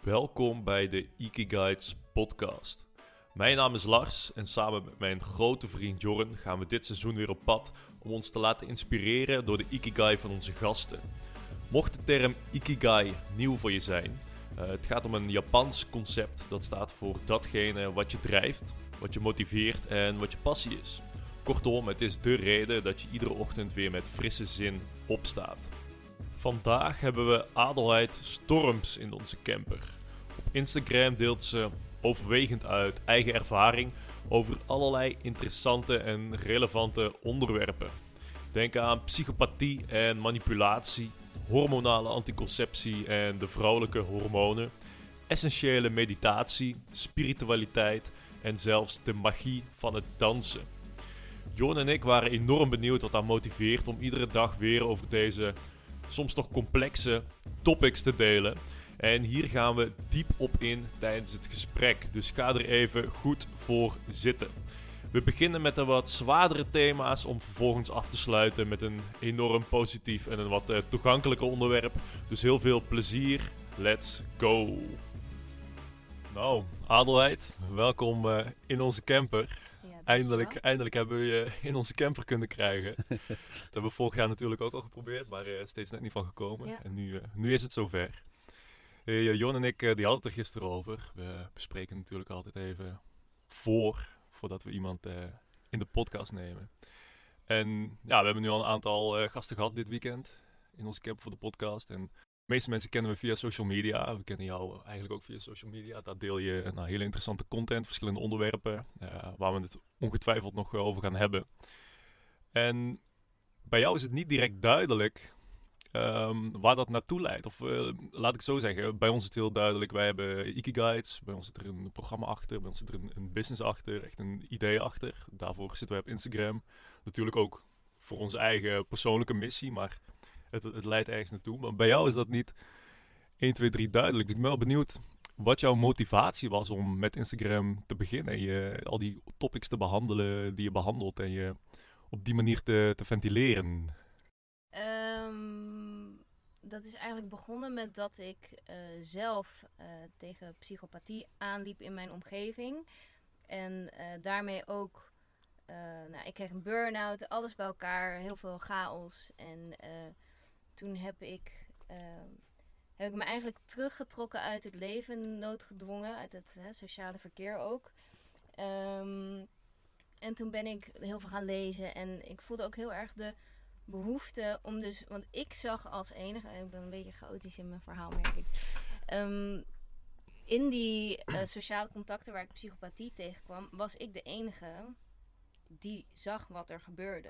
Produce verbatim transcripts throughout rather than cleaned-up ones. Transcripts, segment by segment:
Welkom bij de Ikigaits podcast. Mijn naam is Lars en samen met mijn grote vriend Jorn gaan we dit seizoen weer op pad om ons te laten inspireren door de Ikigai van onze gasten. Mocht de term Ikigai nieuw voor je zijn, uh, het gaat om een Japans concept dat staat voor datgene wat je drijft, wat je motiveert en wat je passie is. Kortom, het is de reden dat je iedere ochtend weer met frisse zin opstaat. Vandaag hebben we Adelheid Storms in onze camper. Op Instagram deelt ze overwegend uit eigen ervaring over allerlei interessante en relevante onderwerpen. Denk aan psychopathie en manipulatie, hormonale anticonceptie en de vrouwelijke hormonen, essentiële meditatie, spiritualiteit en zelfs de magie van het dansen. Jorn en ik waren enorm benieuwd wat haar motiveert om iedere dag weer over deze soms toch complexe topics te delen. En hier gaan we diep op in tijdens het gesprek. Dus ga er even goed voor zitten. We beginnen met de wat zwaardere thema's om vervolgens af te sluiten met een enorm positief en een wat uh, toegankelijker onderwerp. Dus heel veel plezier. Let's go! Nou, Adelheid, welkom uh, in onze camper. Ja, Eindelijk, eindelijk hebben we je in onze camper kunnen krijgen. Dat hebben we vorig jaar natuurlijk ook al geprobeerd, maar uh, steeds net niet van gekomen. Ja. En nu, uh, nu is het zover. Uh, Jon en ik uh, die hadden het er gisteren over. We bespreken natuurlijk altijd even voor, voordat we iemand uh, in de podcast nemen. En ja, we hebben nu al een aantal uh, gasten gehad dit weekend in onze camper voor de podcast. En de meeste mensen kennen we via social media. We kennen jou eigenlijk ook via social media. Daar deel je nou, hele interessante content, verschillende onderwerpen, uh, waar we het ongetwijfeld nog over gaan hebben. En bij jou is het niet direct duidelijk um, waar dat naartoe leidt. Of uh, laat ik het zo zeggen, bij ons is het heel duidelijk. Wij hebben Ikigaits, bij ons zit er een programma achter, bij ons zit er een, een business achter, echt een idee achter. Daarvoor zitten wij op Instagram. Natuurlijk ook voor onze eigen persoonlijke missie, maar Het, het leidt ergens naartoe. Maar bij jou is dat niet één, twee, drie duidelijk. Dus ik ben wel benieuwd wat jouw motivatie was om met Instagram te beginnen. En je, al die topics te behandelen die je behandelt. En je op die manier te, te ventileren. Um, dat is eigenlijk begonnen met dat ik uh, zelf uh, tegen psychopathie aanliep in mijn omgeving. En uh, daarmee ook... Uh, nou, ik kreeg een burn-out, alles bij elkaar, heel veel chaos. En uh, toen heb ik, uh, heb ik me eigenlijk teruggetrokken uit het leven, noodgedwongen, uit het hè, sociale verkeer ook. Um, en toen ben ik heel veel gaan lezen en ik voelde ook heel erg de behoefte om dus, want ik zag als enige, ik ben een beetje chaotisch in mijn verhaal merk ik, um, in die uh, sociale contacten waar ik psychopathie tegenkwam, was ik de enige die zag wat er gebeurde.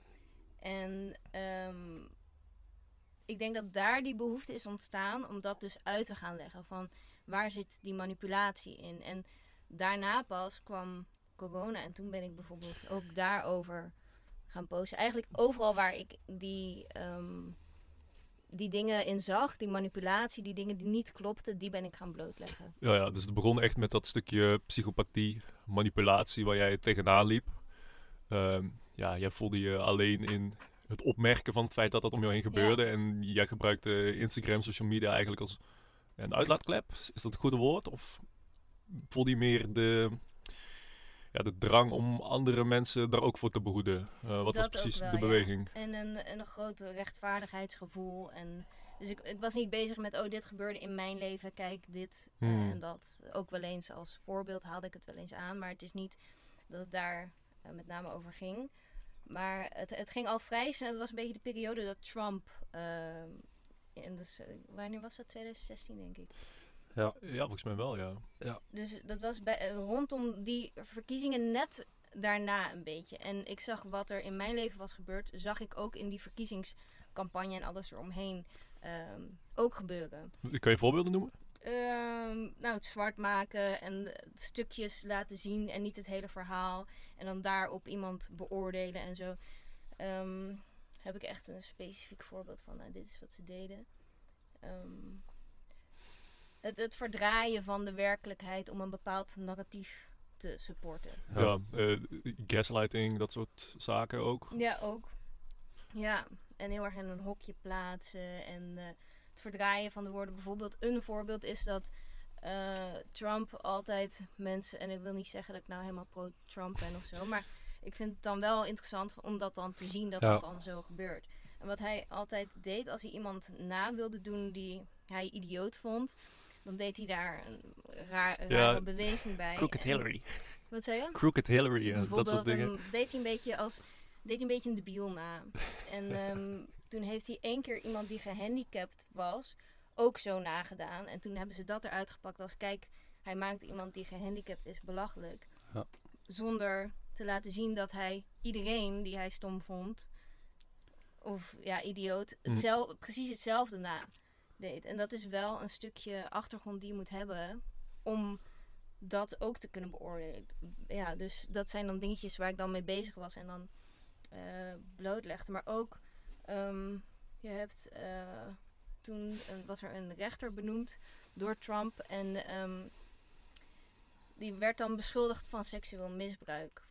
En um, ik denk dat daar die behoefte is ontstaan om dat dus uit te gaan leggen. Van waar zit die manipulatie in? En daarna pas kwam corona en toen ben ik bijvoorbeeld ook daarover gaan posten. Eigenlijk overal waar ik die, um, die dingen in zag, die manipulatie, die dingen die niet klopten, die ben ik gaan blootleggen. Ja, ja, dus het begon echt met dat stukje psychopathie, manipulatie waar jij tegenaan liep. Um, ja, jij voelde je alleen in het opmerken van het feit dat dat om jou heen gebeurde. Ja. En jij gebruikte Instagram, social media eigenlijk als een uitlaatklep. Is dat het goede woord? Of voelde je meer de, ja, de drang om andere mensen daar ook voor te behoeden? Uh, wat dat was precies wel, de beweging? Ja. En een, en een groot rechtvaardigheidsgevoel. En dus ik, ik was niet bezig met, oh, dit gebeurde in mijn leven. Kijk, dit hmm. uh, en dat. Ook wel eens als voorbeeld haalde ik het wel eens aan. Maar het is niet dat het daar Uh, met name over ging. Maar het, het ging al vrij snel. Het was een beetje de periode dat Trump... Uh, in de, wanneer was dat? twintig zestien denk ik. Ja, ja volgens mij wel, ja. ja. Dus dat was bij, uh, rondom die verkiezingen net daarna een beetje. En ik zag wat er in mijn leven was gebeurd. Zag ik ook in die verkiezingscampagne en alles eromheen uh, ook gebeuren. Kan je voorbeelden noemen? Um, nou, het zwart maken en stukjes laten zien en niet het hele verhaal. En dan daarop iemand beoordelen en zo. Um, heb ik echt een specifiek voorbeeld van, nou, dit is wat ze deden. Um, het, het verdraaien van de werkelijkheid om een bepaald narratief te supporten. Ja, uh, gaslighting, dat soort zaken ook. Ja, ook. Ja, en heel erg in een hokje plaatsen en... Uh, het verdraaien van de woorden. Bijvoorbeeld een voorbeeld is dat uh, Trump altijd mensen... En ik wil niet zeggen dat ik nou helemaal pro-Trump ben of zo. Maar ik vind het dan wel interessant om dat dan te zien dat Ja. dat dan zo gebeurt. En wat hij altijd deed als hij iemand na wilde doen die hij idioot vond... Dan deed hij daar een raar, een Ja, rare beweging bij. Crooked En- Hillary. Wat zei je? Crooked Hillary, ja, dat Bijvoorbeeld, soort dingen. en deed hij een beetje als deed hij een beetje een debiel na. En um, toen heeft hij één keer iemand die gehandicapt was ook zo nagedaan. En toen hebben ze dat eruit gepakt als kijk, hij maakt iemand die gehandicapt is belachelijk. Ja. Zonder te laten zien dat hij iedereen die hij stom vond of ja, idioot, hetzel- mm. precies hetzelfde na deed. En dat is wel een stukje achtergrond die je moet hebben om dat ook te kunnen beoordelen. Ja, dus dat zijn dan dingetjes waar ik dan mee bezig was en dan uh, blootlegde. Maar ook, um, je hebt, uh, toen een, was er een rechter benoemd door Trump en um, die werd dan beschuldigd van seksueel misbruik.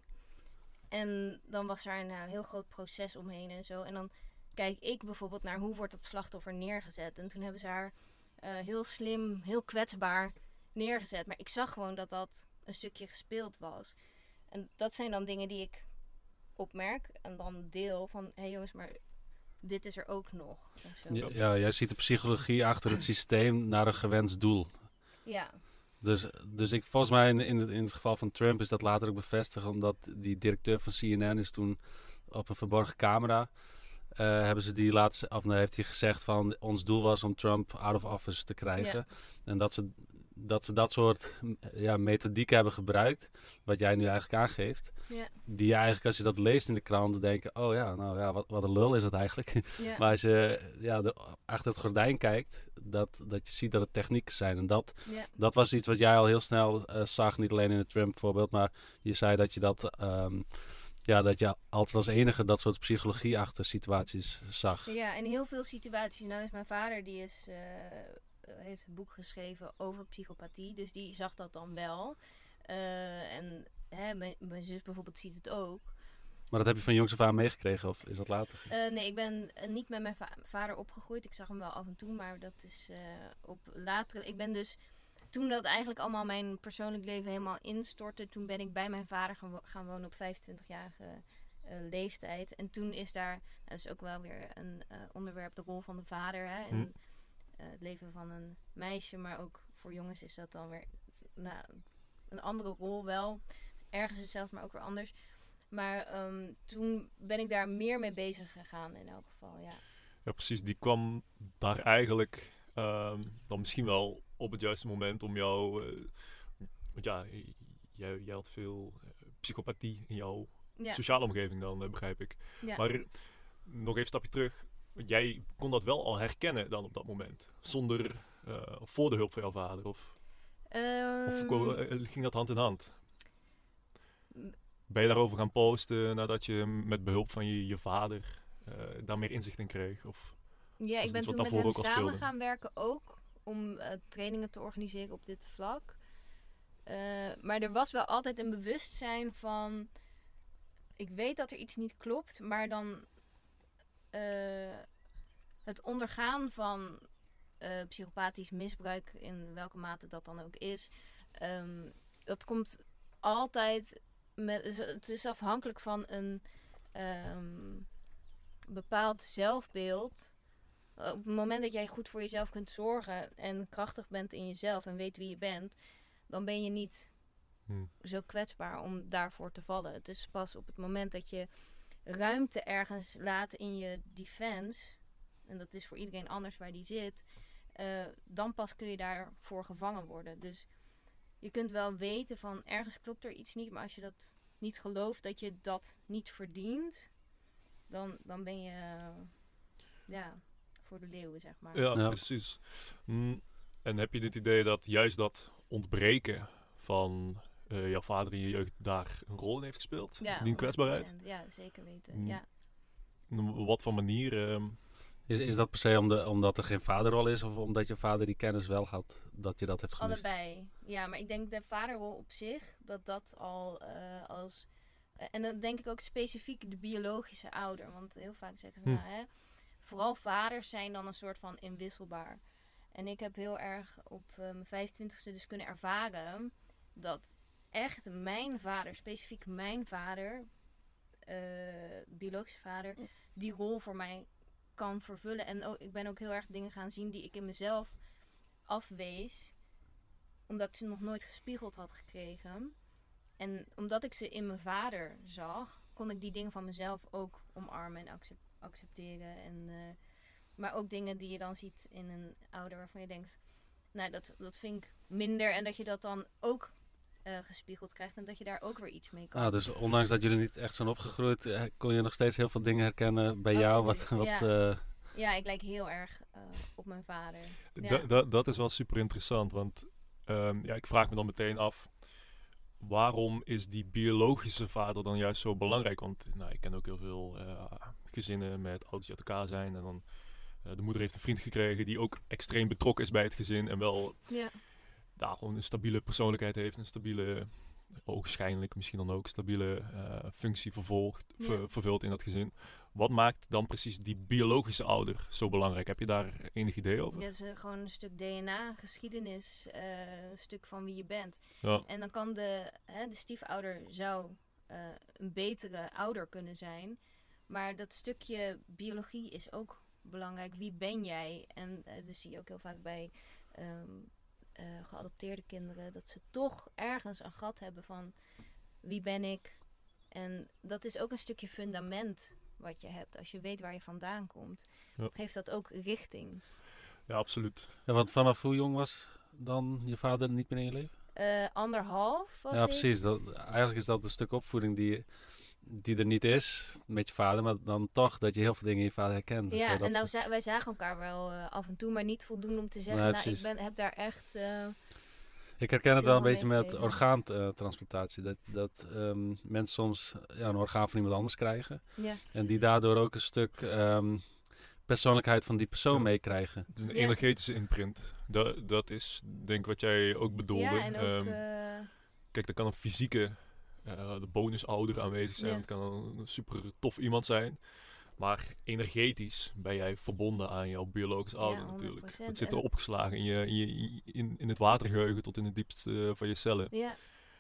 En dan was er een, een heel groot proces omheen en zo. En dan kijk ik bijvoorbeeld naar hoe wordt dat slachtoffer neergezet. En toen hebben ze haar uh, heel slim, heel kwetsbaar neergezet. Maar ik zag gewoon dat dat een stukje gespeeld was. En dat zijn dan dingen die ik opmerk en dan deel van... hé hey jongens, maar dit is er ook nog. Ja, ja, jij ziet de psychologie achter het systeem naar een gewenst doel. Ja. Dus, dus ik, volgens mij in, in, het, in het geval van Trump is dat later ook bevestigd... omdat die directeur van C N N is toen op een verborgen camera... Uh, hebben ze die laatste, of nee, heeft hij gezegd van ons doel was om Trump out of office te krijgen. Ja. En dat ze, dat ze dat soort ja, methodieken hebben gebruikt, wat jij nu eigenlijk aangeeft. Ja. Die je eigenlijk, als je dat leest in de krant, denken, oh ja, nou ja, wat, wat een lul is het eigenlijk. Ja. Maar als je ja, de, achter het gordijn kijkt, dat, dat je ziet dat het technieken zijn. En dat, ja. dat was iets wat jij al heel snel uh, zag, niet alleen in het Trump voorbeeld, maar je zei dat je dat... Um, Ja, dat je altijd als enige dat soort psychologie achter situaties zag. Ja, en heel veel situaties. Nou is mijn vader, die is, uh, heeft een boek geschreven over psychopathie. Dus die zag dat dan wel. Uh, en hè, mijn, mijn zus bijvoorbeeld ziet het ook. Maar dat heb je van jongs af aan meegekregen of is dat later? Uh, nee, ik ben uh, niet met mijn va- vader opgegroeid. Ik zag hem wel af en toe, maar dat is uh, op later. Ik ben dus... Toen dat eigenlijk allemaal mijn persoonlijk leven helemaal instortte... toen ben ik bij mijn vader gaan, wo- gaan wonen op vijfentwintigjarige uh, leeftijd. En toen is daar... Nou, dat is ook wel weer een uh, onderwerp, de rol van de vader. Hè, in uh, het leven van een meisje. Maar ook voor jongens is dat dan weer nou, een andere rol wel. Ergens hetzelfde, maar ook weer anders. Maar um, toen ben ik daar meer mee bezig gegaan in elk geval, ja. Ja, precies. Die kwam daar eigenlijk um, dan misschien wel... op het juiste moment om jou... Uh, want ja, jij, jij had veel uh, psychopathie in jouw ja. sociale omgeving dan, uh, begrijp ik. Ja. Maar nog even een stapje terug. Jij kon dat wel al herkennen dan op dat moment? Zonder... Uh, voor de hulp van jouw vader? Of, um, of uh, ging dat hand in hand? Ben je daarover gaan posten nadat je met behulp van je, je vader uh, daar meer inzicht in kreeg? Of ja, ik ben toen met hem samen gaan werken ook. Om uh, trainingen te organiseren op dit vlak. Uh, maar er was wel altijd een bewustzijn van... Ik weet dat er iets niet klopt, maar dan... Uh, het ondergaan van uh, psychopathisch misbruik... in welke mate dat dan ook is... Um, dat komt altijd... Met, het is afhankelijk van een um, bepaald zelfbeeld... Op het moment dat jij goed voor jezelf kunt zorgen en krachtig bent in jezelf en weet wie je bent, dan ben je niet hmm. zo kwetsbaar om daarvoor te vallen. Het is pas op het moment dat je ruimte ergens laat in je defense, en dat is voor iedereen anders waar die zit, uh, dan pas kun je daarvoor gevangen worden. Dus je kunt wel weten van ergens klopt er iets niet, maar als je dat niet gelooft dat je dat niet verdient, dan, dan ben je uh, ja... voor de leeuwen, zeg maar. Ja, ja. precies. Mm, en heb je het idee dat juist dat ontbreken van uh, jouw vader in je jeugd daar een rol in heeft gespeeld? Ja, die kwetsbaarheid? Ja, zeker weten. Mm. Ja. Op wat voor manier? Uh, is, is dat per se om de, omdat er geen vaderrol is of omdat je vader die kennis wel had, dat je dat hebt gemist? Allebei. Ja, maar ik denk de vaderrol op zich, dat dat al uh, als... Uh, en dan denk ik ook specifiek de biologische ouder. Want heel vaak zeggen ze, hm. nou hè... Vooral vaders zijn dan een soort van inwisselbaar. En ik heb heel erg op uh, mijn vijfentwintigste dus kunnen ervaren dat echt mijn vader, specifiek mijn vader, uh, biologische vader, die rol voor mij kan vervullen. En ook, ik ben ook heel erg dingen gaan zien die ik in mezelf afwees, omdat ik ze nog nooit gespiegeld had gekregen. En omdat ik ze in mijn vader zag, kon ik die dingen van mezelf ook omarmen en accep- accepteren. En, uh, maar ook dingen die je dan ziet in een ouder waarvan je denkt, nou dat, dat vind ik minder. En dat je dat dan ook uh, gespiegeld krijgt en dat je daar ook weer iets mee kan. Ah, dus ondanks dat jullie niet echt zijn opgegroeid, eh, kon je nog steeds heel veel dingen herkennen bij jou. Wat, wat, ja. Uh... ja, ik lijk heel erg uh, op mijn vader. Ja. Da- da- dat is wel super interessant, want um, ja, ik vraag me dan meteen af, waarom is die biologische vader dan juist zo belangrijk? Want nou, ik ken ook heel veel uh, gezinnen met ouders die uit elkaar zijn. En dan uh, de moeder heeft een vriend gekregen die ook extreem betrokken is bij het gezin. En wel ja. daar gewoon een stabiele persoonlijkheid heeft. Een stabiele, ogenschijnlijk misschien dan ook, stabiele uh, functie vervolgt, ja. ver, vervult in dat gezin. Wat maakt dan precies die biologische ouder zo belangrijk? Heb je daar enig idee over? Ja, het is uh, gewoon een stuk D N A, geschiedenis, uh, een stuk van wie je bent. Ja. En dan kan de, hè, de stiefouder zou uh, een betere ouder kunnen zijn. Maar dat stukje biologie is ook belangrijk. Wie ben jij? En uh, dat zie je ook heel vaak bij um, uh, geadopteerde kinderen. Dat ze toch ergens een gat hebben van wie ben ik? En dat is ook een stukje fundament wat je hebt. Als je weet waar je vandaan komt, ja. geeft dat ook richting. Ja, absoluut. Ja, want vanaf hoe jong was dan je vader niet meer in je leven? Uh, anderhalf was Ja, ik. precies. Dat, eigenlijk is dat een stuk opvoeding die, die er niet is met je vader, maar dan toch dat je heel veel dingen in je vader herkent. Ja, zodat en nou, za- wij zagen elkaar wel uh, af en toe, maar niet voldoende om te zeggen, nee, nou, ik ben, heb daar echt... Uh, Ik herken het wel een beetje met orgaantransplantatie. Dat, dat um, mensen soms ja, een orgaan van iemand anders krijgen. Ja. En die daardoor ook een stuk um, persoonlijkheid van die persoon ja. meekrijgen. Het is een ja. energetische imprint. Dat, dat is denk ik wat jij ook bedoelde. Ja, en ook... Um, uh... Kijk, er kan een fysieke uh, de bonusouder aanwezig zijn. Ja. Het kan een super tof iemand zijn. Maar energetisch ben jij verbonden aan jouw biologisch ouder ja, natuurlijk. Dat zit er opgeslagen in, je, in, je, in, in het watergeheugen tot in het diepste van je cellen. Ja.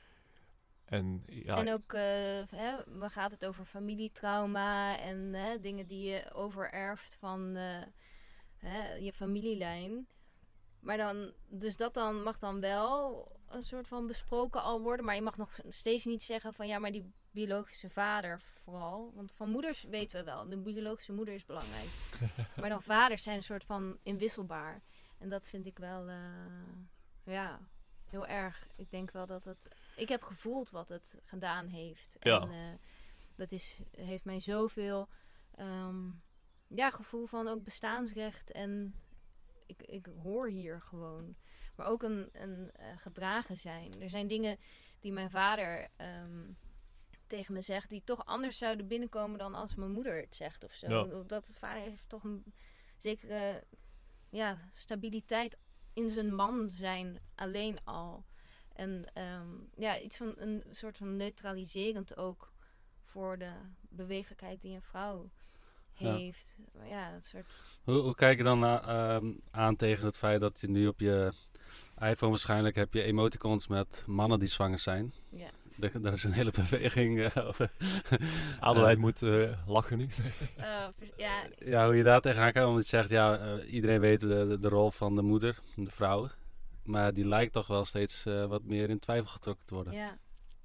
En, ja, en ook, uh, hè, dan gaat het over familietrauma en hè, dingen die je overerft van uh, hè, je familielijn. Maar dan, dus dat dan mag dan wel een soort van besproken al worden. Maar je mag nog steeds niet zeggen van ja, maar die biologische vader vooral. Want van moeders weten we wel. De biologische moeder is belangrijk. Maar dan vaders zijn een soort van inwisselbaar. En dat vind ik wel, uh, ja, heel erg. Ik denk wel dat het... Ik heb gevoeld wat het gedaan heeft. Ja. En uh, dat is, heeft mij zoveel um, ja, gevoel van ook bestaansrecht. En ik, ik hoor hier gewoon. Maar ook een, een uh, gedragen zijn. Er zijn dingen die mijn vader... Um, tegen me zegt, die toch anders zouden binnenkomen dan als mijn moeder het zegt of zo. Ja. Dat de vader heeft toch een zekere ja, stabiliteit in zijn man zijn alleen al. En um, ja, iets van een soort van neutraliserend ook voor de bewegelijkheid die een vrouw heeft. Ja, ja een soort... Hoe, hoe kijk je dan na, um, aan tegen het feit dat je nu op je iPhone waarschijnlijk heb je emoticons met mannen die zwanger zijn? Ja. Daar is een hele beweging uh, over. Adelheid uh, moet uh, lachen nu. uh, ja. ja, hoe je daar tegenaan kijkt. Omdat je zegt, ja, uh, iedereen weet de, de, de rol van de moeder, de vrouw. Maar die lijkt toch wel steeds uh, wat meer in twijfel getrokken te worden. Ja,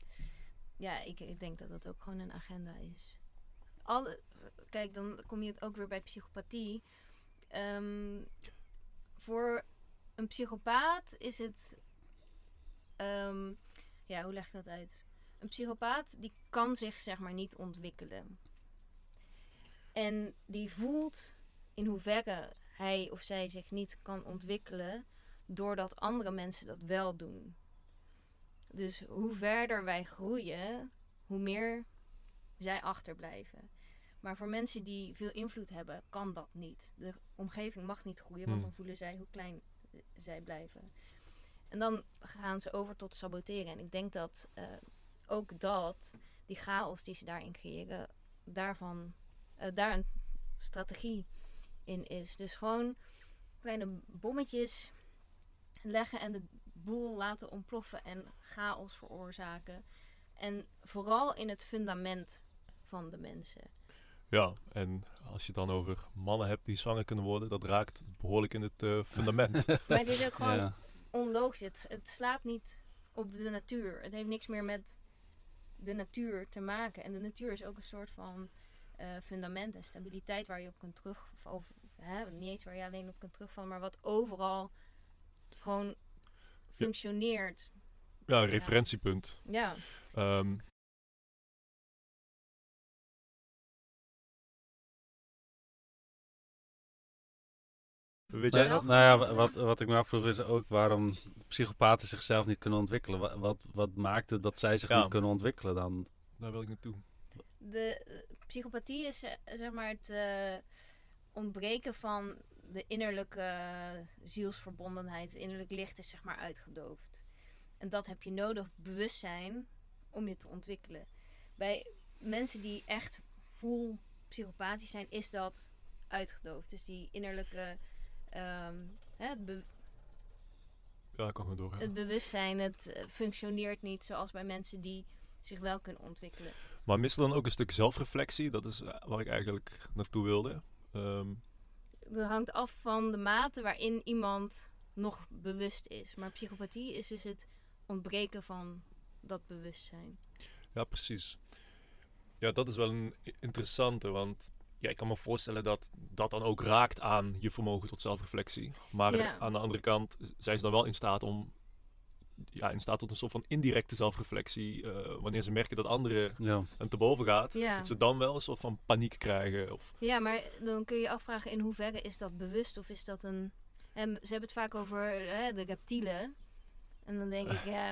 ja ik, ik denk dat dat ook gewoon een agenda is. Alle, kijk, dan kom je ook weer bij psychopathie. Um, voor een psychopaat is het... Um, Ja, hoe leg ik dat uit? Een psychopaat die kan zich zeg maar niet ontwikkelen. En die voelt in hoeverre hij of zij zich niet kan ontwikkelen doordat andere mensen dat wel doen. Dus hoe verder wij groeien, hoe meer zij achterblijven. Maar voor mensen die veel invloed hebben, kan dat niet. De omgeving mag niet groeien, want dan voelen zij hoe klein zij blijven. En dan gaan ze over tot saboteren. En ik denk dat uh, ook dat, die chaos die ze daarin creëren, daarvan, uh, daar een strategie in is. Dus gewoon kleine bommetjes leggen en de boel laten ontploffen en chaos veroorzaken. En vooral in het fundament van de mensen. Ja, en als je het dan over mannen hebt die zwanger kunnen worden, dat raakt behoorlijk in het uh, fundament. Maar het is ook gewoon Ja. onlogisch. Het, het slaat niet op de natuur. Het heeft niks meer met de natuur te maken. En de natuur is ook een soort van uh, fundament en stabiliteit waar je op kunt terug... Of, of hè, niet eens waar je alleen op kunt terugvallen, maar wat overal gewoon functioneert. Ja, een referentiepunt. Ja. Um, Weet jij nog? Nou ja, wa- wat, wat ik me afvroeg is ook waarom psychopaten zichzelf niet kunnen ontwikkelen. Wat, wat, wat maakte dat zij zich Ja. niet kunnen ontwikkelen dan? Daar wil ik naartoe. De uh, psychopathie is uh, zeg maar het uh, ontbreken van de innerlijke uh, zielsverbondenheid. Het innerlijk licht is zeg maar uitgedoofd. En dat heb je nodig, bewustzijn, om je te ontwikkelen. Bij mensen die echt full psychopathisch zijn, is dat uitgedoofd. Dus die innerlijke... Um, hè, het, be- ja, ik kan gewoon door. Ja. het bewustzijn, het uh, functioneert niet zoals bij mensen die zich wel kunnen ontwikkelen. Maar mist er dan ook een stuk zelfreflectie? Dat is uh, waar ik eigenlijk naartoe wilde. Um, Dat hangt af van de mate waarin iemand nog bewust is. Maar psychopathie is dus het ontbreken van dat bewustzijn. Ja, precies. Ja, dat is wel een interessante, want ja, ik kan me voorstellen dat dat dan ook raakt aan je vermogen tot zelfreflectie. Maar Ja. aan de andere kant zijn ze dan wel in staat om, ja, in staat tot een soort van indirecte zelfreflectie. Uh, wanneer ze merken dat anderen Ja. hen te boven gaat, Ja. dat ze dan wel een soort van paniek krijgen. Of, Ja, maar dan kun je je afvragen in hoeverre is dat bewust of is dat een... En ze hebben het vaak over hè, de reptielen. En dan denk ik, ja,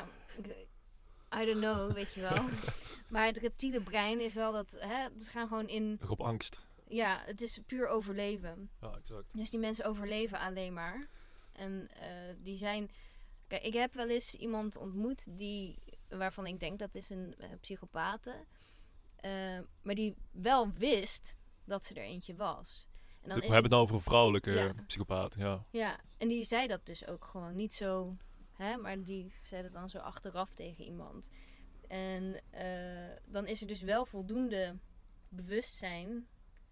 I don't know, weet je wel. Maar het reptiele brein is wel dat, hè, ze gaan gewoon in... op angst. Ja, het is puur overleven. Ja, exact. Dus die mensen overleven alleen maar. En uh, die zijn... Kijk, ik heb wel eens iemand ontmoet die, waarvan ik denk dat is een uh, psychopate. Uh, maar die wel wist dat ze er eentje was. En dan We is hebben het nou over een vrouwelijke Ja. psychopaat, ja. Ja, en die zei dat dus ook gewoon niet zo... Hè, maar die zei dat dan zo achteraf tegen iemand. En uh, dan is er dus wel voldoende bewustzijn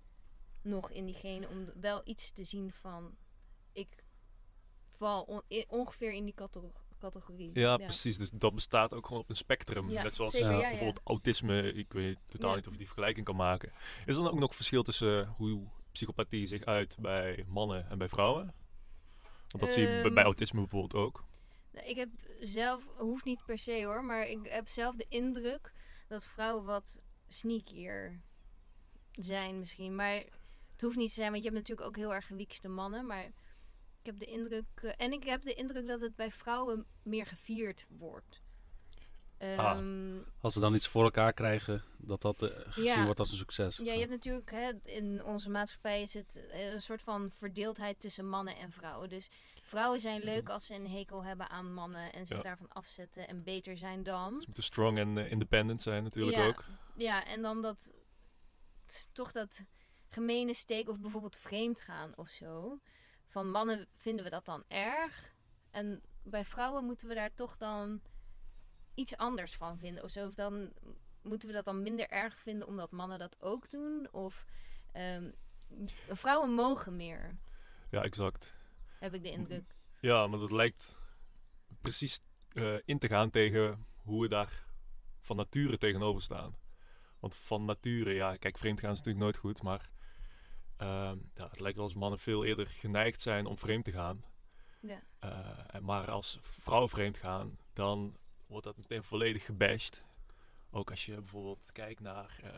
nog in diegene om wel iets te zien van... Ik val on- in, ongeveer in die categorie. categorie. Ja, ja, precies. Dus dat bestaat ook gewoon op een spectrum. Ja, Net zoals zeker, uh, ja, ja. bijvoorbeeld autisme. Ik weet totaal Ja. niet of je die vergelijking kan maken. Is er dan ook nog verschil tussen uh, hoe psychopathie zich uit bij mannen en bij vrouwen? Want dat um, zie je bij, bij autisme bijvoorbeeld ook. Ik heb zelf, hoeft niet per se hoor, maar ik heb zelf de indruk dat vrouwen wat sneakier zijn misschien. Maar het hoeft niet te zijn, want je hebt natuurlijk ook heel erg gewiekste mannen. Maar ik heb de indruk, uh, en ik heb de indruk dat het bij vrouwen meer gevierd wordt. Um, ah, als ze dan iets voor elkaar krijgen, dat dat uh, gezien ja. wordt als een succes. Ja, je hebt natuurlijk, hè, in onze maatschappij is het een soort van verdeeldheid tussen mannen en vrouwen. Dus vrouwen zijn leuk als ze een hekel hebben aan mannen en zich ja. daarvan afzetten en beter zijn dan. Ze moeten strong en uh, independent zijn natuurlijk ja. ook. Ja, en dan dat, toch dat gemene steek of bijvoorbeeld vreemd gaan of zo. Van mannen vinden we dat dan erg en bij vrouwen moeten we daar toch dan iets anders van vinden of zo. Of dan moeten we dat dan minder erg vinden omdat mannen dat ook doen? Of um, vrouwen mogen meer. Ja, exact. Heb ik de indruk. Ja, maar dat lijkt precies uh, in te gaan tegen hoe we daar van nature tegenover staan. Want van nature, ja, kijk, vreemd gaan is natuurlijk nooit goed, maar uh, ja, het lijkt wel als mannen veel eerder geneigd zijn om vreemd te gaan. Ja. Uh, maar als vrouwen vreemd gaan, dan wordt dat meteen volledig gebashed. Ook als je bijvoorbeeld kijkt naar... Uh,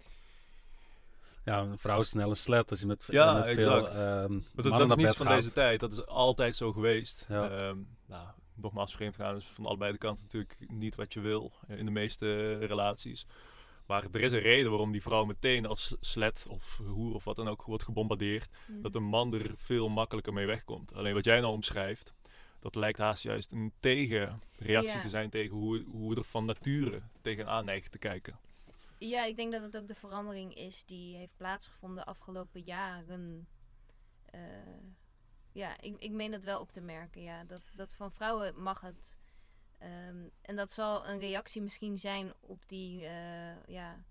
ja, een vrouw is snel een slet als je met, ja, met exact. veel um, dat, dat is niets van gaat. Deze tijd. Dat is altijd zo geweest. Ja. Um, nou, nogmaals, vreemd gaan is van allebei de kanten natuurlijk niet wat je wil in de meeste relaties. Maar er is een reden waarom die vrouw meteen als slet of hoer of wat dan ook wordt gebombardeerd. Mm. Dat een man er veel makkelijker mee wegkomt. Alleen wat jij nou omschrijft, dat lijkt haast juist een tegenreactie ja. te zijn tegen hoe, hoe we er van nature tegenaan neigen te kijken. Ja, ik denk dat het ook de verandering is die heeft plaatsgevonden de afgelopen jaren. Uh, Ja, ik, ik meen dat wel op te merken, ja. Dat, dat van vrouwen mag het. Um, en dat zal een reactie misschien zijn op die uh, ja,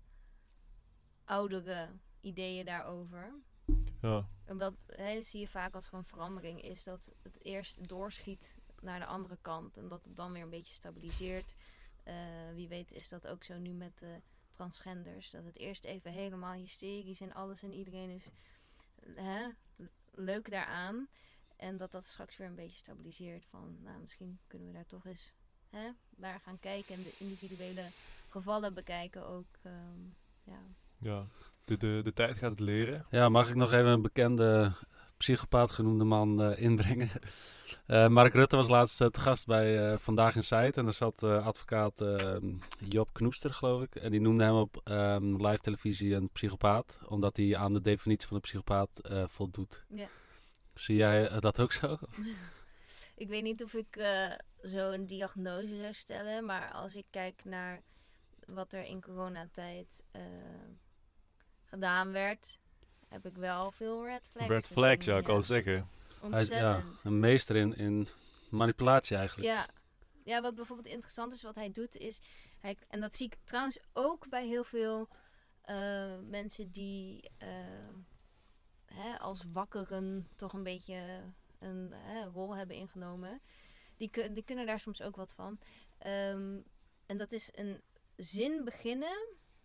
oudere ideeën daarover. Ja. En dat he, zie je vaak als er een verandering is. Dat het eerst doorschiet naar de andere kant. En dat het dan weer een beetje stabiliseert. Uh, wie weet is dat ook zo nu met uh, transgenders. Dat het eerst even helemaal hysterisch en alles en iedereen is hè, leuk daaraan. En dat dat straks weer een beetje stabiliseert. Van nou, misschien kunnen we daar toch eens hè, naar gaan kijken. En de individuele gevallen bekijken ook. Um, ja. Ja, de, de, de tijd gaat het leren. Ja, mag ik nog even een bekende psychopaat genoemde man uh, inbrengen? Uh, Mark Rutte was laatst uh, te gast bij uh, Vandaag in Site. En daar zat uh, advocaat uh, Job Knoester, geloof ik. En die noemde hem op um, live televisie een psychopaat. Omdat hij aan de definitie van een psychopaat uh, voldoet. Ja. Zie jij uh, dat ook zo? Ik weet niet of ik uh, zo een diagnose zou stellen. Maar als ik kijk naar wat er in coronatijd uh, gedaan werd, heb ik wel veel red flags Red flags, ja, ik ja. al zeggen. Ontzettend. Hij, ja, een meester in, in manipulatie eigenlijk. Ja. Ja, wat bijvoorbeeld interessant is wat hij doet is, hij, en dat zie ik trouwens ook bij heel veel uh, mensen die uh, hè, als wakkeren toch een beetje een hè, rol hebben ingenomen. Die, die kunnen daar soms ook wat van. Um, en dat is een zin beginnen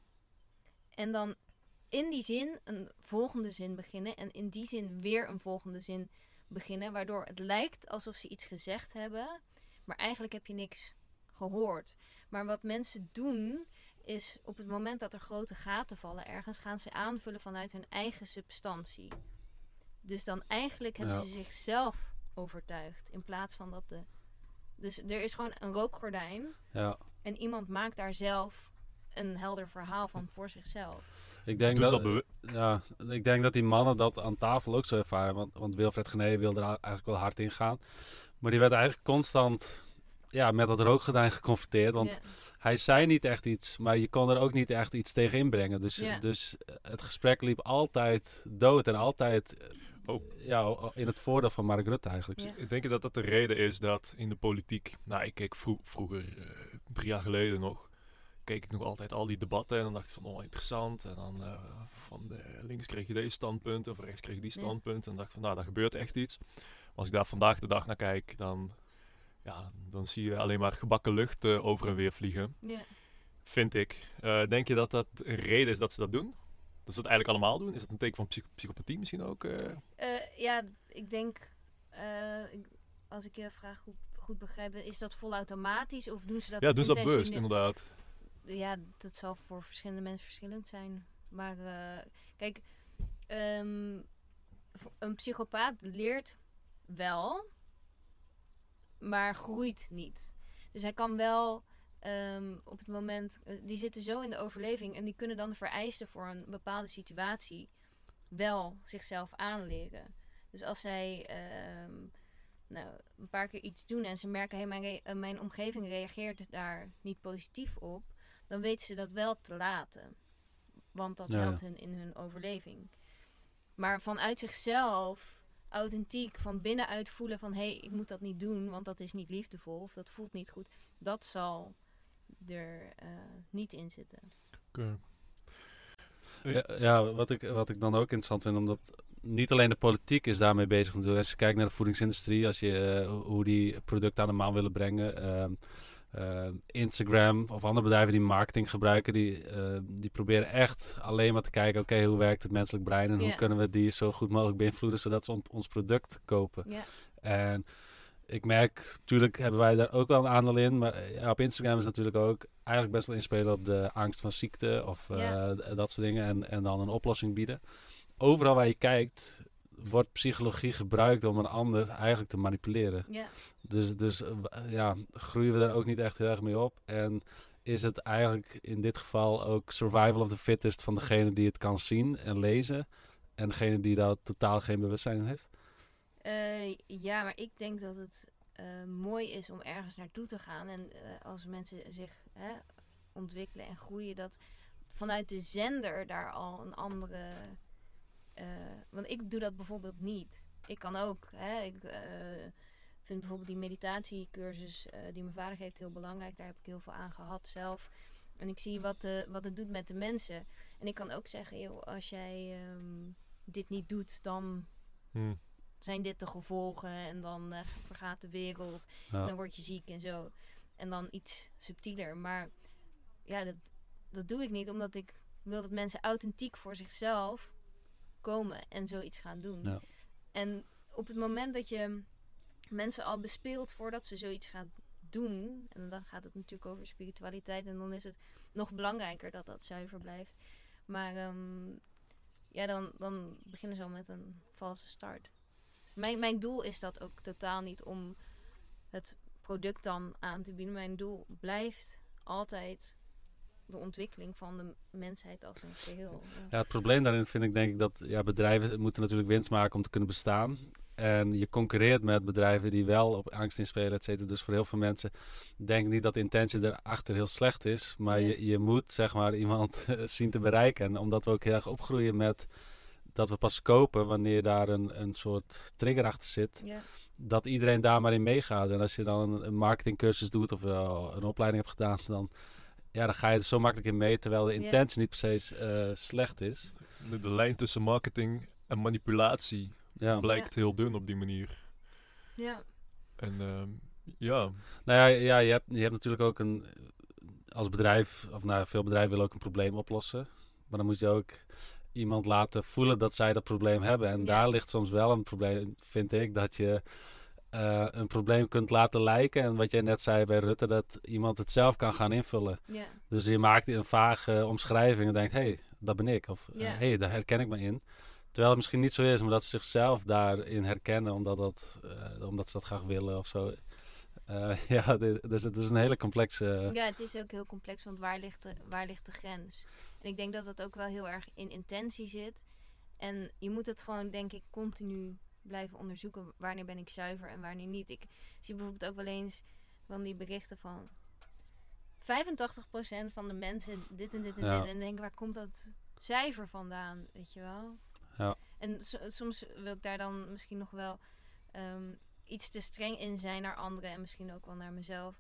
en dan in die zin een volgende zin beginnen en in die zin weer een volgende zin beginnen, waardoor het lijkt alsof ze iets gezegd hebben, maar eigenlijk heb je niks gehoord. Maar wat mensen doen is op het moment dat er grote gaten vallen ergens, gaan ze aanvullen vanuit hun eigen substantie. Dus dan eigenlijk hebben ja. ze zichzelf overtuigd in plaats van dat de... Dus er is gewoon een rookgordijn ja. en iemand maakt daar zelf een helder verhaal van voor zichzelf. Ik denk, dus dat, dat ja, ik denk dat die mannen dat aan tafel ook zo ervaren. Want, want Wilfred Genee wilde er eigenlijk wel hard in gaan. Maar die werd eigenlijk constant ja, met dat rookgordijn geconfronteerd. Want Ja. hij zei niet echt iets, maar je kon er ook niet echt iets tegen inbrengen. Dus, Ja. dus het gesprek liep altijd dood en altijd Oh. ja, in het voordeel van Mark Rutte eigenlijk. Ja. Ik denk dat dat de reden is dat in de politiek... Nou, ik keek vro- vroeger, uh, drie jaar geleden nog... keek ik nog altijd al die debatten en dan dacht ik van, oh, interessant. En dan uh, van de links kreeg je deze standpunt en van rechts kreeg je die standpunt. Ja. En dan dacht ik van, nou, daar gebeurt echt iets. Maar als ik daar vandaag de dag naar kijk, dan, ja, dan zie je alleen maar gebakken lucht uh, over en weer vliegen. Ja. Vind ik. Uh, denk je dat dat een reden is dat ze dat doen? Dat ze dat eigenlijk allemaal doen? Is dat een teken van psych- psychopathie misschien ook? Uh? Uh, ja, ik denk, uh, ik, als ik je vraag goed, goed begrijp, is dat volautomatisch of doen ze dat Ja, doen ze dat bewust, inderdaad. Ja, dat zal voor verschillende mensen verschillend zijn. Maar uh, kijk, um, een psychopaat leert wel, maar groeit niet. Dus hij kan wel um, op het moment... Uh, die zitten zo in de overleving en die kunnen dan de vereisten voor een bepaalde situatie wel zichzelf aanleren. Dus als zij um, nou, een paar keer iets doen en ze merken, hey, mijn, re- uh, mijn omgeving reageert daar niet positief op, dan weten ze dat wel te laten. Want dat ja, helpt ja. hun in hun overleving. Maar vanuit zichzelf, authentiek, van binnenuit voelen van, hé, hey, ik moet dat niet doen, want dat is niet liefdevol of dat voelt niet goed. Dat zal er uh, niet in zitten. Okay. Ja, ja wat, ik, wat ik dan ook interessant vind, omdat niet alleen de politiek is daarmee bezig natuurlijk. Als je kijkt naar de voedingsindustrie, als je, uh, hoe die producten aan de maan willen brengen. Uh, uh, Instagram of andere bedrijven die marketing gebruiken, die, uh, die proberen echt alleen maar te kijken, oké, okay, hoe werkt het menselijk brein en yeah. hoe kunnen we die zo goed mogelijk beïnvloeden, zodat ze on- ons product kopen. Yeah. En ik merk, natuurlijk hebben wij daar ook wel een aandeel in, maar ja, op Instagram is natuurlijk ook eigenlijk best wel inspelen op de angst van ziekte of uh, ja. d- dat soort dingen en, en dan een oplossing bieden. Overal waar je kijkt, wordt psychologie gebruikt om een ander eigenlijk te manipuleren. Ja. Dus, dus uh, ja, groeien we daar ook niet echt heel erg mee op. En is het eigenlijk in dit geval ook survival of the fittest van degene die het kan zien en lezen en degene die daar totaal geen bewustzijn in heeft? Uh, ja, maar ik denk dat het uh, mooi is om ergens naartoe te gaan. En uh, als mensen zich hè, ontwikkelen en groeien, dat vanuit de zender daar al een andere... Uh, want ik doe dat bijvoorbeeld niet. ik kan ook. Hè, ik uh, vind bijvoorbeeld die meditatiecursus uh, die mijn vader geeft heel belangrijk. Daar heb ik heel veel aan gehad zelf. En ik zie wat, de, wat het doet met de mensen. En ik kan ook zeggen, joh, als jij um, dit niet doet, dan hmm. zijn dit de gevolgen. En dan uh, vergaat de wereld. Ja. En dan word je ziek en zo. En dan iets subtieler. Maar ja, dat, dat doe ik niet, omdat ik wil dat mensen authentiek voor zichzelf komen en zoiets gaan doen. Ja. En op het moment dat je mensen al bespeelt voordat ze zoiets gaan doen, en dan gaat het natuurlijk over spiritualiteit, en dan is het nog belangrijker dat dat zuiver blijft. Maar um, ja, dan, dan beginnen ze al met een valse start. Dus mijn, mijn doel is dat ook totaal niet om het product dan aan te bieden. Mijn doel blijft altijd de ontwikkeling van de mensheid als een geheel. Ja. Ja, het probleem daarin vind ik denk ik dat ja, bedrijven moeten natuurlijk winst maken om te kunnen bestaan. En je concurreert met bedrijven die wel op angst inspelen, et cetera. Dus voor heel veel mensen denk ik niet dat de intentie erachter heel slecht is. Maar ja. je, je moet zeg maar iemand zien te bereiken. En omdat we ook heel erg opgroeien met dat we pas kopen wanneer daar een, een soort trigger achter zit. Ja. Dat iedereen daar maar in meegaat. En als je dan een marketingcursus doet of uh, een opleiding hebt gedaan, dan... Ja, dan ga je er zo makkelijk in mee, terwijl de intentie yeah. niet per se uh, slecht is. De, de lijn tussen marketing en manipulatie ja. blijkt ja. heel dun op die manier. Ja. En uh, ja. Nou ja, ja je, hebt, je hebt natuurlijk ook een... Als bedrijf, of nou, veel bedrijven willen ook een probleem oplossen. Maar dan moet je ook iemand laten voelen dat zij dat probleem hebben. En ja. daar ligt soms wel een probleem, vind ik, dat je... Uh, een probleem kunt laten lijken. En wat jij net zei bij Rutte, dat iemand het zelf kan gaan invullen. Yeah. Dus je maakt een vage omschrijving en denkt, hé, hey, dat ben ik. Of hé, yeah. uh, hey, daar herken ik me in. Terwijl het misschien niet zo is, maar dat ze zichzelf daarin herkennen, omdat, dat, uh, omdat ze dat graag willen of zo. Uh, ja, dit, dus het is een hele complexe... Uh... Ja, het is ook heel complex, want waar ligt, de, waar ligt de grens? En ik denk dat dat ook wel heel erg in intentie zit. En je moet het gewoon, denk ik, continu... blijven onderzoeken wanneer ben ik zuiver en wanneer niet. Ik zie bijvoorbeeld ook wel eens van die berichten van vijfentachtig procent van de mensen dit en dit en ja. dit. En denk, waar komt dat zuiver vandaan, weet je wel? Ja. En so, soms wil ik daar dan misschien nog wel um, iets te streng in zijn naar anderen en misschien ook wel naar mezelf.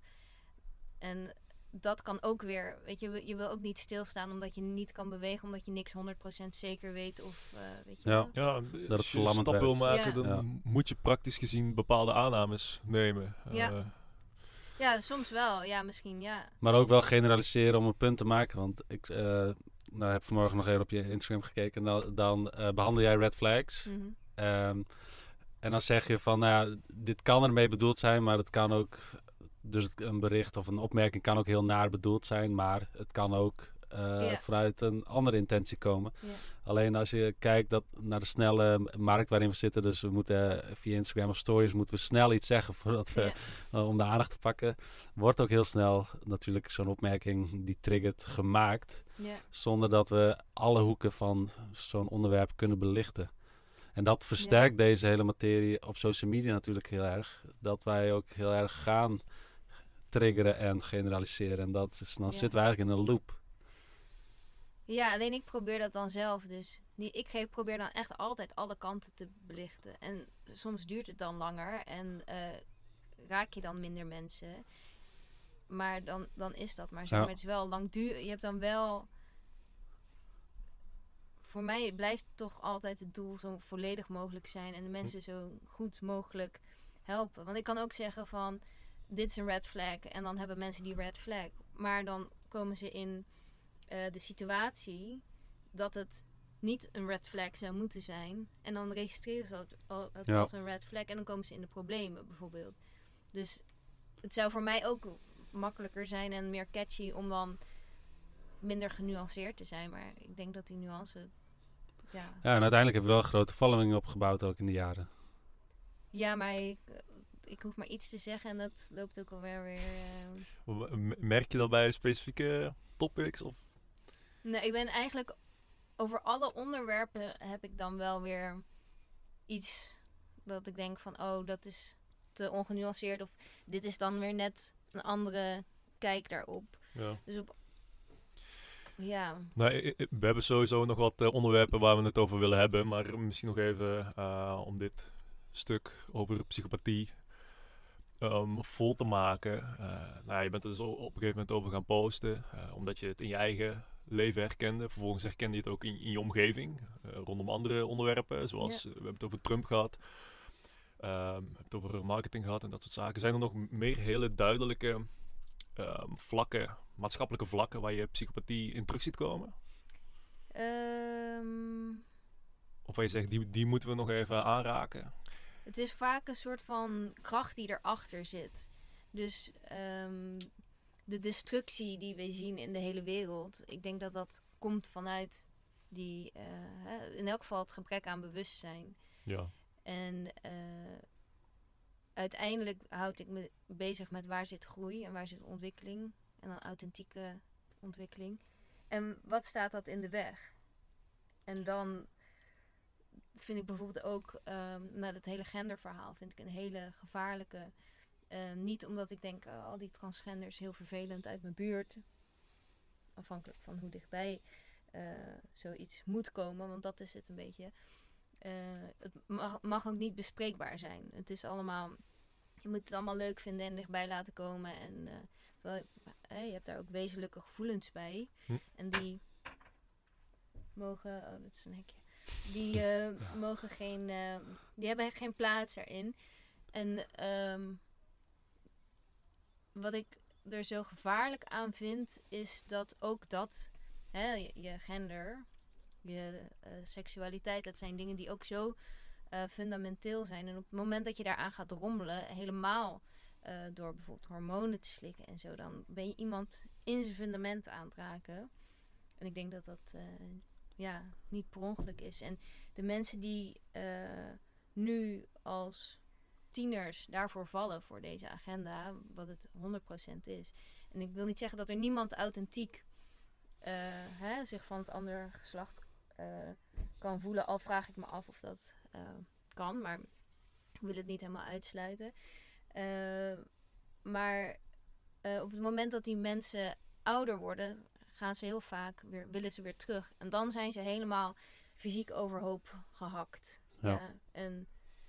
En dat kan ook weer, weet je, je wil ook niet stilstaan omdat je niet kan bewegen, omdat je niks honderd procent zeker weet of uh, weet je ja. wel. Ja, dat als je een stap wil maken, ja. dan ja. moet je praktisch gezien bepaalde aannames nemen. Ja. Uh, ja, soms wel. Ja, misschien, ja. Maar ook wel generaliseren om een punt te maken, want ik uh, nou, heb vanmorgen nog even op je Instagram gekeken en dan, dan uh, behandel jij red flags. Mm-hmm. Um, en dan zeg je van, nou ja, dit kan ermee bedoeld zijn, maar het kan ook... Dus het, een bericht of een opmerking kan ook heel naar bedoeld zijn, maar het kan ook uh, yeah. vanuit een andere intentie komen. Yeah. Alleen als je kijkt dat naar de snelle markt waarin we zitten, dus we moeten uh, via Instagram of Stories moeten we snel iets zeggen voordat we, yeah. uh, om de aandacht te pakken, wordt ook heel snel natuurlijk zo'n opmerking die triggert gemaakt, yeah. zonder dat we alle hoeken van zo'n onderwerp kunnen belichten. En dat versterkt yeah. deze hele materie op social media natuurlijk heel erg. Dat wij ook heel erg gaan triggeren en generaliseren. En dat is, dan ja. zitten we eigenlijk in een loop. Ja, alleen ik probeer dat dan zelf. Dus die, ik geef, probeer dan echt altijd alle kanten te belichten. En soms duurt het dan langer. En uh, raak je dan minder mensen. Maar dan, dan is dat maar zo. Ja. Maar het is wel lang duur. Je hebt dan wel... Voor mij blijft toch altijd het doel zo volledig mogelijk zijn. En de mensen zo goed mogelijk helpen. Want ik kan ook zeggen van... Dit is een red flag. En dan hebben mensen die red flag. Maar dan komen ze in uh, de situatie... dat het niet een red flag zou moeten zijn. En dan registreren ze het, al, het ja. als een red flag. En dan komen ze in de problemen bijvoorbeeld. Dus het zou voor mij ook makkelijker zijn... en meer catchy om dan minder genuanceerd te zijn. Maar ik denk dat die nuance... Ja, ja en uiteindelijk hebben we wel een grote following opgebouwd ook in de jaren. Ja, maar ik, ik hoef maar iets te zeggen en dat loopt ook alweer weer... Uh... Merk je dat bij specifieke topics? Of? Nee, ik ben eigenlijk... Over alle onderwerpen heb ik dan wel weer iets dat ik denk van... Oh, dat is te ongenuanceerd. Of dit is dan weer net een andere kijk daarop. Ja. Dus op... Ja. Nou, we hebben sowieso nog wat uh, onderwerpen waar we het over willen hebben. Maar misschien nog even uh, om dit stuk over psychopathie um, vol te maken. Uh, nou ja, je bent er dus op een gegeven moment over gaan posten, uh, omdat je het in je eigen leven herkende. Vervolgens herkende je het ook in, in je omgeving, uh, rondom andere onderwerpen, zoals ja. uh, we hebben het over Trump gehad. Um, we hebben het over marketing gehad en dat soort zaken. Zijn er nog meer hele duidelijke um, vlakken, maatschappelijke vlakken, waar je psychopathie in terug ziet komen? Um, of waar je zegt, die, die moeten we nog even aanraken? Het is vaak een soort van kracht die erachter zit. Dus um, de destructie die we zien in de hele wereld, ik denk dat dat komt vanuit die, uh, hè, in elk geval het gebrek aan bewustzijn. Ja. En uh, uiteindelijk houd ik me bezig met waar zit groei en waar zit ontwikkeling. En dan authentieke ontwikkeling. En wat staat dat in de weg? En dan vind ik bijvoorbeeld ook um, met het hele genderverhaal vind ik een hele gevaarlijke. Uh, niet omdat ik denk, uh, al die transgenders heel vervelend uit mijn buurt. Afhankelijk van hoe dichtbij uh, zoiets moet komen, want dat is het een beetje. Uh, het mag, mag ook niet bespreekbaar zijn. Het is allemaal, je moet het allemaal leuk vinden en dichtbij laten komen. En uh, terwijl, uh, je hebt daar ook wezenlijke gevoelens bij. Hm. En die mogen, oh dat is een hekje. Die uh, ja. mogen geen, uh, die hebben geen plaats erin. En um, wat ik er zo gevaarlijk aan vind, is dat ook dat, hè, je, je gender, je uh, seksualiteit, dat zijn dingen die ook zo uh, fundamenteel zijn. En op het moment dat je daaraan gaat rommelen, helemaal uh, door bijvoorbeeld hormonen te slikken en zo, dan ben je iemand in zijn fundament aan het raken. En ik denk dat dat uh, ja, niet per ongeluk is. En de mensen die uh, nu als tieners daarvoor vallen voor deze agenda, wat het honderd procent is. En ik wil niet zeggen dat er niemand authentiek uh, hè, zich van het andere geslacht uh, kan voelen. Al vraag ik me af of dat uh, kan, maar ik wil het niet helemaal uitsluiten. Uh, maar uh, op het moment dat die mensen ouder worden, gaan ze heel vaak weer, willen ze weer terug. En dan zijn ze helemaal fysiek overhoop gehakt. Ja. Ja, en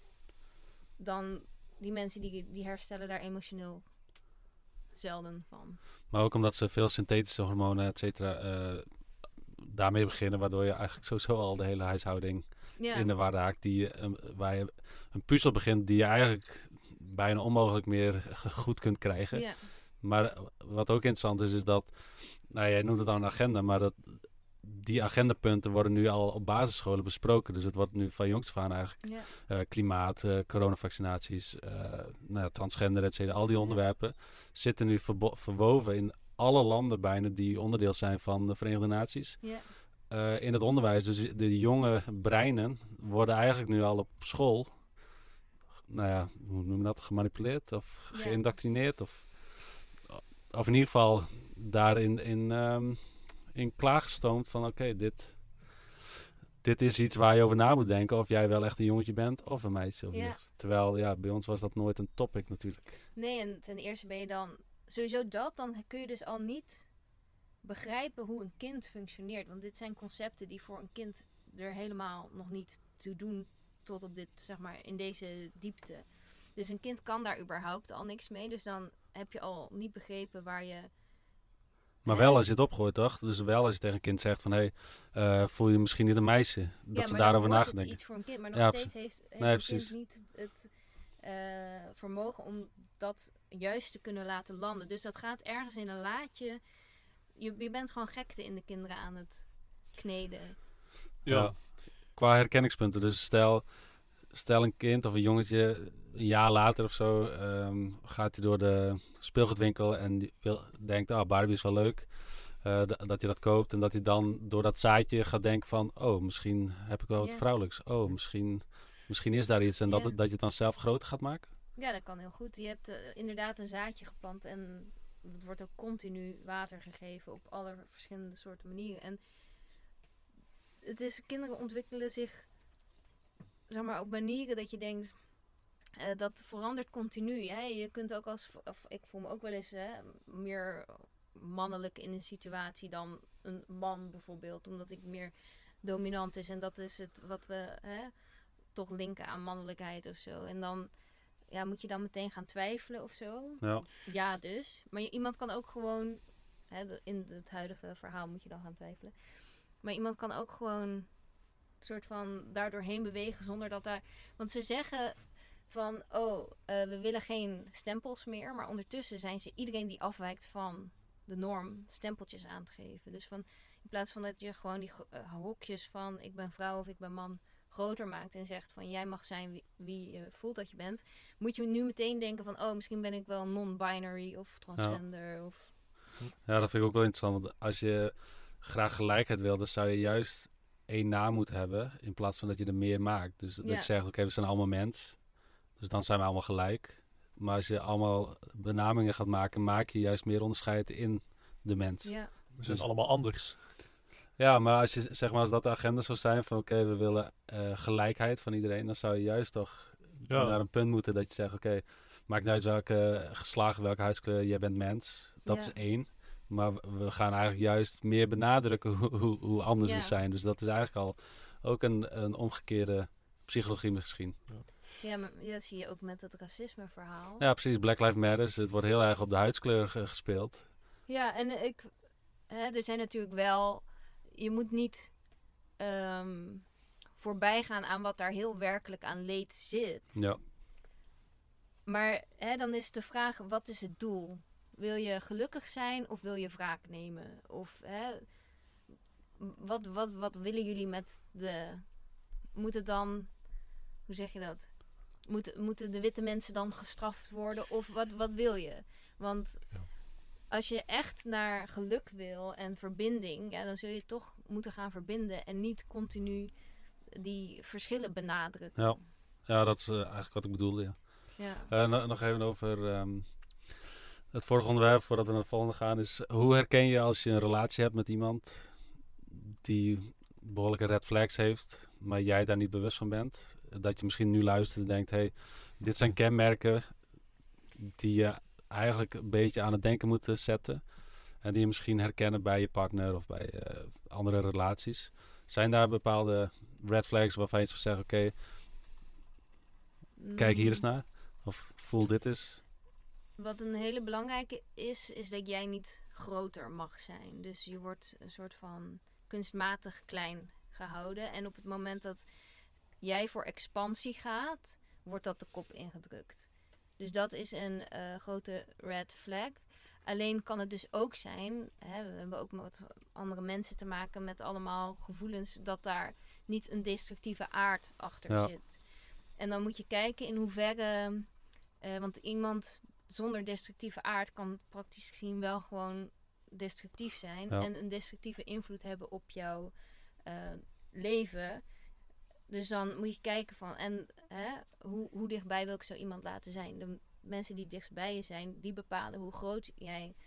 dan die mensen die, die herstellen daar emotioneel zelden van. Maar ook omdat ze veel synthetische hormonen, et cetera, uh, daarmee beginnen, waardoor je eigenlijk sowieso al de hele huishouding ja. in de war raakt. Die, um, waar je een puzzel begint die je eigenlijk bijna onmogelijk meer goed kunt krijgen. Ja. Maar wat ook interessant is, is dat, nou jij noemt het al een agenda, maar dat die agendapunten worden nu al op basisscholen besproken. Dus het wordt nu van jongs af aan eigenlijk Ja. uh, klimaat, uh, coronavaccinaties, uh, nou ja, transgender, et cetera. Al die onderwerpen ja. zitten nu verbo- verwoven in alle landen bijna die onderdeel zijn van de Verenigde Naties. Ja. Uh, in het onderwijs, dus de jonge breinen worden eigenlijk nu al op school, nou ja, hoe noem je dat, gemanipuleerd of Ja. geïndoctrineerd of, of in ieder geval daarin in, um, in klaargestoomd van oké, okay, dit, dit is iets waar je over na moet denken of jij wel echt een jongetje bent of een meisje. Of Ja. Terwijl ja, bij ons was dat nooit een topic natuurlijk. Nee, en ten eerste ben je dan sowieso dat, dan kun je dus al niet begrijpen hoe een kind functioneert. Want dit zijn concepten die voor een kind er helemaal nog niet toe doen tot op dit, zeg maar, in deze diepte. Dus een kind kan daar überhaupt al niks mee. Dus dan heb je al niet begrepen waar je... Maar wel als je het opgooit, toch? Dus wel als je tegen een kind zegt van, hé, hey, uh, voel je misschien niet een meisje? Dat ja, ze daarover na gaan denken. denken. Iets voor een kind, maar nog ja, steeds heeft, heeft nee, een precies. kind niet het uh, vermogen om dat juist te kunnen laten landen. Dus dat gaat ergens in een laadje. Je, je bent gewoon gekte in de kinderen aan het kneden. Ja. ja. Qua herkenningspunten. Dus stel, stel een kind of een jongetje, een jaar later of zo, um, gaat hij door de speelgoedwinkel en die wil, denkt, ah, oh, Barbie is wel leuk. Uh, d- dat hij dat koopt en dat hij dan door dat zaadje gaat denken van, oh, misschien heb ik wel wat ja. vrouwelijks. Oh, misschien, misschien is daar iets. En dat, ja. dat je het dan zelf groter gaat maken. Ja, dat kan heel goed. Je hebt uh, inderdaad een zaadje geplant en het wordt ook continu water gegeven op alle verschillende soorten manieren. En het is, kinderen ontwikkelen zich, zeg maar, op manieren dat je denkt, uh, dat verandert continu. Hè? Je kunt ook als, of ik voel me ook wel eens hè, meer mannelijk in een situatie dan een man bijvoorbeeld, omdat ik meer dominant is. En dat is het wat we, hè, toch linken aan mannelijkheid of zo. En dan ja, moet je dan meteen gaan twijfelen of zo. Ja. Ja, dus. Maar je, iemand kan ook gewoon... Hè, de- in het huidige verhaal moet je dan gaan twijfelen. Maar iemand kan ook gewoon... soort van daardoor heen bewegen zonder dat daar... Want ze zeggen van... Oh, eh, we willen geen stempels meer. Maar ondertussen zijn ze iedereen die afwijkt van de norm stempeltjes aan te geven. Dus van... In plaats van dat je gewoon die uh, hokjes van... Ik ben vrouw of ik ben man... groter maakt en zegt van jij mag zijn wie, wie je voelt dat je bent, moet je nu meteen denken van oh, misschien ben ik wel non-binary of transgender. Ja. Of... ja, dat vind ik ook wel interessant. Want als je graag gelijkheid wil, dan zou je juist één naam moeten hebben in plaats van dat je er meer maakt. Dus dat Ja. je zegt, oké, okay, we zijn allemaal mens. Dus dan zijn we allemaal gelijk. Maar als je allemaal benamingen gaat maken, maak je juist meer onderscheid in de mens. Ja. We zijn Dus- allemaal anders. Ja, maar als je zeg maar als dat de agenda zou zijn van oké, okay, we willen uh, gelijkheid van iedereen, dan zou je juist toch Ja. naar een punt moeten dat je zegt oké, okay, maakt niet uit welke geslacht, welke huidskleur, jij bent mens. Dat Ja. is één. Maar we gaan eigenlijk juist meer benadrukken hoe, hoe, hoe anders Ja. we zijn. Dus dat is eigenlijk al ook een, een omgekeerde psychologie misschien. Ja, maar dat zie je ook met het racisme verhaal. Ja, precies. Black Lives Matter. Het wordt heel erg op de huidskleur ge- gespeeld. Ja, en ik, hè, er zijn natuurlijk wel, je moet niet um, voorbij gaan aan wat daar heel werkelijk aan leed zit. Ja. Maar hè, dan is de vraag, wat is het doel? Wil je gelukkig zijn of wil je wraak nemen? Of hè, wat, wat, wat willen jullie met de... Moet het dan... Hoe zeg je dat? Moet, moeten de witte mensen dan gestraft worden? Of wat, wat wil je? Want Ja. als je echt naar geluk wil en verbinding... Ja, dan zul je toch moeten gaan verbinden. En niet continu die verschillen benadrukken. Ja, ja dat is uh, eigenlijk wat ik bedoelde, ja. Ja. Uh, no- nog even over um, het vorige onderwerp, voordat we naar het volgende gaan, is hoe herken je als je een relatie hebt met iemand die behoorlijke red flags heeft, maar jij daar niet bewust van bent? Dat je misschien nu luistert en denkt, hey, dit zijn kenmerken die je eigenlijk een beetje aan het denken moet zetten en die je misschien herkennen bij je partner of bij uh, andere relaties. Zijn daar bepaalde red flags waarvan je zou zeggen, oké, okay, kijk hier eens naar? Of voel dit eens? Wat een hele belangrijke is, is dat jij niet groter mag zijn. Dus je wordt een soort van kunstmatig klein gehouden. En op het moment dat jij voor expansie gaat, wordt dat de kop ingedrukt. Dus dat is een uh, grote red flag. Alleen kan het dus ook zijn, hè, we hebben ook met andere mensen te maken met allemaal gevoelens, dat daar niet een destructieve aard achter ja. zit. En dan moet je kijken in hoeverre, uh, want iemand zonder destructieve aard kan praktisch gezien wel gewoon destructief zijn. Ja. En een destructieve invloed hebben op jouw uh, leven. Dus dan moet je kijken van, en hè, hoe, hoe dichtbij wil ik zo iemand laten zijn? De mensen die dichtstbij je zijn, die bepalen hoe groot jij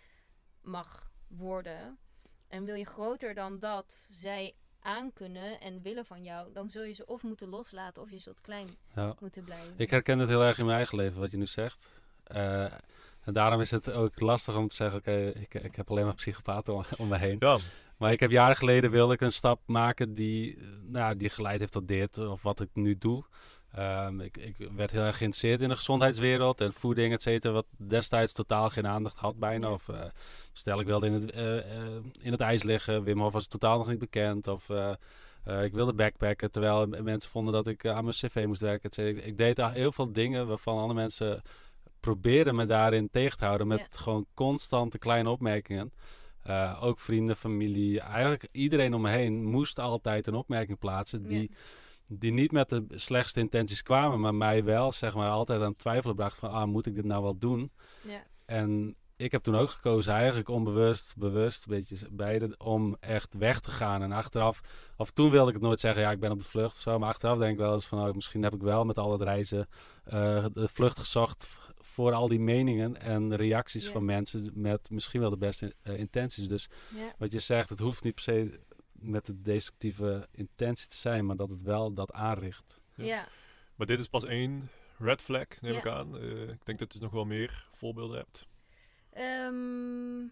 mag worden. En wil je groter dan dat zij aankunnen en willen van jou, dan zul je ze of moeten loslaten of je zult klein ja. moeten blijven. Ik herken het heel erg in mijn eigen leven, wat je nu zegt. Uh, en daarom is het ook lastig om te zeggen, oké, okay, ik, ik heb alleen maar psychopaten om, om me heen. Ja. Maar ik heb jaren geleden wilde ik een stap maken die, nou, die geleid heeft tot dit, of wat ik nu doe. Um, ik, ik werd heel erg geïnteresseerd in de gezondheidswereld en voeding, et cetera, wat destijds totaal geen aandacht had bijna. Ja. Of uh, stel ik wilde in het, uh, uh, in het ijs liggen, Wim Hof was totaal nog niet bekend. Of uh, uh, ik wilde backpacken, terwijl mensen vonden dat ik uh, aan mijn cv moest werken, et cetera. Ik, ik deed daar heel veel dingen waarvan andere mensen probeerden me daarin tegen te houden met Ja. gewoon constante kleine opmerkingen. Uh, ook vrienden, familie, eigenlijk iedereen om me heen moest altijd een opmerking plaatsen die, ja. die niet met de slechtste intenties kwamen, maar mij wel, zeg maar, altijd aan het twijfelen bracht van, ah, moet ik dit nou wel doen? Ja. En ik heb toen ook gekozen, eigenlijk onbewust, bewust, een beetje beide, om echt weg te gaan. En achteraf, of toen wilde ik het nooit zeggen, ja, ik ben op de vlucht of zo, maar achteraf denk ik wel eens van, oh, misschien heb ik wel met al het reizen uh, de vlucht gezocht voor al die meningen en reacties ja. van mensen met misschien wel de beste uh, intenties. Dus ja. wat je zegt, het hoeft niet per se met de destructieve intentie te zijn, maar dat het wel dat aanricht. Ja. Ja. Maar dit is pas één red flag, neem Ja. ik aan. Uh, ik denk dat je nog wel meer voorbeelden hebt. Um,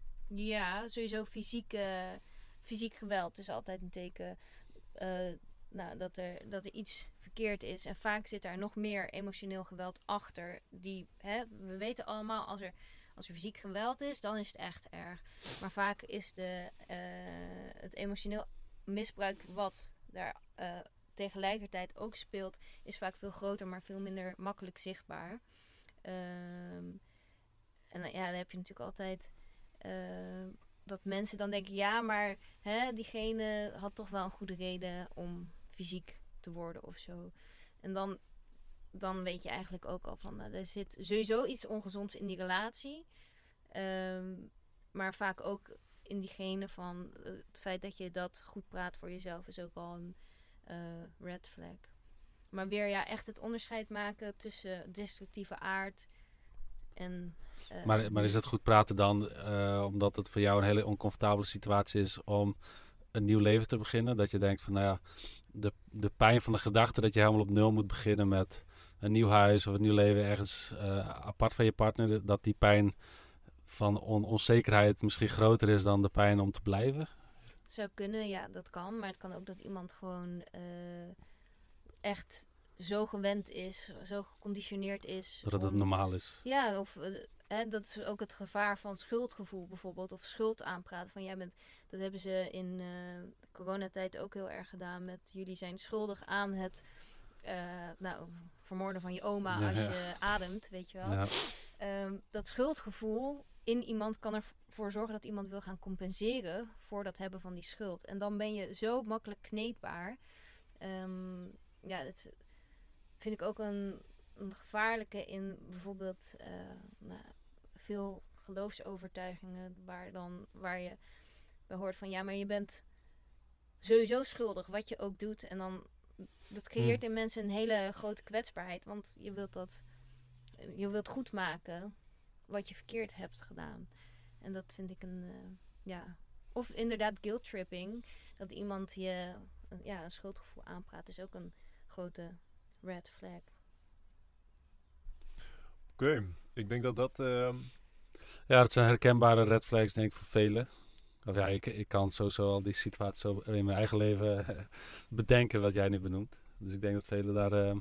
ja, sowieso fysiek, uh, fysiek geweld is altijd een teken. Uh, nou, dat, er, dat er iets verkeerd is. En vaak zit daar nog meer emotioneel geweld achter. Die, hè, we weten allemaal, als er, als er fysiek geweld is, dan is het echt erg. Maar vaak is de, uh, het emotioneel misbruik wat daar uh, tegelijkertijd ook speelt, is vaak veel groter, maar veel minder makkelijk zichtbaar. Um, en ja, dan heb je natuurlijk altijd uh, dat mensen dan denken, ja, maar hè, diegene had toch wel een goede reden om fysiek te worden of zo. En dan, dan weet je eigenlijk ook al van, uh, er zit sowieso iets ongezonds in die relatie. Um, maar vaak ook in diegene van uh, het feit dat je dat goed praat voor jezelf is ook al een uh, red flag. Maar weer ja, echt het onderscheid maken tussen destructieve aard en... Uh, maar, maar is het goed praten dan, uh, omdat het voor jou een hele oncomfortabele situatie is om een nieuw leven te beginnen? Dat je denkt van, nou ja, de, de pijn van de gedachte dat je helemaal op nul moet beginnen met een nieuw huis of een nieuw leven ergens uh, apart van je partner, dat die pijn van on- onzekerheid misschien groter is dan de pijn om te blijven? Zou kunnen, ja, dat kan. Maar het kan ook dat iemand gewoon uh, echt zo gewend is, zo geconditioneerd is. Dat het om, normaal is. Ja, of uh, hè, dat is ook het gevaar van schuldgevoel bijvoorbeeld. Of schuld aanpraten. Van jij bent, dat hebben ze in uh, coronatijd ook heel erg gedaan met jullie zijn schuldig aan het uh, nou, vermoorden van je oma ja, als ja. je ademt, weet je wel. Ja. Um, dat schuldgevoel in iemand kan ervoor zorgen dat iemand wil gaan compenseren voor dat hebben van die schuld. En dan ben je zo makkelijk kneedbaar. Um, ja, dat vind ik ook een, een gevaarlijke in bijvoorbeeld uh, nou, veel geloofsovertuigingen waar, dan, waar je bij hoort van ja, maar je bent sowieso schuldig wat je ook doet. En dan dat creëert hmm. in mensen een hele grote kwetsbaarheid. Want je wilt dat je wilt goed maken wat je verkeerd hebt gedaan. En dat vind ik een, uh, ja... Of inderdaad guilt tripping. Dat iemand je uh, ja, een schuldgevoel aanpraat is ook een grote red flag. Oké, okay. Ik denk dat dat... Uh... Ja, dat zijn herkenbare red flags, denk ik, voor velen. Of ja, ik, ik kan sowieso al die situatie zo in mijn eigen leven uh, bedenken wat jij nu benoemt. Dus ik denk dat velen daar... Uh,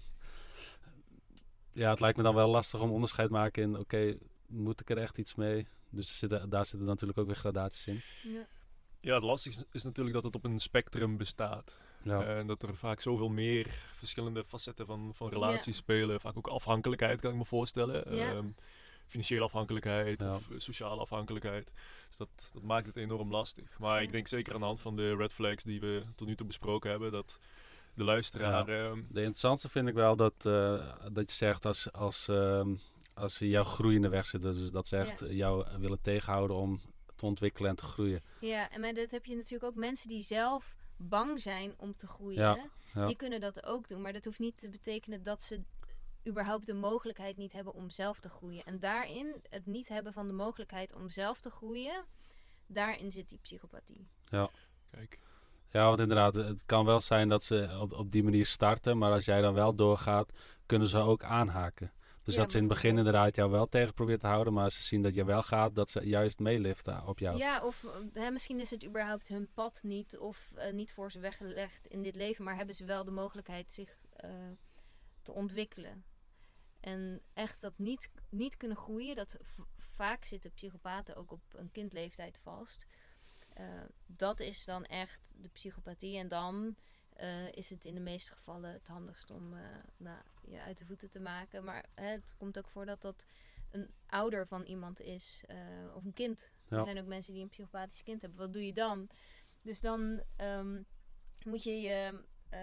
ja, het lijkt me dan wel lastig om onderscheid te maken in... Oké, okay, moet ik er echt iets mee? Dus zitten, daar zitten natuurlijk ook weer gradaties in. Ja, ja het lastigste is natuurlijk dat het op een spectrum bestaat. Ja. En dat er vaak zoveel meer verschillende facetten van, van relaties ja. spelen. Vaak ook afhankelijkheid, kan ik me voorstellen. Ja. Um, financiële afhankelijkheid ja. of uh, sociale afhankelijkheid. Dus dat, dat maakt het enorm lastig. Maar ja. ik denk zeker aan de hand van de red flags die we tot nu toe besproken hebben... dat de luisteraar... Ja. Um, de interessantste vind ik wel dat, uh, dat je zegt als... als um, als ze jouw groei in de weg zitten. Dus dat ze echt ja. jou willen tegenhouden om te ontwikkelen en te groeien. Ja, en maar dat heb je natuurlijk ook mensen die zelf bang zijn om te groeien. Ja, ja. Die kunnen dat ook doen. Maar dat hoeft niet te betekenen dat ze überhaupt de mogelijkheid niet hebben om zelf te groeien. En daarin, het niet hebben van de mogelijkheid om zelf te groeien, daarin zit die psychopathie. Ja. Kijk. Ja, want inderdaad, het kan wel zijn dat ze op, op die manier starten. Maar als jij dan wel doorgaat, kunnen ze ook aanhaken. Dus ja, dat ze in het begin inderdaad jou wel tegen probeert te houden. Maar als ze zien dat je wel gaat, dat ze juist meeliften op jou. Ja, of hè, misschien is het überhaupt hun pad niet. Of uh, niet voor ze weggelegd in dit leven. Maar hebben ze wel de mogelijkheid zich uh, te ontwikkelen. En echt dat niet, niet kunnen groeien. Dat v- vaak zitten psychopaten ook op een kindleeftijd vast. Uh, dat is dan echt de psychopathie. En dan... Uh, is het in de meeste gevallen het handigst om uh, nou, je uit de voeten te maken. Maar hè, het komt ook voor dat dat een ouder van iemand is. Uh, of een kind. Ja. Er zijn ook mensen die een psychopathisch kind hebben. Wat doe je dan? Dus dan um, moet je je... Uh,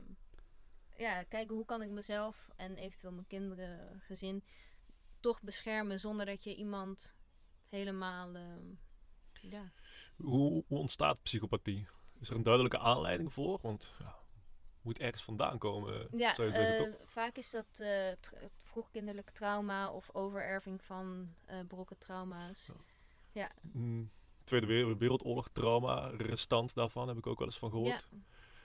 ja, kijken hoe kan ik mezelf en eventueel mijn kinderen, gezin... toch beschermen zonder dat je iemand helemaal... Uh, ja. Hoe, hoe ontstaat psychopathie? Is er een duidelijke aanleiding voor? Want ja, moet ergens vandaan komen, ja, zou je zeggen, uh, toch? Vaak is dat uh, tra- vroegkinderlijk trauma of overerving van uh, brokken trauma's. Ja. Ja. Mm, Tweede Wereldoorlog trauma, restant daarvan heb ik ook wel eens van gehoord. Ja.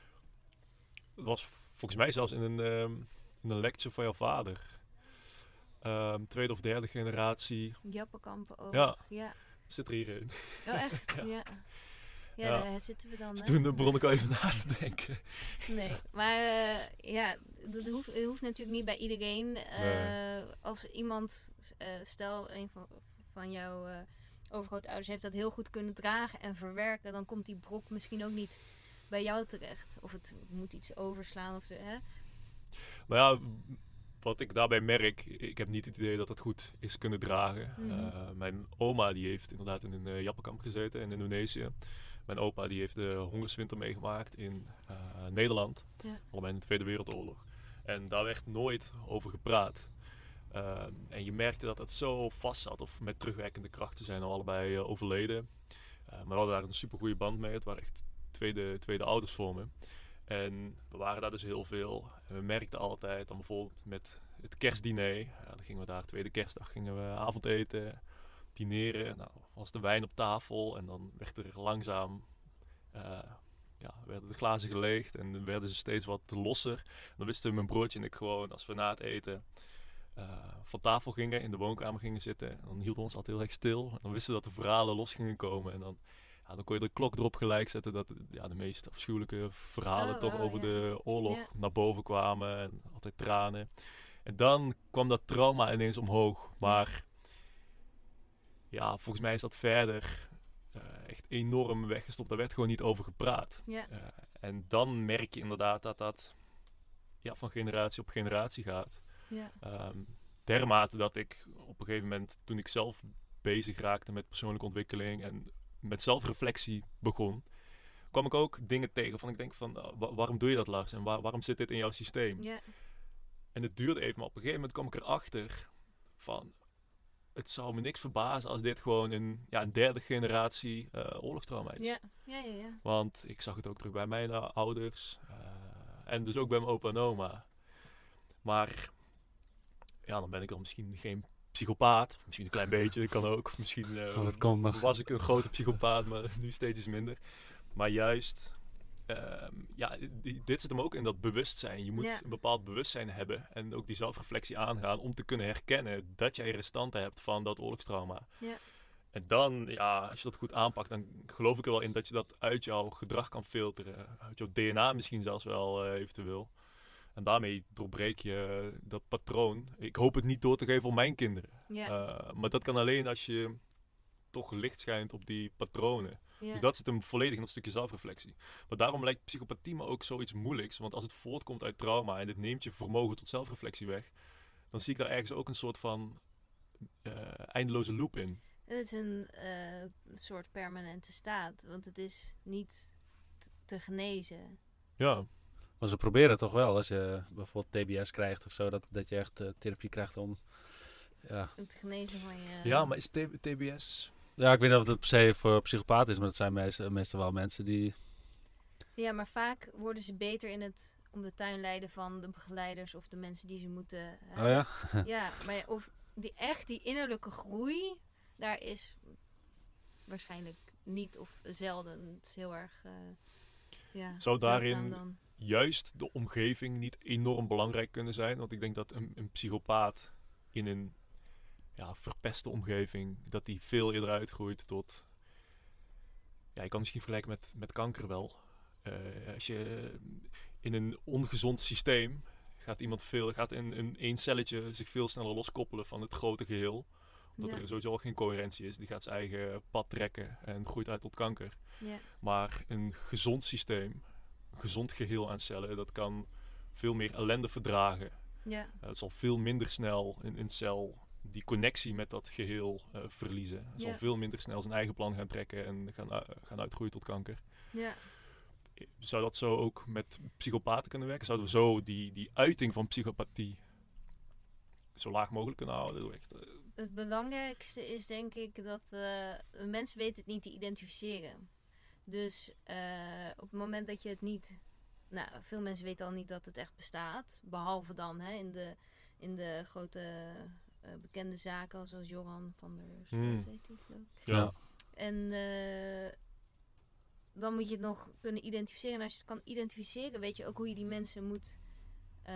Dat was volgens mij zelfs in een, um, in een lecture van jouw vader. Um, tweede of derde generatie. Jappenkampen ook. Ja, ja. zit er hierin. Oh echt? ja. Ja, Ja. daar zitten we dan. Dus Hè? toen uh, begon ik al even na te denken. Nee, maar uh, ja, dat hoeft, het hoeft natuurlijk niet bij iedereen. Uh, Nee. Als iemand, uh, stel een van, van jouw uh, overgrootouders heeft dat heel goed kunnen dragen en verwerken, dan komt die brok misschien ook niet bij jou terecht. Of het moet iets overslaan. Of, hè? Maar ja, wat ik daarbij merk, ik heb niet het idee dat het goed is kunnen dragen. Mm-hmm. Uh, mijn oma die heeft inderdaad in een uh, jappenkamp gezeten in Indonesië. Mijn opa die heeft de hongerswinter meegemaakt in uh, Nederland. Ja. Allebei in de Tweede Wereldoorlog. En daar werd nooit over gepraat. Uh, en je merkte dat het zo vast zat, of met terugwerkende krachten zijn al allebei uh, overleden. Uh, maar we hadden daar een super goede band mee. Het waren echt tweede, tweede ouders voor me. En we waren daar dus heel veel. En we merkten altijd, dan bijvoorbeeld met het kerstdiner. Ja, dan gingen we daar, tweede kerstdag, gingen we avondeten, dineren. Nou, was de wijn op tafel en dan werd er langzaam, uh, ja, werden de glazen geleegd en werden ze steeds wat losser. En dan wisten mijn broertje en ik gewoon, als we na het eten uh, van tafel gingen, in de woonkamer gingen zitten. En dan hielden we ons altijd heel erg stil. En dan wisten we dat de verhalen los gingen komen en dan... Ja, dan kon je de klok erop gelijk zetten dat ja, de meest afschuwelijke verhalen oh, toch oh, over ja. de oorlog ja. naar boven kwamen. En altijd tranen. En dan kwam dat trauma ineens omhoog. Maar ja, volgens mij is dat verder uh, echt enorm weggestopt. Daar werd gewoon niet over gepraat. Ja. Uh, en dan merk je inderdaad dat dat ja, van generatie op generatie gaat. Ja. Um, dermate dat ik op een gegeven moment, toen ik zelf bezig raakte met persoonlijke ontwikkeling en met zelfreflectie begon, kwam ik ook dingen tegen van ik denk van, uh, wa- waarom doe je dat, Lars? En waar, waarom zit dit in jouw systeem? Ja. En het duurde even, maar op een gegeven moment kwam ik erachter van, het zou me niks verbazen als dit gewoon een, ja, een derde generatie uh, oorlogstrauma is. Ja. Ja, ja, ja. Want ik zag het ook terug bij mijn uh, ouders uh, en dus ook bij mijn opa en oma. Maar ja, dan ben ik dan misschien geen psychopaat. Misschien een klein beetje, dat kan ook. Misschien uh, oh, dat komt nog. was ik een grote psychopaat, maar nu steeds minder. Maar juist, uh, ja, die, dit zit hem ook in dat bewustzijn. Je moet ja. een bepaald bewustzijn hebben en ook die zelfreflectie aangaan om te kunnen herkennen dat jij restanten hebt van dat oorlogstrauma. Ja. En dan, ja, als je dat goed aanpakt, dan geloof ik er wel in dat je dat uit jouw gedrag kan filteren. Uit jouw D N A misschien zelfs wel uh, eventueel. En daarmee doorbreek je dat patroon. Ik hoop het niet door te geven op mijn kinderen. Ja. Uh, maar dat kan alleen als je toch licht schijnt op die patronen. Ja. Dus dat zit hem volledig in dat stukje zelfreflectie. Maar daarom lijkt psychopathie me ook zoiets moeilijks. Want als het voortkomt uit trauma en het neemt je vermogen tot zelfreflectie weg, dan zie ik daar ergens ook een soort van uh, eindeloze loop in. Het is een uh, soort permanente staat. Want het is niet t- te genezen. Ja. Maar ze proberen het toch wel, als je bijvoorbeeld T B S krijgt of zo, dat, dat je echt uh, therapie krijgt om... Ja. Het genezen van je... Ja, maar is T B S... Ja, ik weet niet of het per se voor psychopaat is, maar het zijn meestal, meestal wel mensen die... Ja, maar vaak worden ze beter in het om de tuin leiden van de begeleiders of de mensen die ze moeten... Uh, oh ja? ja, maar of die echt die innerlijke groei, daar is waarschijnlijk niet of zelden. Het is heel erg... Uh, ja, Zou daarin dan. juist de omgeving niet enorm belangrijk kunnen zijn? Want ik denk dat een, een psychopaat in een ja, verpeste omgeving, dat die veel eerder uitgroeit tot... Ja, je kan misschien vergelijken met, met kanker wel. Uh, als je in een ongezond systeem gaat iemand veel, gaat in een één celletje zich veel sneller loskoppelen van het grote geheel. Omdat Ja. er sowieso al geen coherentie is. Die gaat zijn eigen pad trekken en groeit uit tot kanker. Ja. Maar een gezond systeem, een gezond geheel aan cellen, dat kan veel meer ellende verdragen. Ja. Uh, het zal veel minder snel in een cel die connectie met dat geheel uh, verliezen. Het Ja. zal veel minder snel zijn eigen plan gaan trekken en gaan, uh, gaan uitgroeien tot kanker. Ja. Zou dat zo ook met psychopaten kunnen werken? Zouden we zo die, die uiting van psychopathie zo laag mogelijk kunnen houden? Echt, uh... Het belangrijkste is denk ik dat uh, mensen weten het niet te identificeren. Dus uh, op het moment dat je het niet... Nou, veel mensen weten al niet dat het echt bestaat. Behalve dan hè, in, de, in de grote uh, bekende zaken zoals Joran van der Sloot Hmm. heet die, geloof ik. Ja. En uh, dan moet je het nog kunnen identificeren. En als je het kan identificeren, weet je ook hoe je die mensen moet uh,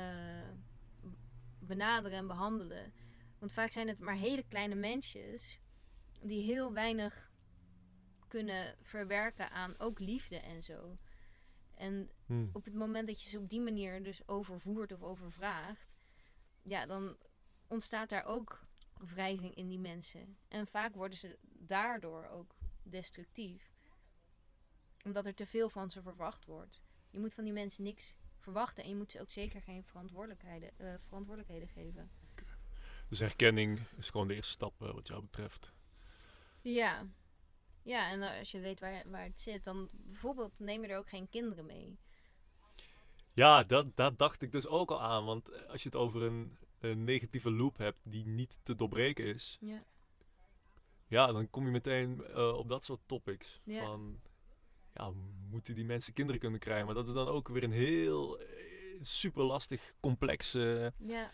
benaderen en behandelen. Want vaak zijn het maar hele kleine mensjes die heel weinig kunnen verwerken aan ook liefde en zo. En Hmm. op het moment dat je ze op die manier dus overvoert of overvraagt, ja, dan ontstaat daar ook wrijving in die mensen. En vaak worden ze daardoor ook destructief. Omdat er te veel van ze verwacht wordt. Je moet van die mensen niks verwachten en je moet ze ook zeker geen verantwoordelijkheden, uh, verantwoordelijkheden geven. Dus herkenning is gewoon de eerste stap uh, wat jou betreft. Ja. Ja, en als je weet waar, waar het zit, dan bijvoorbeeld neem je er ook geen kinderen mee. Ja, dat, dat dacht ik dus ook al aan. Want als je het over een, een negatieve loop hebt die niet te doorbreken is. Ja. Ja, dan kom je meteen uh, op dat soort topics. Ja. Van, ja, moeten die mensen kinderen kunnen krijgen? Maar dat is dan ook weer een heel uh, super lastig, complex... Uh, ja.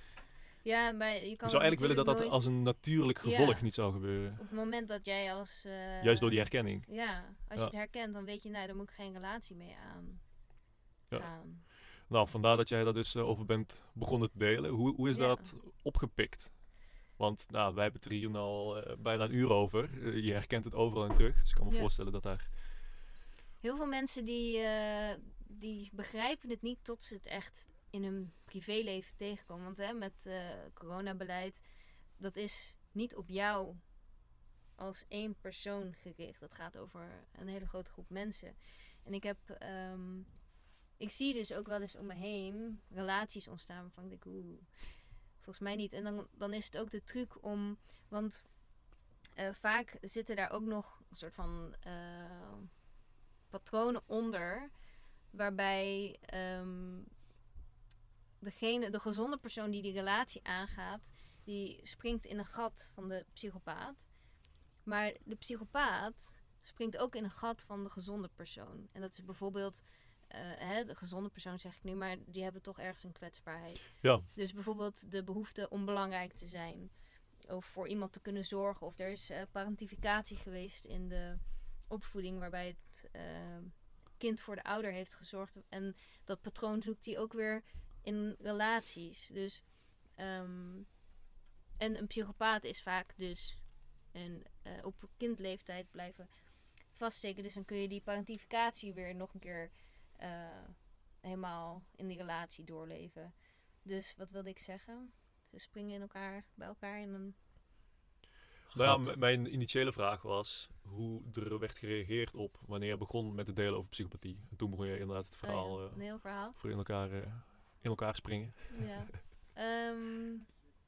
Ja, maar je kan je zou eigenlijk willen dat dat nooit... als een natuurlijk gevolg ja. niet zou gebeuren. Op het moment dat jij als... Uh, Juist door die herkenning. Ja, als ja. je het herkent, dan weet je, nou, daar moet ik geen relatie mee aan ja. gaan. Nou, vandaar dat jij daar dus uh, over bent begonnen te delen. Hoe, hoe is ja. dat opgepikt? Want nou, wij hebben het er hier nu al uh, bijna een uur over. Uh, je herkent het overal in terug. Dus ik kan me ja. voorstellen dat daar... Heel veel mensen die, uh, die begrijpen het niet tot ze het echt in hun privéleven tegenkomen. Want hè, met uh, coronabeleid, dat is niet op jou als één persoon gericht. Dat gaat over een hele grote groep mensen. En ik heb... Um, ik zie dus ook wel eens om me heen relaties ontstaan waarvan ik denk, oeh, volgens mij niet. En dan, dan is het ook de truc om... Want uh, vaak zitten daar ook nog een soort van uh, patronen onder, waarbij um, degene, de gezonde persoon die die relatie aangaat, die springt in een gat van de psychopaat. Maar de psychopaat springt ook in een gat van de gezonde persoon. En dat is bijvoorbeeld... Uh, hè, de gezonde persoon zeg ik nu, maar die hebben toch ergens een kwetsbaarheid. Ja. Dus bijvoorbeeld de behoefte om belangrijk te zijn. Of voor iemand te kunnen zorgen. Of er is uh, parentificatie geweest in de opvoeding, waarbij het uh, kind voor de ouder heeft gezorgd. En dat patroon zoekt hij ook weer in relaties. Dus, um, en een psychopaat is vaak dus een, uh, op kindleeftijd blijven vaststeken. Dus dan kun je die parentificatie weer nog een keer... Uh, helemaal in die relatie doorleven. Dus wat wilde ik zeggen? Ze springen in elkaar, bij elkaar in een... Nou ja, m- mijn initiële vraag was hoe er werd gereageerd op wanneer je begon met het delen over psychopathie. En toen begon je inderdaad het verhaal, oh ja, uh, een heel verhaal. voor in elkaar, uh, in elkaar springen. Ja. um,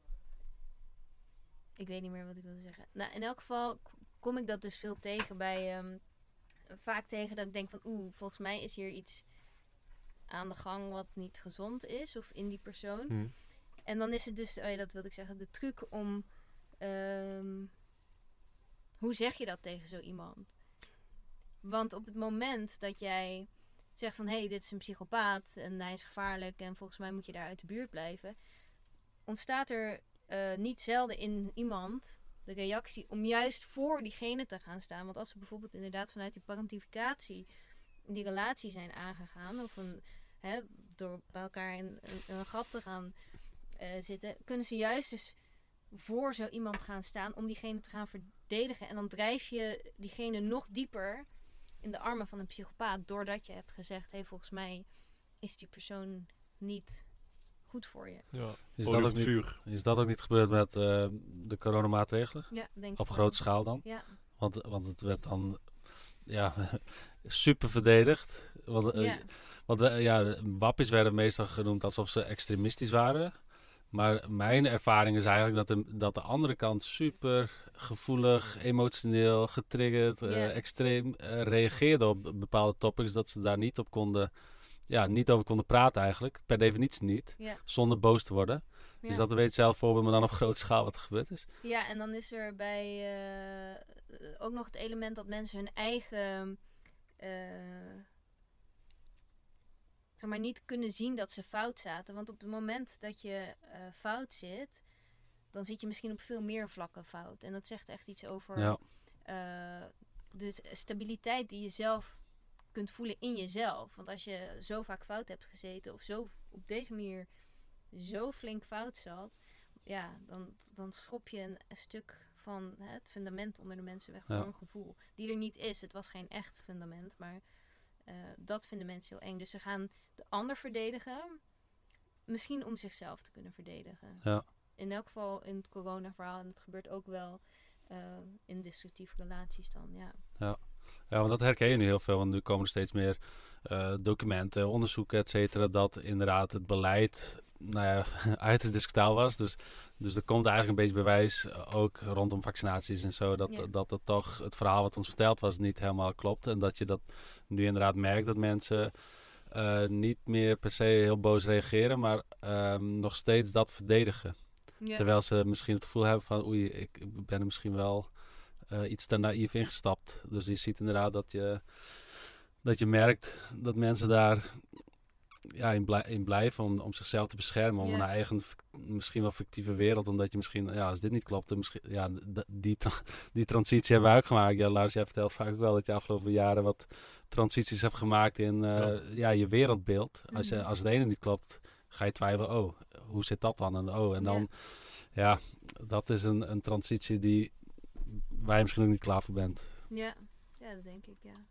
ik weet niet meer wat ik wilde zeggen. Nou, in elk geval k- kom ik dat dus veel tegen bij... Um, vaak tegen dat ik denk van oeh, volgens mij is hier iets aan de gang wat niet gezond is. Of in die persoon. Hmm. En dan is het dus, oh ja, dat wilde ik zeggen, de truc om... Um, hoe zeg je dat tegen zo iemand? Want op het moment dat jij zegt van... hé, hey, dit is een psychopaat en hij is gevaarlijk... en volgens mij moet je daar uit de buurt blijven... ontstaat er uh, niet zelden in iemand... de reactie om juist voor diegene te gaan staan. Want als ze bijvoorbeeld inderdaad vanuit die parentificatie die relatie zijn aangegaan, of een, hè, door bij elkaar in, in, in een gat te gaan uh, zitten, kunnen ze juist dus voor zo iemand gaan staan om diegene te gaan verdedigen. En dan drijf je diegene nog dieper in de armen van een psychopaat, doordat je hebt gezegd, hé, hey, volgens mij is die persoon niet goed voor je. Ja. Is, dat ook niet, vuur. is dat ook niet gebeurd met uh, de coronamaatregelen? Ja, denk Op ik grote wel. schaal dan? Ja. Want, want het werd dan ja, super verdedigd. Want, uh, Ja. want uh, ja, wappies werden meestal genoemd alsof ze extremistisch waren. Maar mijn ervaring is eigenlijk dat de, dat de andere kant super gevoelig, emotioneel, getriggerd, uh, Ja. extreem uh, reageerde op bepaalde topics. Dat ze daar niet op konden, ja, niet over konden praten eigenlijk. Per definitie niet. Ja. Zonder boos te worden. Ja. Is dat een beetje hetzelfde voorbeeld, maar dan op grote schaal wat er gebeurd is? Ja, en dan is er bij uh, ook nog het element dat mensen hun eigen... Uh, zeg maar niet kunnen zien dat ze fout zaten. Want op het moment dat je uh, fout zit, dan zit je misschien op veel meer vlakken fout. En dat zegt echt iets over Ja. uh, de stabiliteit die je zelf kunt voelen in jezelf. Want als je zo vaak fout hebt gezeten of zo op deze manier zo flink fout zat, ja, dan, dan schop je een, een stuk van hè, het fundament onder de mensen weg Ja. voor een gevoel. Die er niet is. Het was geen echt fundament, maar uh, dat vinden mensen heel eng. Dus ze gaan de ander verdedigen, misschien om zichzelf te kunnen verdedigen. Ja. In elk geval in het corona-verhaal, en dat gebeurt ook wel uh, in destructieve relaties dan, ja. Ja. Ja, want dat herken je nu heel veel, want nu komen er steeds meer uh, documenten, onderzoeken, et cetera, dat inderdaad het beleid nou ja, uiterst discutabel was. Dus, dus er komt eigenlijk een beetje bewijs, uh, ook rondom vaccinaties en zo, dat, Ja. dat het toch het verhaal wat ons verteld was niet helemaal klopt. En dat je dat nu inderdaad merkt, dat mensen uh, niet meer per se heel boos reageren, maar uh, nog steeds dat verdedigen. Ja. Terwijl ze misschien het gevoel hebben van oei, ik ben er misschien wel uh, iets te naïef ingestapt. Dus je ziet inderdaad dat je, dat je merkt dat mensen daar ja, in, blij, in blijven om, om zichzelf te beschermen. Om Ja. een eigen, misschien wel fictieve wereld. Omdat je misschien, ja, als dit niet klopt, dan misschien, ja, d- die, tra- die transitie hebben we ook gemaakt. Ja, Lars, jij vertelt vaak ook wel dat je afgelopen jaren wat transities hebt gemaakt in uh, ja. Ja, je wereldbeeld. Mm-hmm. Als, je, als het ene niet klopt, ga je twijfelen, oh, hoe zit dat dan? En, oh, en dan, ja, ja dat is een, een transitie die waar je misschien ook niet klaar voor bent. Ja, ja dat denk ik, ja.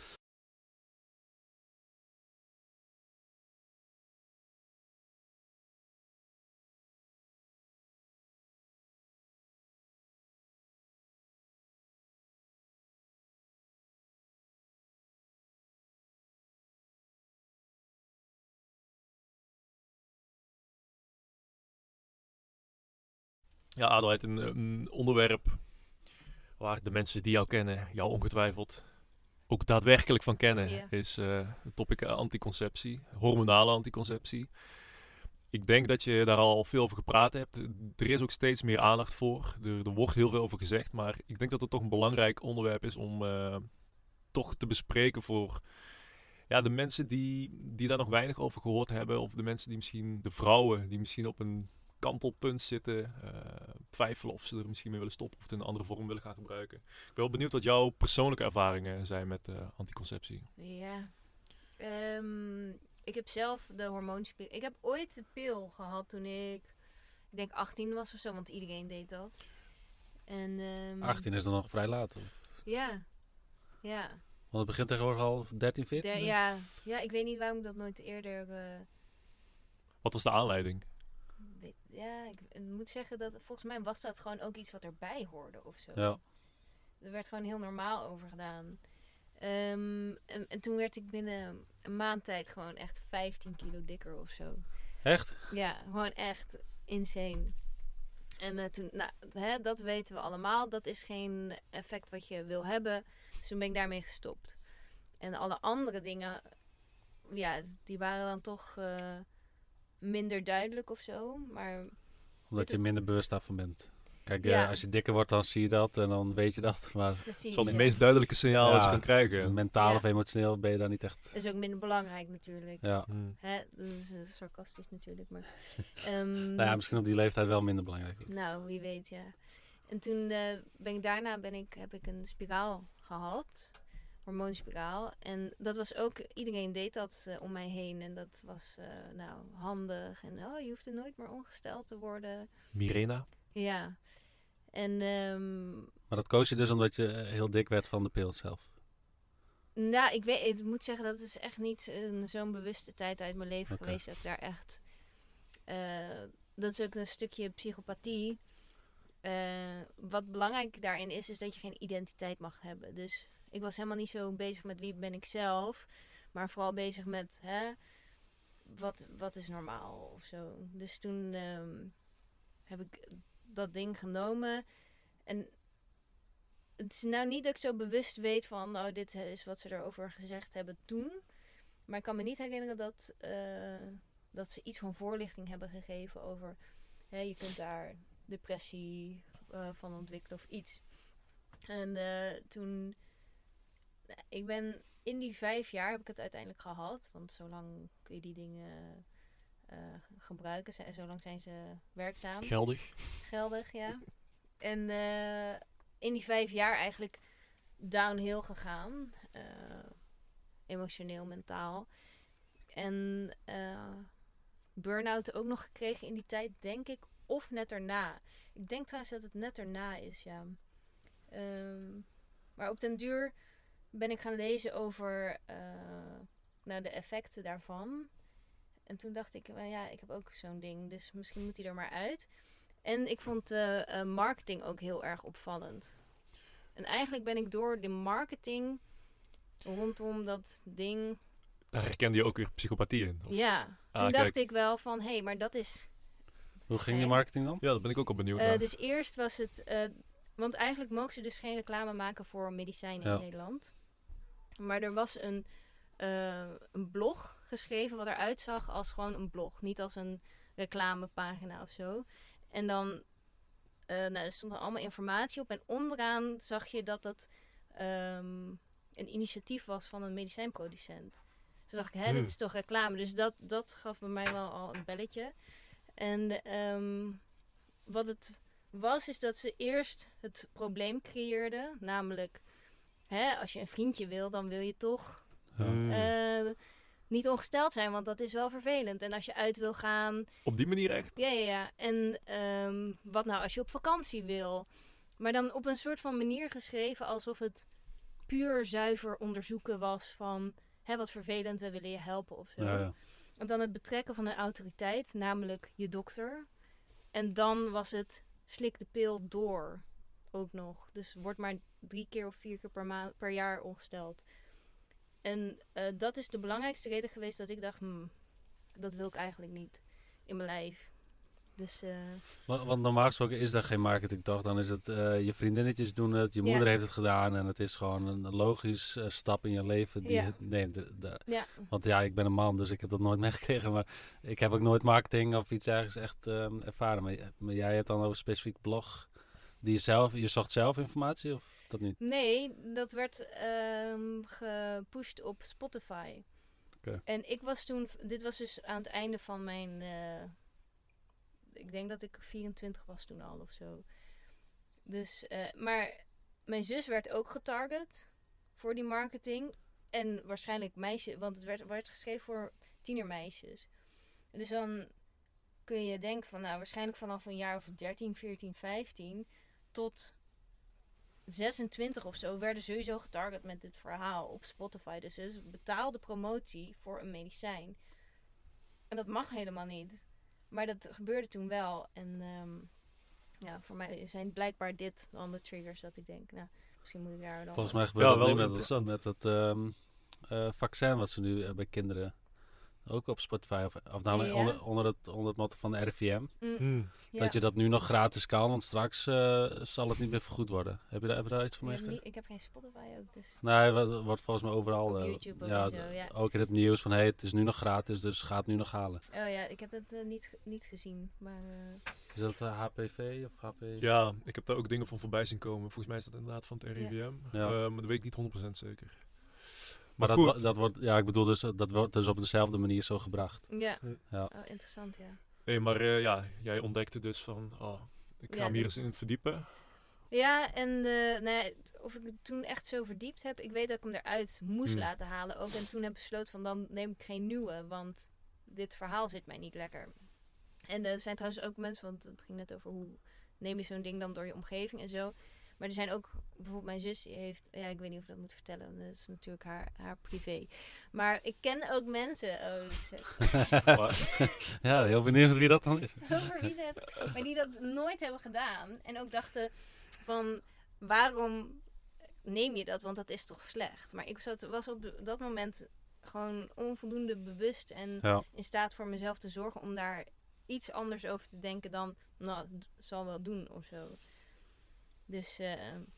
Ja, Adelheid, een, een onderwerp waar de mensen die jou kennen, jou ongetwijfeld ook daadwerkelijk van kennen, Yeah. is uh, het topic anticonceptie, hormonale anticonceptie. Ik denk dat je daar al veel over gepraat hebt. Er is ook steeds meer aandacht voor. Er, er wordt heel veel over gezegd, maar ik denk dat het toch een belangrijk onderwerp is om uh, toch te bespreken voor ja, de mensen die, die daar nog weinig over gehoord hebben, of de mensen die misschien, de vrouwen, die misschien op een kantelpunt zitten, uh, twijfelen of ze er misschien mee willen stoppen of het in een andere vorm willen gaan gebruiken. Ik ben wel benieuwd wat jouw persoonlijke ervaringen zijn met uh, anticonceptie. Ja, um, ik heb zelf de hormoonspil. Ik heb ooit de pil gehad toen ik, ik denk achttien was of zo, want iedereen deed dat. En, um, achttien is dan nog vrij laat, of? Ja, ja. Want het begint tegenwoordig al dertien, veertien? De, ja, ja, ik weet niet waarom ik dat nooit eerder... Uh, wat was de aanleiding? Ja, ik, ik moet zeggen dat volgens mij was dat gewoon ook iets wat erbij hoorde of zo. Ja. Er werd gewoon heel normaal over gedaan. Um, en, en toen werd ik binnen een maand tijd gewoon echt vijftien kilo dikker of zo. Echt? Ja, gewoon echt insane. En uh, toen, nou, hè, dat weten we allemaal. Dat is geen effect wat je wil hebben. Dus toen ben ik daarmee gestopt. En alle andere dingen, ja, die waren dan toch... Uh, minder duidelijk of zo, maar... Omdat je minder bewust daarvan bent. Kijk, ja. uh, als je dikker wordt, dan zie je dat en dan weet je dat. Maar precies, dat is wel het ja. meest duidelijke signaal ja, wat je kan krijgen. Mentaal ja. of emotioneel ben je daar niet echt... Dat is ook minder belangrijk natuurlijk. Ja. Hmm. Hè? Dat is uh, sarcastisch natuurlijk, maar... Um, nou ja, misschien op die leeftijd wel minder belangrijk is. Nou, wie weet, ja. En toen uh, ben ik daarna ben ik, heb ik een spiraal gehad. Hormoonspiraal. En dat was ook, iedereen deed dat uh, om mij heen. En dat was uh, nou handig. En oh, je hoeft er nooit meer ongesteld te worden. Mirena? Ja. En, um, maar dat koos je dus omdat je heel dik werd van de pil zelf? Nou, ik, weet, ik moet zeggen dat is echt niet een, zo'n bewuste tijd uit mijn leven okay. geweest. Dat ik daar echt... Uh, dat is ook een stukje psychopathie. Uh, wat belangrijk daarin is, is dat je geen identiteit mag hebben. Dus... Ik was helemaal niet zo bezig met wie ben ik zelf. Maar vooral bezig met, hè, wat, wat is normaal of zo. Dus toen um, heb ik dat ding genomen. En het is nou niet dat ik zo bewust weet van, nou, dit is wat ze erover gezegd hebben toen. Maar ik kan me niet herinneren dat, uh, dat ze iets van voorlichting hebben gegeven over, hè, je kunt daar depressie uh, van ontwikkelen of iets. En uh, toen... Ik ben in die vijf jaar heb ik het uiteindelijk gehad. Want zo lang kun je die dingen uh, gebruiken. Zo lang zijn ze werkzaam. Geldig. Geldig, ja. En uh, in die vijf jaar eigenlijk downhill gegaan. Uh, emotioneel, mentaal. En uh, burn-out ook nog gekregen in die tijd, denk ik. Of net erna. Ik denk trouwens dat het net erna is, ja. Um, maar op den duur ben ik gaan lezen over uh, nou, de effecten daarvan. En toen dacht ik, well, ja, ik heb ook zo'n ding, dus misschien moet hij er maar uit. En ik vond uh, uh, marketing ook heel erg opvallend. En eigenlijk ben ik door de marketing rondom dat ding... Daar herkende je ook weer psychopathie in? Of? Ja, toen ah, dacht kijk. ik wel van, hé, hey, maar dat is... Hoe ging die marketing dan? Ja, daar ben ik ook al benieuwd uh, naar. Dus eerst was het... Uh, want eigenlijk mogen ze dus geen reclame maken voor medicijnen ja. in Nederland. Maar er was een, uh, een blog geschreven wat eruit zag als gewoon een blog. Niet als een reclamepagina of zo. En dan... Uh, nou, er stond er allemaal informatie op. En onderaan zag je dat het um, een initiatief was van een medicijnproducent. Dus dacht ik, hè, hmm. dit is toch reclame. Dus dat, dat gaf bij mij wel al een belletje. En um, wat het was, is dat ze eerst het probleem creëerden. Namelijk, hè, als je een vriendje wil, dan wil je toch Hmm. uh, niet ongesteld zijn. Want dat is wel vervelend. En als je uit wil gaan... Op die manier echt? Ja, ja, ja. En um, wat nou als je op vakantie wil? Maar dan op een soort van manier geschreven alsof het puur zuiver onderzoeken was van... Hé, wat vervelend, we willen je helpen of zo. Ja, ja. En dan het betrekken van een autoriteit, namelijk je dokter. En dan was het slik de pil door ook nog. Dus wordt maar drie keer of vier keer per, ma- per jaar ongesteld. En uh, dat is de belangrijkste reden geweest dat ik dacht... Hmm, dat wil ik eigenlijk niet in mijn lijf. Dus, uh... want, want normaal gesproken is dat geen marketing toch? Dan is het uh, je vriendinnetjes doen het, je moeder ja. heeft het gedaan en het is gewoon een logisch uh, stap in je leven die ja. het neemt. De, de, ja. Want ja, ik ben een man, dus ik heb dat nooit meegekregen, maar ik heb ook nooit marketing of iets ergens echt um, ervaren. Maar, maar jij hebt dan over een specifiek blog die je zelf, je zocht zelf informatie of dat niet? Nee, dat werd um, gepusht op Spotify. Okay. En ik was toen, dit was dus aan het einde van mijn, uh, ik denk dat ik vierentwintig was toen al of zo. Dus, uh, maar mijn zus werd ook getarget voor die marketing. En waarschijnlijk meisjes, want het werd, werd geschreven voor tienermeisjes. Dus dan kun je denken van, nou waarschijnlijk vanaf een jaar of dertien, veertien, vijftien tot zesentwintig of zo werden sowieso getarget met dit verhaal op Spotify. Dus het is betaalde promotie voor een medicijn. En dat mag helemaal niet. Maar dat gebeurde toen wel. En um, ja, voor mij zijn blijkbaar dit dan de triggers dat ik denk, nou, misschien moet ik daar dan... Volgens mij gebeurt ja, dat nu met, met, met het um, uh, vaccin wat ze nu uh, bij kinderen... Ook op Spotify, of, of nou ja. onder, onder, het, onder het motto van de R I V M. Mm. Mm. Ja. Dat je dat nu nog gratis kan, want straks uh, zal het niet meer vergoed worden. Heb je daar, heb je daar iets van Ja, meegekregen? ik heb geen Spotify ook, dus... Nee, het wordt volgens mij overal... Op Uh, YouTube ook ja, zo, ja. Ook in het nieuws van, hé, hey, het is nu nog gratis, dus ga het nu nog halen. Oh ja, ik heb het uh, niet, niet gezien, maar... Uh... Is dat uh, H P V of H P? Ja, ik heb daar ook dingen van voorbij zien komen. Volgens mij is dat inderdaad van het R I V M. Ja. Ja. Uh, maar dat weet ik niet honderd procent zeker. Maar, maar dat, goed. dat wordt, ja, ik bedoel dus, dat wordt dus op dezelfde manier zo gebracht. Ja, ja. Oh, interessant, ja. Nee, maar uh, ja, jij ontdekte dus van, oh, ik ga ja, hem hier eens in verdiepen. Ja, en uh, nou ja, of ik het toen echt zo verdiept heb, ik weet dat ik hem eruit moest Hmm. laten halen ook. En toen heb ik besloten van, dan neem ik geen nieuwe, want dit verhaal zit mij niet lekker. En er zijn trouwens ook mensen, want het ging net over hoe neem je zo'n ding dan door je omgeving en zo. Maar er zijn ook, bijvoorbeeld mijn zus, die heeft, ja, ik weet niet of ik dat moet vertellen, want dat is natuurlijk haar, haar privé. Maar ik ken ook mensen, oh, dat is ja, heel benieuwd wie dat dan is. over wie ze het, maar die dat nooit hebben gedaan. En ook dachten van, waarom neem je dat? Want dat is toch slecht? Maar ik zat, was op dat moment gewoon onvoldoende bewust en ja. in staat voor mezelf te zorgen om daar iets anders over te denken dan, nou, het zal wel doen of zo. Dus uh,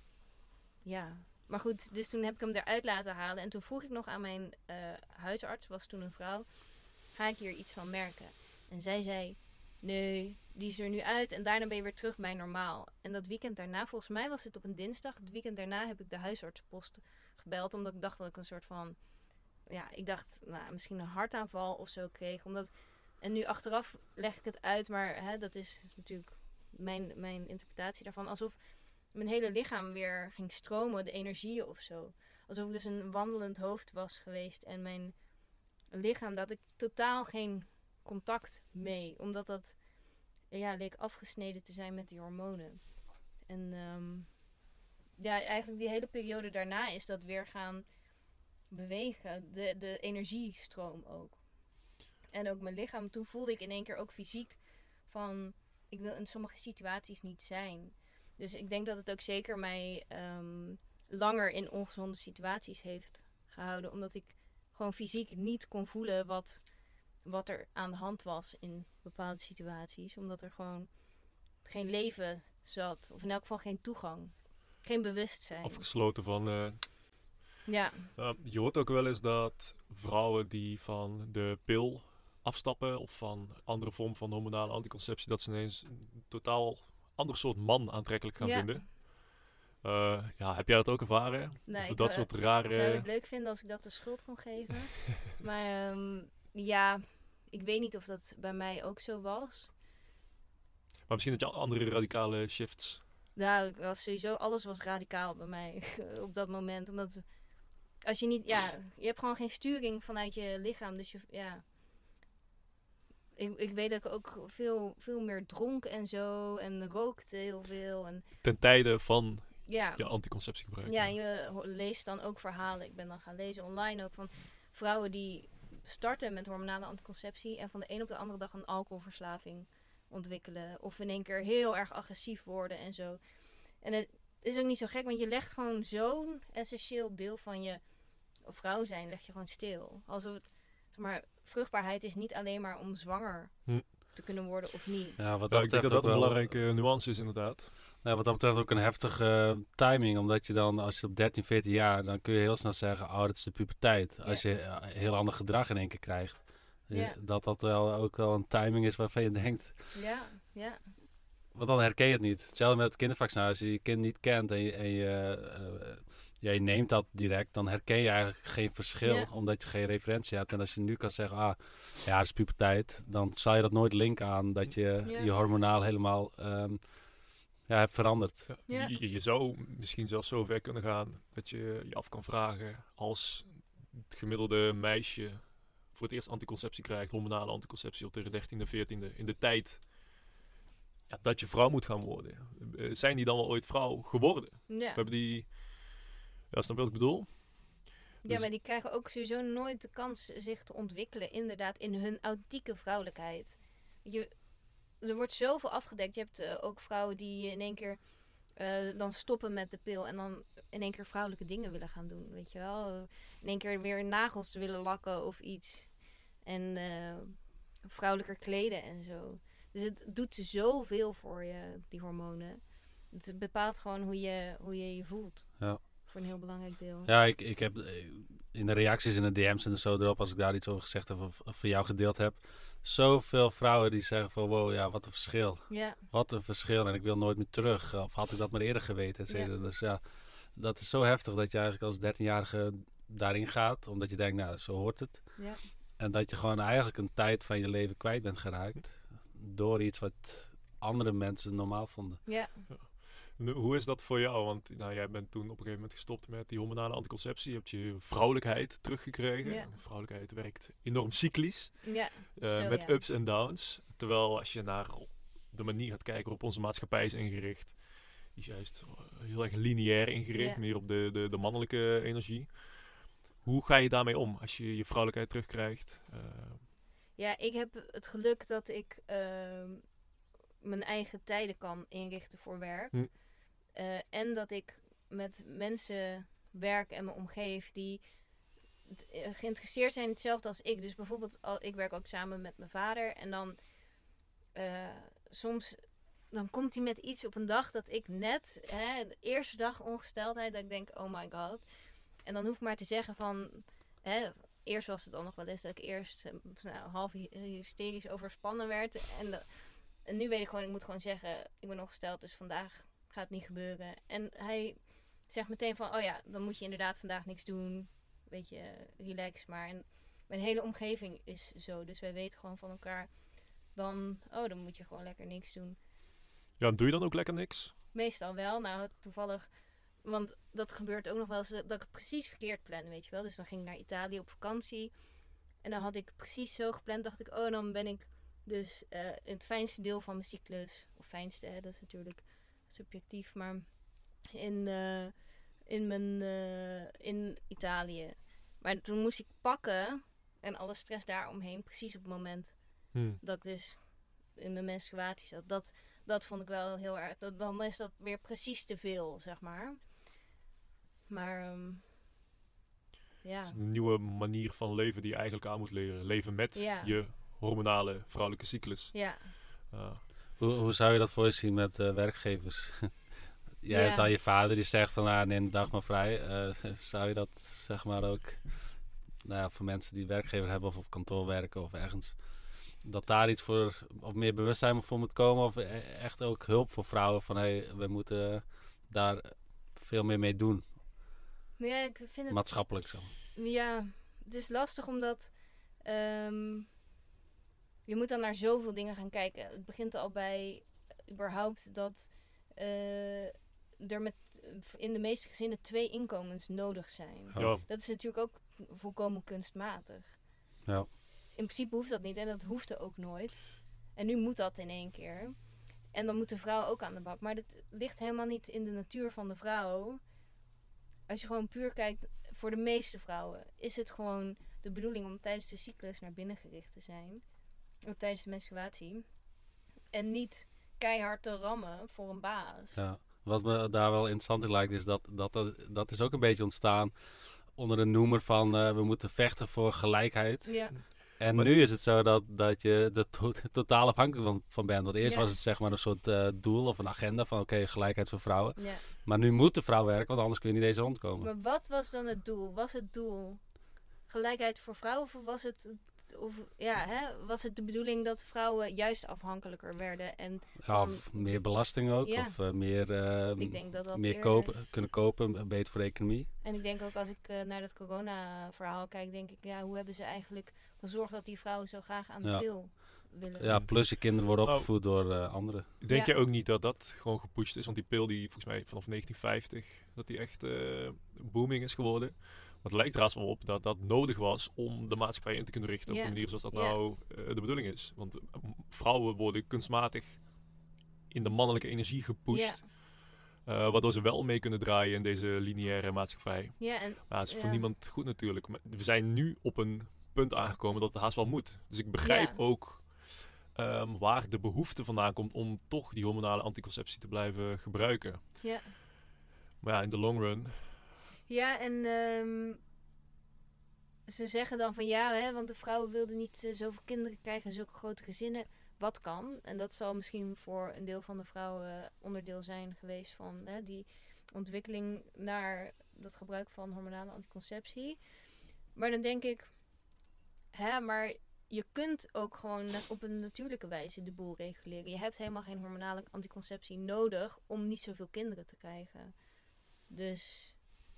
ja, maar goed, dus toen heb ik hem eruit laten halen. En toen vroeg ik nog aan mijn uh, huisarts, was toen een vrouw, ga ik hier iets van merken? En zij zei, nee, die is er nu uit en daarna ben je weer terug bij normaal. En dat weekend daarna, volgens mij was het op een dinsdag, het weekend daarna heb ik de huisartsenpost gebeld, omdat ik dacht dat ik een soort van, ja, ik dacht, nou, misschien een hartaanval of zo kreeg. Omdat, en nu achteraf leg ik het uit, maar hè, dat is natuurlijk mijn, mijn interpretatie daarvan, alsof mijn hele lichaam weer ging stromen, de energie of zo. Alsof ik dus een wandelend hoofd was geweest en mijn lichaam, dat ik totaal geen contact mee. Omdat dat ja, leek afgesneden te zijn met die hormonen. En um, ja, eigenlijk die hele periode daarna is dat weer gaan bewegen. De, de energiestroom ook. En ook mijn lichaam. Toen voelde ik in één keer ook fysiek van, ik wil in sommige situaties niet zijn. Dus ik denk dat het ook zeker mij um, langer in ongezonde situaties heeft gehouden. Omdat ik gewoon fysiek niet kon voelen wat, wat er aan de hand was in bepaalde situaties. Omdat er gewoon geen leven zat. Of in elk geval geen toegang. Geen bewustzijn. Afgesloten van... Uh, ja. Uh, je hoort ook wel eens dat vrouwen die van de pil afstappen of van andere vorm van hormonale anticonceptie, dat ze ineens een totaal ander soort man aantrekkelijk gaan ja. vinden. Uh, ja, heb jij dat ook ervaren? Nee, of ik dat soort rare... Ik zou het leuk vinden als ik dat de schuld kon geven. Maar um, ja, ik weet niet of dat bij mij ook zo was. Maar misschien dat je andere radicale shifts... Nou, het was sowieso, alles was radicaal bij mij op dat moment. Omdat als je niet, ja, je hebt gewoon geen sturing vanuit je lichaam. Dus je, ja... Ik, ik weet dat ik ook veel, veel meer dronk en zo. En rookte heel veel. En ten tijde van ja, je anticonceptiegebruik. Ja, je leest dan ook verhalen. Ik ben dan gaan lezen online ook van vrouwen die starten met hormonale anticonceptie. En van de een op de andere dag een alcoholverslaving ontwikkelen. Of in één keer heel erg agressief worden en zo. En het is ook niet zo gek, want je legt gewoon zo'n essentieel deel van je vrouw zijn, leg je gewoon stil. Alsof het, zeg maar, vruchtbaarheid is niet alleen maar om zwanger hm. te kunnen worden of niet. Ja, wat dat ja, ik denk dat dat een belangrijke nuance is inderdaad. Ja, wat dat betreft ook een heftige uh, timing, omdat je dan, als je op dertien, veertien jaar, dan kun je heel snel zeggen, oh, dat is de puberteit. Als ja. je uh, heel ander gedrag in één keer krijgt. Ja. Dat dat wel ook wel een timing is waarvan je denkt... Ja, ja. Want dan herken je het niet. Hetzelfde met het kindervaccin. Als je je kind niet kent en je, en je, uh, ja, je neemt dat direct, dan herken je eigenlijk geen verschil, ja. omdat je geen referentie hebt. En als je nu kan zeggen, ah, ja, dat is puberteit, dan zal je dat nooit linken aan dat je ja. je hormonaal helemaal um, ja, hebt veranderd. Ja. Ja. Je, je zou misschien zelfs zo ver kunnen gaan dat je je af kan vragen als het gemiddelde meisje voor het eerst anticonceptie krijgt, hormonale anticonceptie op de dertiende, veertiende, in de tijd ja, dat je vrouw moet gaan worden. Uh, zijn die dan wel ooit vrouw geworden? Ja. We hebben die... Ja, snap je wat ik bedoel? Ja, dus... maar die krijgen ook sowieso nooit de kans zich te ontwikkelen, inderdaad, in hun authentieke vrouwelijkheid. Je, er wordt zoveel afgedekt. Je hebt uh, ook vrouwen die in één keer uh, dan stoppen met de pil en dan in één keer vrouwelijke dingen willen gaan doen, weet je wel. In één keer weer nagels willen lakken of iets. En uh, vrouwelijker kleden en zo. Dus het doet zoveel voor je, die hormonen. Het bepaalt gewoon hoe je hoe je, je voelt. Ja. Voor een heel belangrijk deel. Ja, ik, ik heb in de reacties in de D M's en zo erop, als ik daar iets over gezegd heb of, of voor jou gedeeld heb, zoveel vrouwen die zeggen van wow, ja, wat een verschil. Ja. Wat een verschil en ik wil nooit meer terug. Of had ik dat maar eerder geweten, et cetera. Ja. Dus ja, dat is zo heftig dat je eigenlijk als dertienjarige daarin gaat, omdat je denkt, nou, zo hoort het. Ja. En dat je gewoon eigenlijk een tijd van je leven kwijt bent geraakt door iets wat andere mensen normaal vonden. Ja. Ja. Nu, hoe is dat voor jou? Want nou, jij bent toen op een gegeven moment gestopt met die hormonale anticonceptie. Je hebt je vrouwelijkheid teruggekregen. Ja. Vrouwelijkheid werkt enorm cyclisch. Ja. Uh, Zo, met ja. ups en downs. Terwijl als je naar de manier gaat kijken waarop onze maatschappij is ingericht, die is juist heel erg lineair ingericht. Ja. Meer op de, de, de mannelijke energie. Hoe ga je daarmee om als je je vrouwelijkheid terugkrijgt? Uh, Ja, ik heb het geluk dat ik uh, mijn eigen tijden kan inrichten voor werk. Hm. Uh, en dat ik met mensen werk en me omgeef die geïnteresseerd zijn in hetzelfde als ik. Dus bijvoorbeeld, al, ik werk ook samen met mijn vader. En dan uh, soms dan komt hij met iets op een dag dat ik net, hè, de eerste dag ongesteldheid, dat ik denk, oh my god. En dan hoef ik maar te zeggen van, hè, eerst was het dan nog wel eens dat ik eerst nou, half hysterisch overspannen werd. En, de, en nu weet ik gewoon, ik moet gewoon zeggen, ik ben ongesteld, dus vandaag gaat het niet gebeuren. En hij zegt meteen van, oh ja, dan moet je inderdaad vandaag niks doen. Weet je, relax maar. En mijn hele omgeving is zo, dus wij weten gewoon van elkaar. Dan, oh, dan moet je gewoon lekker niks doen. Ja, doe je dan ook lekker niks? Meestal wel. Nou, toevallig, want dat gebeurt ook nog wel eens dat ik het precies verkeerd plan, weet je wel. Dus dan ging ik naar Italië op vakantie. En dan had ik precies zo gepland, dacht ik, oh, dan ben ik Dus uh, het fijnste deel van mijn cyclus, of fijnste, hè, dat is natuurlijk subjectief, maar in, uh, in, mijn, uh, in Italië. Maar toen moest ik pakken en alle stress daaromheen, precies op het moment hmm. dat ik dus in mijn menstruatie zat. Dat, dat vond ik wel heel erg, dat, dan is dat weer precies te veel, zeg maar. Maar um, ja. Het is een nieuwe manier van leven die je eigenlijk aan moet leren. Leven met ja. je hormonale vrouwelijke cyclus. Ja. Uh. Hoe, hoe zou je dat voor je zien met uh, werkgevers? Jij ja. hebt al je vader die zegt van, ah, neem de dag maar vrij. Uh, zou je dat, zeg maar, ook nou ja, voor mensen die werkgever hebben of op kantoor werken of ergens, dat daar iets voor, of meer bewustzijn voor moet komen, of echt ook hulp voor vrouwen van, hé, hey, we moeten daar veel meer mee doen. Ja, ik vind het maatschappelijk zo. Ja, het is lastig omdat um, je moet dan naar zoveel dingen gaan kijken. Het begint al bij überhaupt dat uh, er met, in de meeste gezinnen twee inkomens nodig zijn. Ja. Dat is natuurlijk ook volkomen kunstmatig. Ja. In principe hoeft dat niet en dat hoefde ook nooit. En nu moet dat in één keer. En dan moet de vrouw ook aan de bak. Maar dat ligt helemaal niet in de natuur van de vrouw. Als je gewoon puur kijkt, voor de meeste vrouwen is het gewoon de bedoeling om tijdens de cyclus naar binnen gericht te zijn. Of tijdens de menstruatie. En niet keihard te rammen voor een baas. Ja, wat me daar wel interessant in lijkt is dat dat, dat, dat is ook een beetje ontstaan onder een noemer van uh, we moeten vechten voor gelijkheid. Ja. En maar nu is het zo dat, dat je er to- totaal afhankelijk van, van bent. Want eerst ja. was het zeg maar een soort uh, doel of een agenda van oké, okay, gelijkheid voor vrouwen. Ja. Maar nu moet de vrouw werken, want anders kun je niet eens rondkomen. Maar wat was dan het doel? Was het doel gelijkheid voor vrouwen of was het, of, ja, hè, was het de bedoeling dat vrouwen juist afhankelijker werden? En ja, of meer belasting ook, ja. of uh, meer, uh, ik denk dat dat meer eerder... kopen, kunnen kopen, beter voor de economie. En ik denk ook als ik uh, naar dat corona-verhaal kijk, denk ik, ja, hoe hebben ze eigenlijk gezorgd dat die vrouwen zo graag aan de ja. pil willen? Ja, plus je kinderen worden opgevoed nou, door uh, anderen. Denk ja. jij ook niet dat dat gewoon gepusht is? Want die pil die volgens mij vanaf negentien vijftig, dat die echt uh, booming is geworden. Maar het lijkt er haast wel op dat dat nodig was om de maatschappij in te kunnen richten. Ja. Op de manier zoals dat ja. nou uh, de bedoeling is. Want uh, vrouwen worden kunstmatig in de mannelijke energie gepusht. Ja. Uh, waardoor ze wel mee kunnen draaien in deze lineaire maatschappij. Ja, en, maar het is voor ja. niemand goed natuurlijk. Maar we zijn nu op een punt aangekomen dat het haast wel moet. Dus ik begrijp ja. ook um, waar de behoefte vandaan komt om toch die hormonale anticonceptie te blijven gebruiken. Ja. Maar ja, in de long run... Ja, en um, ze zeggen dan van ja, hè, want de vrouwen wilden niet uh, zoveel kinderen krijgen en zulke grote gezinnen. Wat kan? En dat zal misschien voor een deel van de vrouwen onderdeel zijn geweest van hè, die ontwikkeling naar dat gebruik van hormonale anticonceptie. Maar dan denk ik, hè, maar je kunt ook gewoon op een natuurlijke wijze de boel reguleren. Je hebt helemaal geen hormonale anticonceptie nodig om niet zoveel kinderen te krijgen. Dus...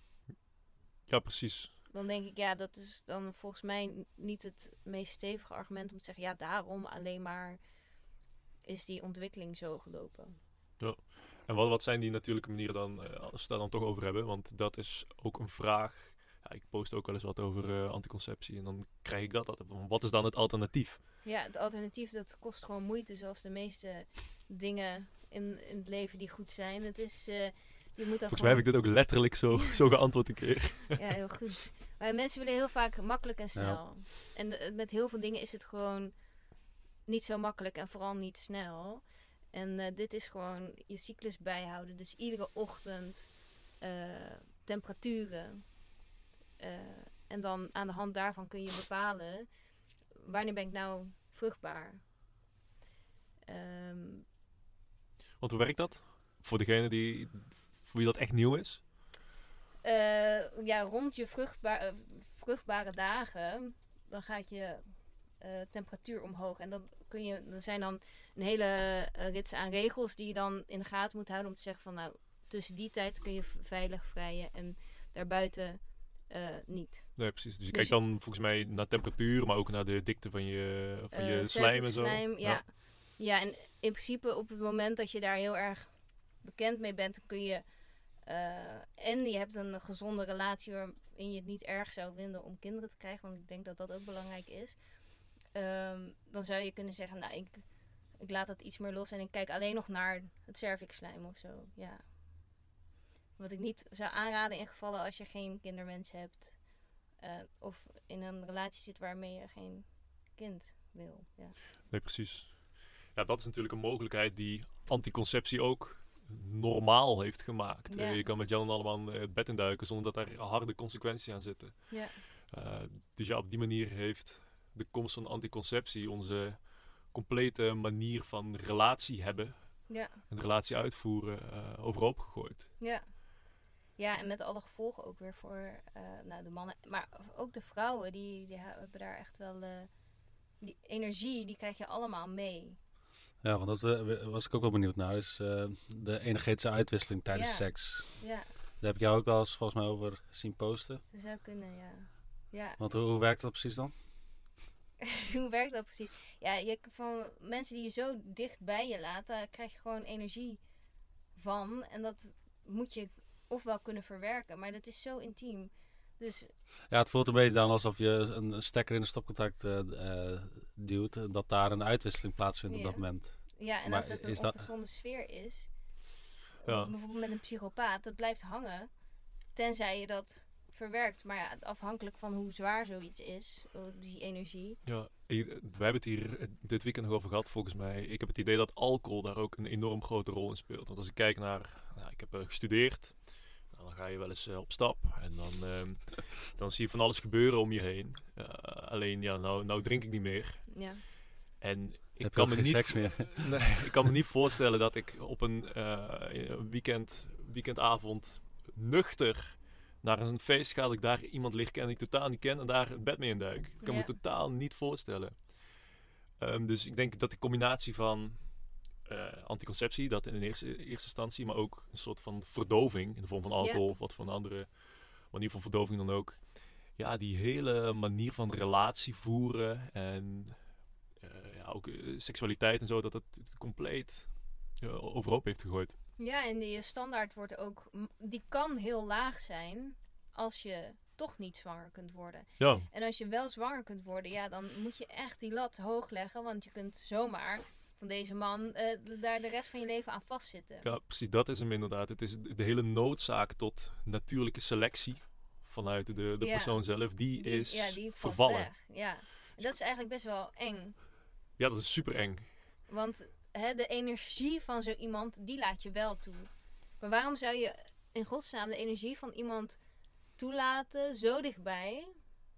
Ja, precies. Dan denk ik, ja, dat is dan volgens mij niet het meest stevige argument om te zeggen, ja, daarom alleen maar is die ontwikkeling zo gelopen. Ja, en wat, wat zijn die natuurlijke manieren dan, uh, als we het daar dan toch over hebben? Want dat is ook een vraag. Ja, ik post ook wel eens wat over uh, anticonceptie en dan krijg ik dat altijd. Wat is dan het alternatief? Ja, het alternatief, dat kost gewoon moeite, zoals de meeste dingen in, in het leven die goed zijn. Het is... Uh, Je moet Volgens gewoon... mij heb ik dit ook letterlijk zo, zo geantwoord een keer. Ja, heel goed. Maar mensen willen heel vaak makkelijk en snel. Ja. En uh, met heel veel dingen is het gewoon niet zo makkelijk en vooral niet snel. En uh, dit is gewoon je cyclus bijhouden. Dus iedere ochtend uh, temperaturen. Uh, en dan aan de hand daarvan kun je bepalen wanneer ben ik nou vruchtbaar. Um, Want hoe werkt dat? Voor degene die... Voor wie dat echt nieuw is? Uh, ja, rond je vruchtba- uh, vruchtbare dagen, dan gaat je uh, temperatuur omhoog. En dat kun je, er zijn dan een hele uh, rits aan regels die je dan in de gaten moet houden om te zeggen van nou, tussen die tijd kun je v- veilig vrijen en daarbuiten uh, niet. Nee, precies. Dus je dus kijkt dan volgens mij naar temperatuur, maar ook naar de dikte van je, van uh, je slijm en zo. Slijm, ja. Ja. ja, en in principe op het moment dat je daar heel erg bekend mee bent, kun je uh, en je hebt een gezonde relatie waarin je het niet erg zou vinden om kinderen te krijgen, want ik denk dat dat ook belangrijk is. Um, dan zou je kunnen zeggen, nou, ik, ik laat dat iets meer los en ik kijk alleen nog naar het cervixslijm of zo. Ja. Wat ik niet zou aanraden in gevallen als je geen kinderwens hebt. Uh, of in een relatie zit waarmee je geen kind wil. Ja. Nee, precies. Ja, dat is natuurlijk een mogelijkheid die anticonceptie ook normaal heeft gemaakt. Ja. Uh, je kan met Jan allemaal het bed induiken zonder dat er harde consequenties aan zitten. Ja. Uh, dus ja, op die manier heeft de komst van anticonceptie onze complete manier van relatie hebben ja. en relatie uitvoeren uh, overhoop gegooid. Ja. Ja, en met alle gevolgen ook weer voor uh, nou, de mannen, maar ook de vrouwen, die, die hebben daar echt wel, uh, die energie, die krijg je allemaal mee. Ja, want dat uh, was ik ook wel benieuwd naar, is uh, de energetische uitwisseling tijdens ja. seks. Ja. Daar heb ik jou ook wel eens volgens mij over zien posten. Dat zou kunnen, ja. ja. Want hoe, hoe werkt dat precies dan? Hoe werkt dat precies? Ja, je, van mensen die je zo dicht bij je laat, daar krijg je gewoon energie van. En dat moet je ofwel kunnen verwerken, maar dat is zo intiem. Dus ja, het voelt een beetje dan alsof je een stekker in een stopcontact uh, uh, duwt. Dat daar een uitwisseling plaatsvindt ja. op dat moment. Ja, en maar als het een ongezonde dat... sfeer is, ja. bijvoorbeeld met een psychopaat, dat blijft hangen. Tenzij je dat verwerkt. Maar ja, afhankelijk van hoe zwaar zoiets is, die energie. Ja, we hebben het hier dit weekend nog over gehad volgens mij. Ik heb het idee dat alcohol daar ook een enorm grote rol in speelt. Want als ik kijk naar, nou, ik heb uh, gestudeerd. Nou, dan ga je wel eens uh, op stap. En dan, uh, dan zie je van alles gebeuren om je heen. Uh, alleen, ja, nou, nou drink ik niet meer. Ja. En ik heb kan, me me niet seks meer. nee, ik kan me niet voorstellen dat ik op een uh, weekend, weekendavond nuchter naar een feest ga, dat ik daar iemand lig ken die ik totaal niet ken en daar het bed mee in duik. Ik kan ja. me totaal niet voorstellen. Um, dus ik denk dat de combinatie van uh, anticonceptie, dat in de eerste, eerste instantie, maar ook een soort van verdoving in de vorm van alcohol ja. of wat voor een andere manier van verdoving dan ook. Ja, die hele manier van relatie voeren en uh, ja, ook uh, seksualiteit en zo, dat het, het compleet uh, overhoop heeft gegooid. Ja, en die standaard wordt ook, die kan heel laag zijn als je toch niet zwanger kunt worden. Ja. En als je wel zwanger kunt worden, ja, dan moet je echt die lat hoog leggen, want je kunt zomaar van deze man uh, daar de rest van je leven aan vastzitten. Ja, precies, dat is hem inderdaad. Het is de hele noodzaak tot natuurlijke selectie vanuit de, de ja. persoon zelf, die, die is ja, die vervallen. Weg. Ja, en dat is eigenlijk best wel eng. Ja, dat is super eng. Want He, de energie van zo iemand, die laat je wel toe. Maar waarom zou je in godsnaam de energie van iemand toelaten, zo dichtbij,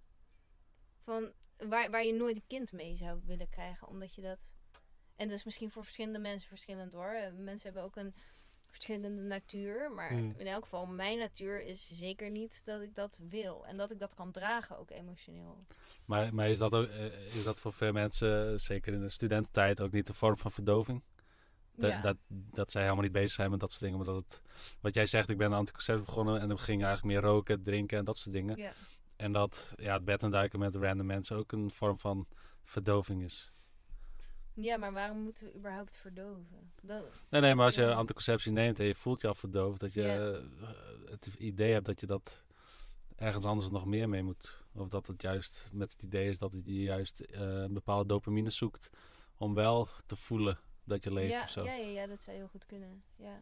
van waar, waar je nooit een kind mee zou willen krijgen, omdat je dat... En dat is misschien voor verschillende mensen verschillend hoor. Mensen hebben ook een verschillende natuur, maar hmm. in elk geval mijn natuur is zeker niet dat ik dat wil. En dat ik dat kan dragen, ook emotioneel. Maar, maar is, dat ook, is dat voor veel mensen, zeker in de studententijd, ook niet een vorm van verdoving? Dat, ja. dat, dat zij helemaal niet bezig zijn met dat soort dingen. Maar dat het, wat jij zegt, ik ben anticonceptie begonnen en dan ging eigenlijk meer roken, drinken en dat soort dingen. Ja. En dat ja, het bed en duiken met random mensen ook een vorm van verdoving is. Ja, maar waarom moeten we überhaupt verdoven? Dat... Nee, nee, maar als je anticonceptie neemt en je voelt je al verdoofd, dat je ja. uh, het idee hebt dat je dat ergens anders nog meer mee moet. Of dat het juist met het idee is dat je juist uh, een bepaalde dopamine zoekt om wel te voelen dat je leeft ja, of zo. Ja, ja, ja, dat zou heel goed kunnen. Ja.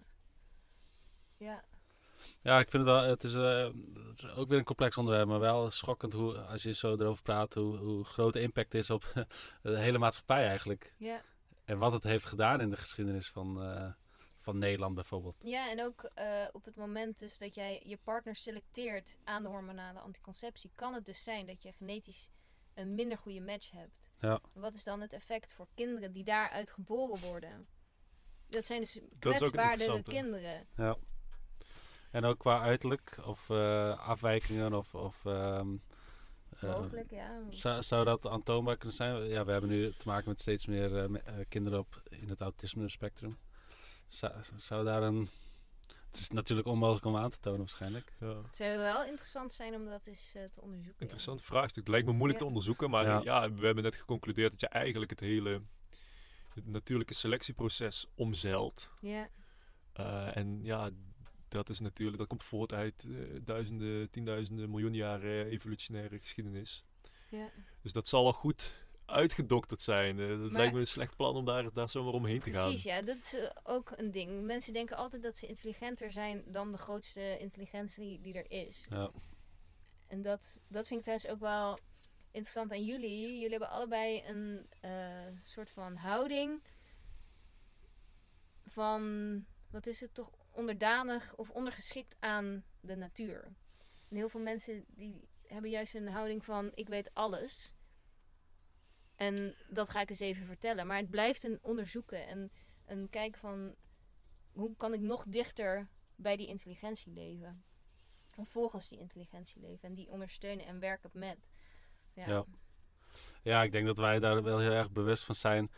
Ja. Ja, ik vind het wel, het is, uh, het is ook weer een complex onderwerp, maar wel schokkend hoe, als je zo erover praat, hoe, hoe groot de impact is op de hele maatschappij eigenlijk. Ja. En wat het heeft gedaan in de geschiedenis van, uh, van Nederland bijvoorbeeld. Ja, en ook uh, op het moment dus dat jij je partner selecteert aan de hormonale anticonceptie, kan het dus zijn dat je genetisch een minder goede match hebt. Ja. Wat is dan het effect voor kinderen die daaruit geboren worden? Dat zijn dus kwetsbaardere kinderen. Ja. En ook qua uiterlijk of uh, afwijkingen of... of um, Mogelijk, uh, ja. Zou, zou dat aantoonbaar kunnen zijn? Ja, we hebben nu te maken met steeds meer uh, me, uh, kinderen op in het autisme spectrum. Zou, zou daar een... Het is natuurlijk onmogelijk om aan te tonen waarschijnlijk. Ja. Het zou wel interessant zijn om dat eens uh, te onderzoeken. Interessant ja. vraagstuk. Het lijkt me moeilijk ja. te onderzoeken, maar ja. ja, we hebben net geconcludeerd dat je eigenlijk het hele het natuurlijke selectieproces omzeilt. Ja. Uh, en ja, dat is natuurlijk, dat komt voort uit uh, duizenden, tienduizenden, miljoen jaren evolutionaire geschiedenis. Ja. Dus dat zal wel goed uitgedokterd zijn. Uh, dat Maar, lijkt me een slecht plan om daar, daar zomaar omheen te gaan. Precies, ja. Dat is uh, ook een ding. Mensen denken altijd dat ze intelligenter zijn dan de grootste intelligentie die er is. Ja. En dat, dat vind ik thuis ook wel interessant aan jullie. Jullie hebben allebei een uh, soort van houding van, wat is het toch, onderdanig of ondergeschikt aan de natuur. En heel veel mensen die hebben juist een houding van, ik weet alles. En dat ga ik eens even vertellen. Maar het blijft een onderzoeken en een kijken van, hoe kan ik nog dichter bij die intelligentie leven? Of volgens die intelligentie leven en die ondersteunen en werken met. Ja. Ja. Ja, ik denk dat wij daar wel heel erg bewust van zijn.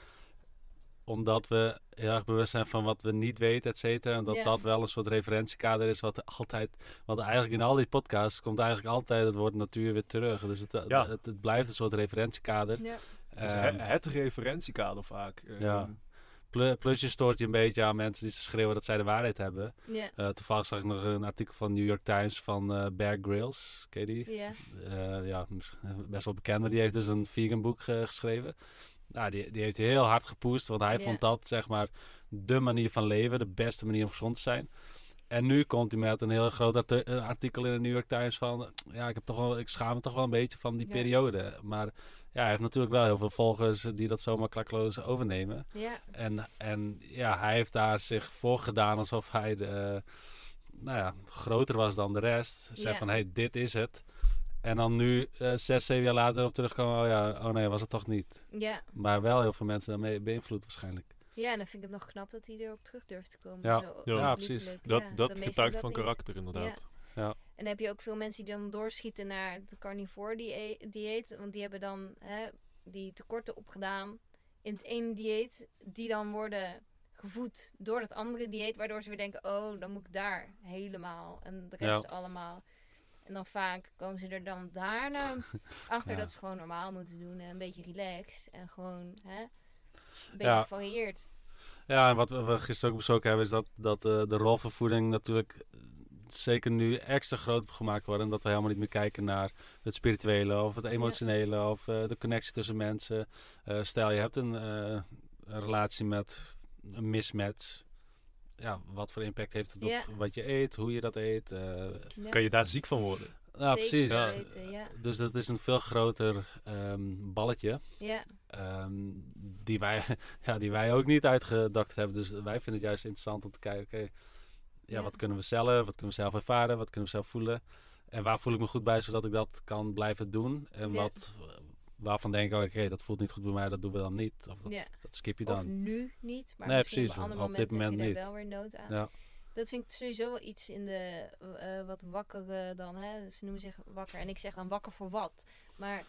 Omdat we heel erg bewust zijn van wat we niet weten, et cetera. En dat Ja. dat wel een soort referentiekader is wat altijd... Want eigenlijk in al die podcasts komt eigenlijk altijd het woord natuur weer terug. Dus het, Ja. het, het blijft een soort referentiekader. Ja. Het is Ehm, he- het referentiekader vaak. Uh, Ja. Plu- Plus je stoort je een beetje aan mensen die schreeuwen dat zij de waarheid hebben. Ja. Uh, toevallig zag ik nog een artikel van New York Times van uh, Bear Grylls. Ken je die? Ja. Uh, ja, best wel bekend, maar die heeft dus een vegan boek uh, geschreven. Nou, die, die heeft hij heel hard gepusht, want hij Ja. vond dat zeg maar de manier van leven, de beste manier om gezond te zijn. En nu komt hij met een heel groot art- artikel in de New York Times van, ja, ik heb toch wel, ik schaam me toch wel een beetje van die Ja. periode. Maar ja, hij heeft natuurlijk wel heel veel volgers die dat zomaar klakkeloos overnemen. Ja. En, en ja, hij heeft daar zich voor gedaan alsof hij de, nou ja, groter was dan de rest. Zeg Ja. van, hé, hey, dit is het. En dan nu, uh, zes, zeven jaar later op terugkomen, oh ja, oh nee, was het toch niet. Ja. Maar wel heel veel mensen daarmee beïnvloed waarschijnlijk. Ja, en dan vind ik het nog knap dat hij er ook terug durft te komen. Ja. Zo Ja. Ja, precies. Dat, Ja, dat meestal getuigt dat van niet. karakter inderdaad. Ja. Ja. En dan heb je ook veel mensen die dan doorschieten naar het carnivore die- dieet. Want die hebben dan hè, die tekorten opgedaan in het ene dieet. Die dan worden gevoed door het andere dieet. Waardoor ze weer denken, oh, dan moet ik daar helemaal. En de rest Ja. allemaal. En dan vaak komen ze er dan daarna achter Ja. dat ze gewoon normaal moeten doen. En een beetje relaxed. En gewoon hè, een beetje Ja. gevarieerd. Ja, en wat we, we gisteren ook besproken hebben is dat, dat uh, de rol van voeding natuurlijk zeker nu extra groot gemaakt wordt. En dat we helemaal niet meer kijken naar het spirituele of het emotionele of uh, de connectie tussen mensen. Uh, stel je hebt een, uh, een relatie met een mismatch. Ja, wat voor impact heeft het op Ja. wat je eet, hoe je dat eet? Uh, Ja. Kan je daar ziek van worden? nou, Zeker precies. Ja. weten, ja. Dus dat is een veel groter um, balletje. Ja. Um, die, wij, ja, die wij ook niet uitgedokterd hebben. Dus wij vinden het juist interessant om te kijken, oké, okay, ja, Ja. wat kunnen we zelf, wat kunnen we zelf ervaren, wat kunnen we zelf voelen. En waar voel ik me goed bij, zodat ik dat kan blijven doen. En Ja. wat, waarvan denk ik, oh, oké, okay, dat voelt niet goed bij mij, dat doen we dan niet. Of dat, Ja. dat skip je Of dan. nu niet, maar Nee, misschien precies. op een ander Op moment dit moment heb je niet. daar wel weer nood aan. Ja. Dat vind ik sowieso wel iets in de uh, wat wakkere dan, hè. Ze noemen zich wakker en ik zeg dan wakker voor wat. Maar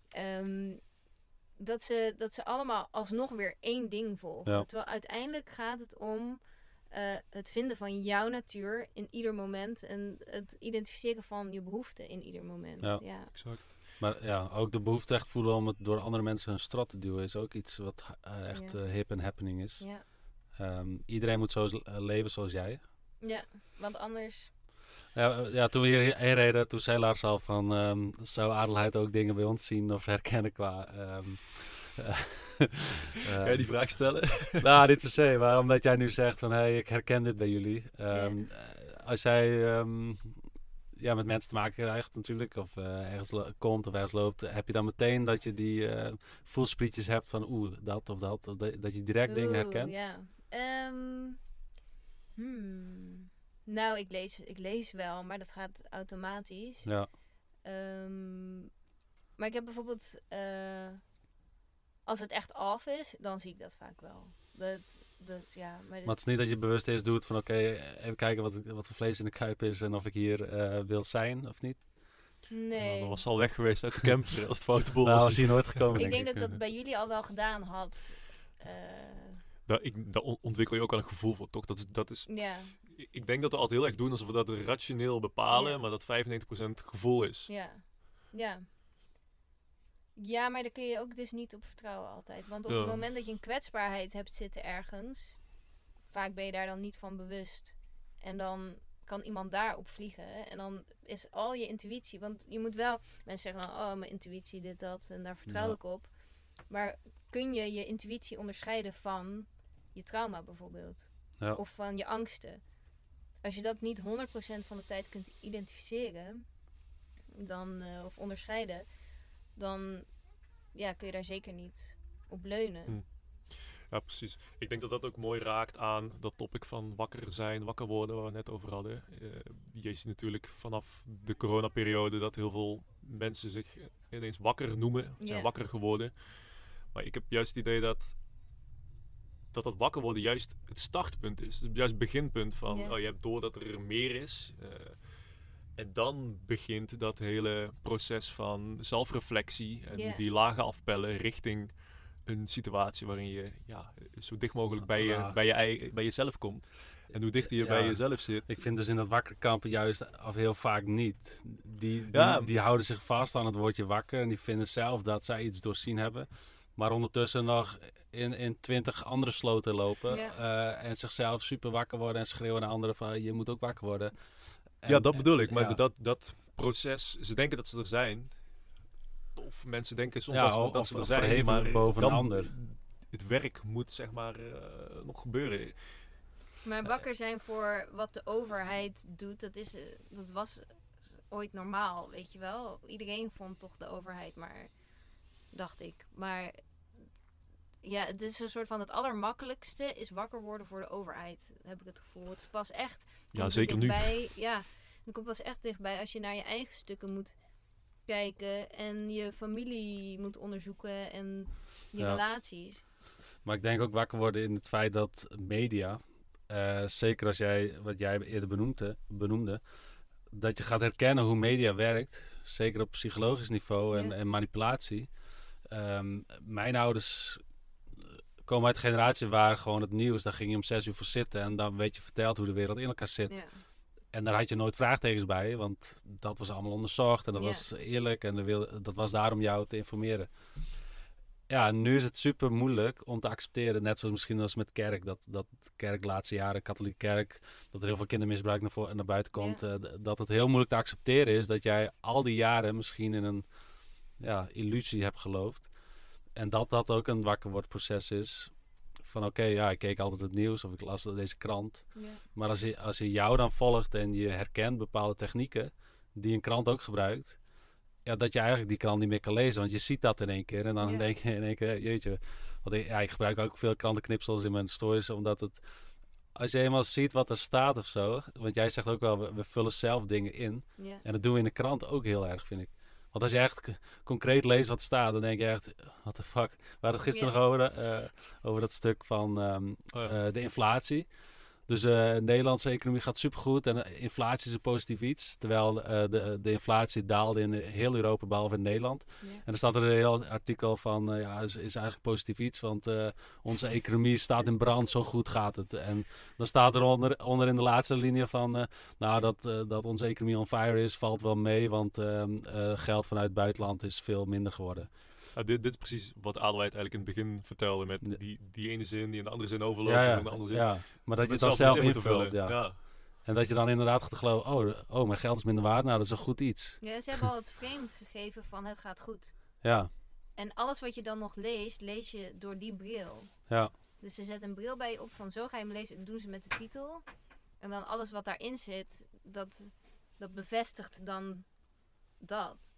um, dat, ze, dat ze allemaal alsnog weer één ding volgen. Ja. Terwijl uiteindelijk gaat het om uh, het vinden van jouw natuur in ieder moment. En het identificeren van je behoeften in ieder moment. Ja. Ja. Exact. Maar ja, ook de behoefte echt voelen om het door andere mensen hun strot te duwen is ook iets wat uh, echt Ja. uh, hip en happening is. Ja. Um, iedereen moet zo uh, leven zoals jij. Ja, want anders... Ja, ja, toen we hierheen reden, toen zei Lars al van... Um, zou Adelheid ook dingen bij ons zien of herkennen qua... Um, uh, kan je die vraag stellen? nou, niet per se, maar omdat jij nu zegt van... hé, hey, ik herken dit bij jullie. Um, ja. Als jij um, ja, met mensen te maken krijgt natuurlijk... of uh, ergens lo- komt of ergens loopt... heb je dan meteen dat je die uh, voelsprietjes hebt van... oeh, dat of dat. Of dat, dat je direct dingen herkent? Ja. Um, hmm. Nou, ik lees, ik lees wel, maar dat gaat automatisch. Ja. Um, maar ik heb bijvoorbeeld... Uh, als het echt af is, dan zie ik dat vaak wel. Dat, dat, ja, maar, maar het is niet dat je bewust eerst doet van... oké, okay, even kijken wat, wat voor vlees in de kuip is... en of ik hier uh, wil zijn of niet. Nee. Nou, dan was al weg geweest uit de camper als het foute boel nou, was. was hier nooit gekomen. Ik denk denk dat ik dat bij jullie al wel gedaan had. Uh, daar, ik, daar ontwikkel je ook wel een gevoel voor, toch? Dat is, dat is, ja. Ik denk dat we altijd heel erg doen alsof we dat rationeel bepalen, Ja. maar dat vijfennegentig procent gevoel is. Ja. Ja. Ja, maar daar kun je ook dus niet op vertrouwen altijd. Want op ja. het moment dat je een kwetsbaarheid hebt zitten ergens, vaak ben je daar dan niet van bewust. En dan kan iemand daarop vliegen. En dan is al je intuïtie, want je moet wel, mensen zeggen dan, oh, mijn intuïtie, dit, dat, en daar vertrouw Ja. ik op. Maar kun je je intuïtie onderscheiden van je trauma bijvoorbeeld? Ja. Of van je angsten? Als je dat niet honderd procent van de tijd kunt identificeren, dan, uh, of onderscheiden, dan ja, kun je daar zeker niet op leunen. Hm. Ja, precies. Ik denk dat dat ook mooi raakt aan dat topic van wakker zijn, wakker worden, waar we het net over hadden. Uh, je ziet natuurlijk vanaf de coronaperiode dat heel veel mensen zich ineens wakker noemen, of zijn Yeah. wakker geworden. Maar ik heb juist het idee dat dat, dat wakker worden juist het startpunt is. Het juist het beginpunt van, Yeah. oh, je hebt door dat er meer is. Uh, en dan begint dat hele proces van zelfreflectie en Yeah. die lagen afpellen richting een situatie waarin je ja, zo dicht mogelijk bij, je, Ja. bij, je, ei- bij jezelf komt. En hoe dichter je Ja. bij jezelf zit. Ik vind dus in dat wakkerkampen juist of heel vaak niet. Die, die, Ja. die houden zich vast aan het woordje wakker en die vinden zelf dat zij iets doorzien hebben. Maar ondertussen nog in, in twintig andere sloten lopen Ja. uh, en zichzelf super wakker worden en schreeuwen naar anderen van je moet ook wakker worden. En, ja, dat bedoel ik. Maar ja. dat, dat proces, ze denken dat ze er zijn. Of mensen denken soms Ja, dat, ze, of- dat of ze er zijn, verheven maar boven dan, een ander. Het werk moet zeg maar uh, nog gebeuren. Maar wakker zijn voor wat de overheid doet, dat, is, uh, dat was ooit normaal, weet je wel. Iedereen vond toch de overheid, maar dacht ik. Maar ja, het is een soort van het allermakkelijkste is wakker worden voor de overheid, heb ik het gevoel. Het is pas echt Ja, zeker nu. dichtbij, ja, het komt pas echt dichtbij als je naar je eigen stukken moet kijken en je familie moet onderzoeken en je Ja. relaties. Maar ik denk ook wakker worden in het feit dat media, uh, zeker als jij, wat jij eerder benoemde, benoemde, dat je gaat herkennen hoe media werkt, zeker op psychologisch niveau en, Ja. en manipulatie. Um, mijn ouders komen uit een generatie waar gewoon het nieuws, daar ging je om zes uur voor zitten en dan werd je verteld hoe de wereld in elkaar zit. Ja. En daar had je nooit vraagtekens bij, want dat was allemaal onderzocht en dat Ja. was eerlijk en wil, dat was daar om jou te informeren. Ja, nu is het super moeilijk om te accepteren, net zoals misschien als met kerk, dat, dat de kerk de laatste jaren, katholieke kerk, dat er heel veel kindermisbruik naar, voor, naar buiten komt. Ja. Uh, d- dat het heel moeilijk te accepteren is dat jij al die jaren misschien in een ja, illusie hebt geloofd. En dat dat ook een wakkerwordproces is. Van oké, okay, ja, ik keek altijd het nieuws of ik las deze krant. Ja. Maar als je, als je jou dan volgt en je herkent bepaalde technieken die een krant ook gebruikt, ja, dat je eigenlijk die krant niet meer kan lezen, want je ziet dat in één keer. En dan Ja. denk je in één keer, jeetje. Want ik, ja, ik gebruik ook veel krantenknipsels in mijn stories, omdat het, als je eenmaal ziet wat er staat of zo, want jij zegt ook wel, we, we vullen zelf dingen in. Ja. En dat doen we in de krant ook heel erg, vind ik. Want als je echt k- concreet leest wat er staat, dan denk je echt, what the fuck. We hadden het gisteren Ja. nog over, uh, over dat stuk van um, Oh ja. uh, de inflatie. Dus uh, de Nederlandse economie gaat supergoed en uh, inflatie is een positief iets. Terwijl uh, de, de inflatie daalde in heel Europa, behalve in Nederland. Ja. En dan staat er een heel artikel van, uh, ja, is, is eigenlijk positief iets. Want uh, onze economie staat in brand, zo goed gaat het. En dan staat er onder, onder in de laatste linie van, uh, nou, dat, uh, dat onze economie on fire is, valt wel mee. Want uh, uh, geld vanuit het buitenland is veel minder geworden. Ja, dit, dit is precies wat Adelheid eigenlijk in het begin vertelde. Met Ja. die, die ene zin die in de andere zin overloopt. Ja, ja, En in de andere zin. ja, maar dat je het dan moet zelf in moeten invult. vullen. Ja. Ja. En dat je dan inderdaad gaat geloven, oh, oh, mijn geld is minder waard. Nou, dat is een goed iets. Ja, ze hebben al het frame gegeven van het gaat goed. Ja, En alles wat je dan nog leest, lees je door die bril. ja, Dus ze zetten een bril bij je op van zo ga je hem lezen. Dat doen ze met de titel. En dan alles wat daarin zit, dat, dat bevestigt dan dat.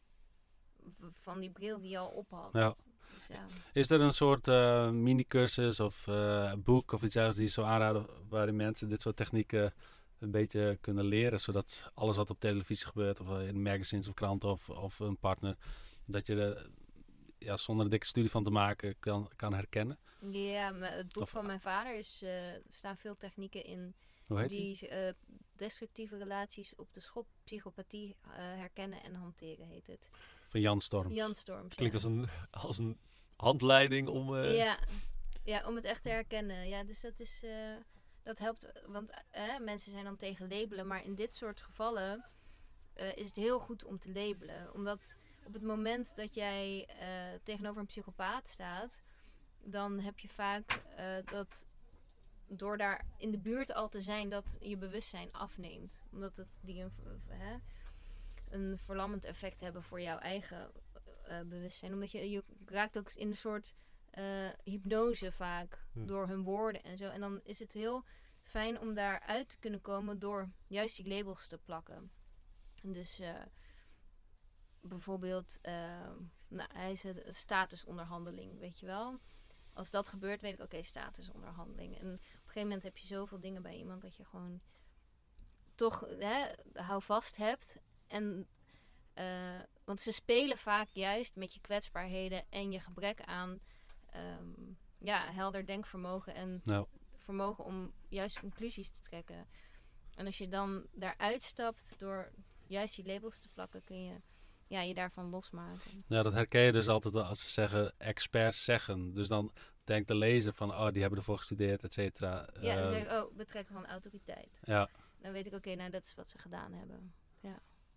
V- Van die bril die je al op had. ja. Dus ja. Is er een soort uh, mini-cursus of uh, boek of iets dergelijks die je zou aanraden waarin mensen dit soort technieken een beetje kunnen leren, zodat alles wat op televisie gebeurt of uh, in magazines of kranten of, of een partner, dat je er ja, zonder een dikke studie van te maken kan, kan herkennen? Ja, maar het boek Of- van mijn vader is, uh, er staan veel technieken in Hoe heet die? die uh, destructieve relaties op de schop, psychopathie uh, herkennen en hanteren heet het. Van Jan Storm. Jan Storms. Klinkt ja. als een, als een handleiding om... uh, Ja. ja, om het echt te herkennen. Ja, dus dat is, uh, dat helpt, want uh, mensen zijn dan tegen labelen, maar in dit soort gevallen uh, is het heel goed om te labelen. Omdat op het moment dat jij uh, tegenover een psychopaat staat, dan heb je vaak uh, dat door daar in de buurt al te zijn, dat je bewustzijn afneemt. Omdat het die een, hè, een verlammend effect hebben voor jouw eigen uh, bewustzijn. Omdat je, je raakt ook in een soort uh, hypnose vaak Hm. door hun woorden en zo. En dan is het heel fijn om daaruit te kunnen komen door juist die labels te plakken. En dus uh, bijvoorbeeld, uh, nou, hij is een statusonderhandeling, weet je wel. Als dat gebeurt, weet ik, oké, okay, statusonderhandeling. En op een gegeven moment heb je zoveel dingen bij iemand dat je gewoon toch hè, hou vast hebt. En, uh, want ze spelen vaak juist met je kwetsbaarheden en je gebrek aan um, ja, helder denkvermogen en Nou. vermogen om juist conclusies te trekken. En als je dan daaruit stapt door juist die labels te plakken, kun je ja, je daarvan losmaken. Ja, dat herken je dus altijd als ze zeggen experts zeggen. Dus dan denkt de lezer van, oh, die hebben ervoor gestudeerd, et cetera. Ja, dan uh, zeg ik, oh, betrekken van autoriteit. Ja. Dan weet ik, oké, okay, nou, dat is wat ze gedaan hebben. Ja.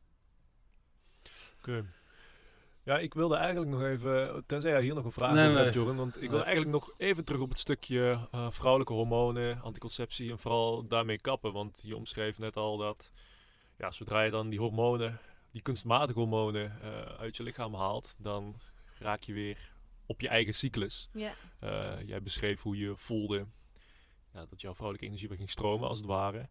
Oké. Okay. Ja, ik wilde eigenlijk nog even, tenzij jij hier nog een vraag nee, over nee. hebt, Joren, want ik wil nee. eigenlijk nog even terug op het stukje uh, vrouwelijke hormonen, anticonceptie en vooral daarmee kappen. Want je omschreef net al dat, ja, zodra je dan die hormonen, die kunstmatige hormonen uh, uit je lichaam haalt, dan raak je weer op je eigen cyclus. Ja. Uh, jij beschreef hoe je voelde, ja, dat jouw vrouwelijke energie weer ging stromen, als het ware.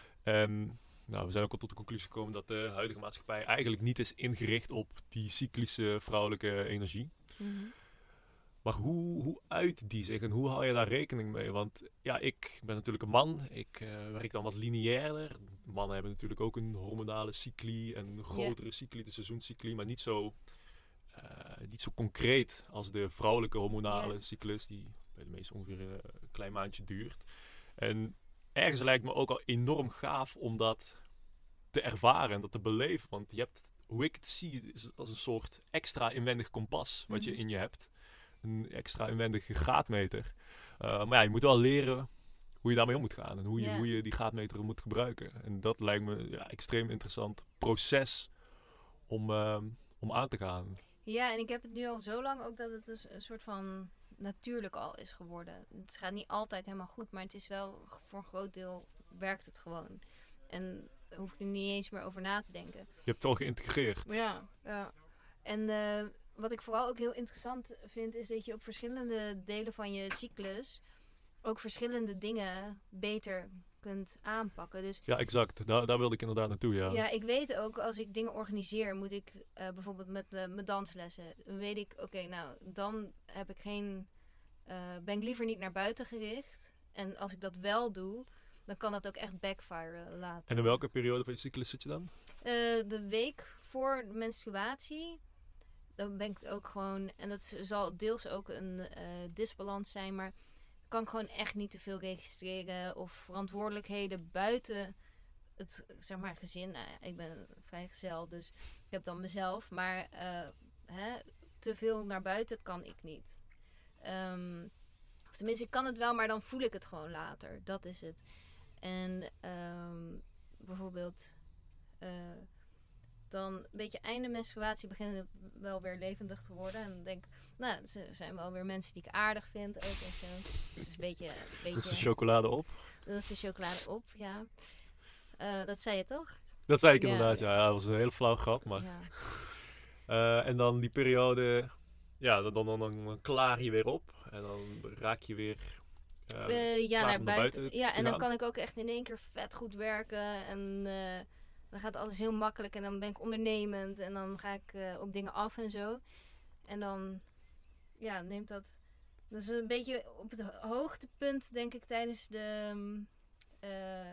En nou, we zijn ook al tot de conclusie gekomen dat de huidige maatschappij eigenlijk niet is ingericht op die cyclische vrouwelijke energie. Mm-hmm. Maar hoe, hoe uit die zich en hoe hou je daar rekening mee? Want ja, ik ben natuurlijk een man. Ik uh, werk dan wat lineairder. Mannen hebben natuurlijk ook een hormonale cycli en een grotere yeah. cycli, de seizoenscycli, maar niet zo, uh, niet zo concreet als de vrouwelijke hormonale yeah. cyclus, die bij de meesten ongeveer uh, een klein maandje duurt. En ergens lijkt me ook al enorm gaaf om dat te ervaren en dat te beleven. Want je hebt, hoe ik het zie, is als een soort extra inwendig kompas wat mm-hmm. je in je hebt. Een extra inwendige graadmeter. Uh, maar ja, je moet wel leren hoe je daarmee om moet gaan. En hoe je, yeah. hoe je die graadmeter moet gebruiken. En dat lijkt me ja, extreem interessant proces om, uh, om aan te gaan. Ja, en ik heb het nu al zo lang ook dat het dus een soort van natuurlijk al is geworden. Het gaat niet altijd helemaal goed, maar het is wel voor een groot deel werkt het gewoon. En daar hoef ik er niet eens meer over na te denken. Je hebt het al geïntegreerd. Ja, ja. En uh, wat ik vooral ook heel interessant vind, is dat je op verschillende delen van je cyclus ook verschillende dingen beter kunt aanpakken. Dus, ja, exact. Daar, daar wilde ik inderdaad naartoe, ja. Ja, ik weet ook, als ik dingen organiseer, moet ik uh, bijvoorbeeld met uh, mijn danslessen, dan weet ik, oké, okay, nou, dan heb ik geen, uh, ben ik liever niet naar buiten gericht. En als ik dat wel doe, dan kan dat ook echt backfiren later. En in welke periode van je cyclus zit je dan? Uh, de week voor de menstruatie. Dan ben ik het ook gewoon, en dat zal deels ook een uh, disbalans zijn, maar kan ik gewoon echt niet te veel registreren of verantwoordelijkheden buiten het, zeg maar, gezin. Nou ja, ik ben vrijgezel, dus ik heb dan mezelf, maar uh, hè, te veel naar buiten kan ik niet. Um, of tenminste, ik kan het wel, maar dan voel ik het gewoon later. Dat is het. En um, bijvoorbeeld uh, dan een beetje einde menstruatie beginnen wel weer levendig te worden. En dan denk ik, nou, ze zijn wel weer mensen die ik aardig vind ook en zo. Dus een beetje, een beetje... Dat is de chocolade op? Dat is de chocolade op, ja. Uh, dat zei je toch? Dat zei ik ja, inderdaad, ja. ja. Dat was een hele flauw grap, maar... Ja. Uh, en dan die periode... Ja, dan, dan, dan, dan klaar je weer op. En dan raak je weer... Uh, uh, ja, naar buiten. buiten ja, en dan kan ik ook echt in één keer vet goed werken. En uh, dan gaat alles heel makkelijk. En dan ben ik ondernemend. En dan ga ik uh, op dingen af en zo. En dan... Ja, neemt dat... Dat is een beetje op het hoogtepunt, denk ik, tijdens de... Uh,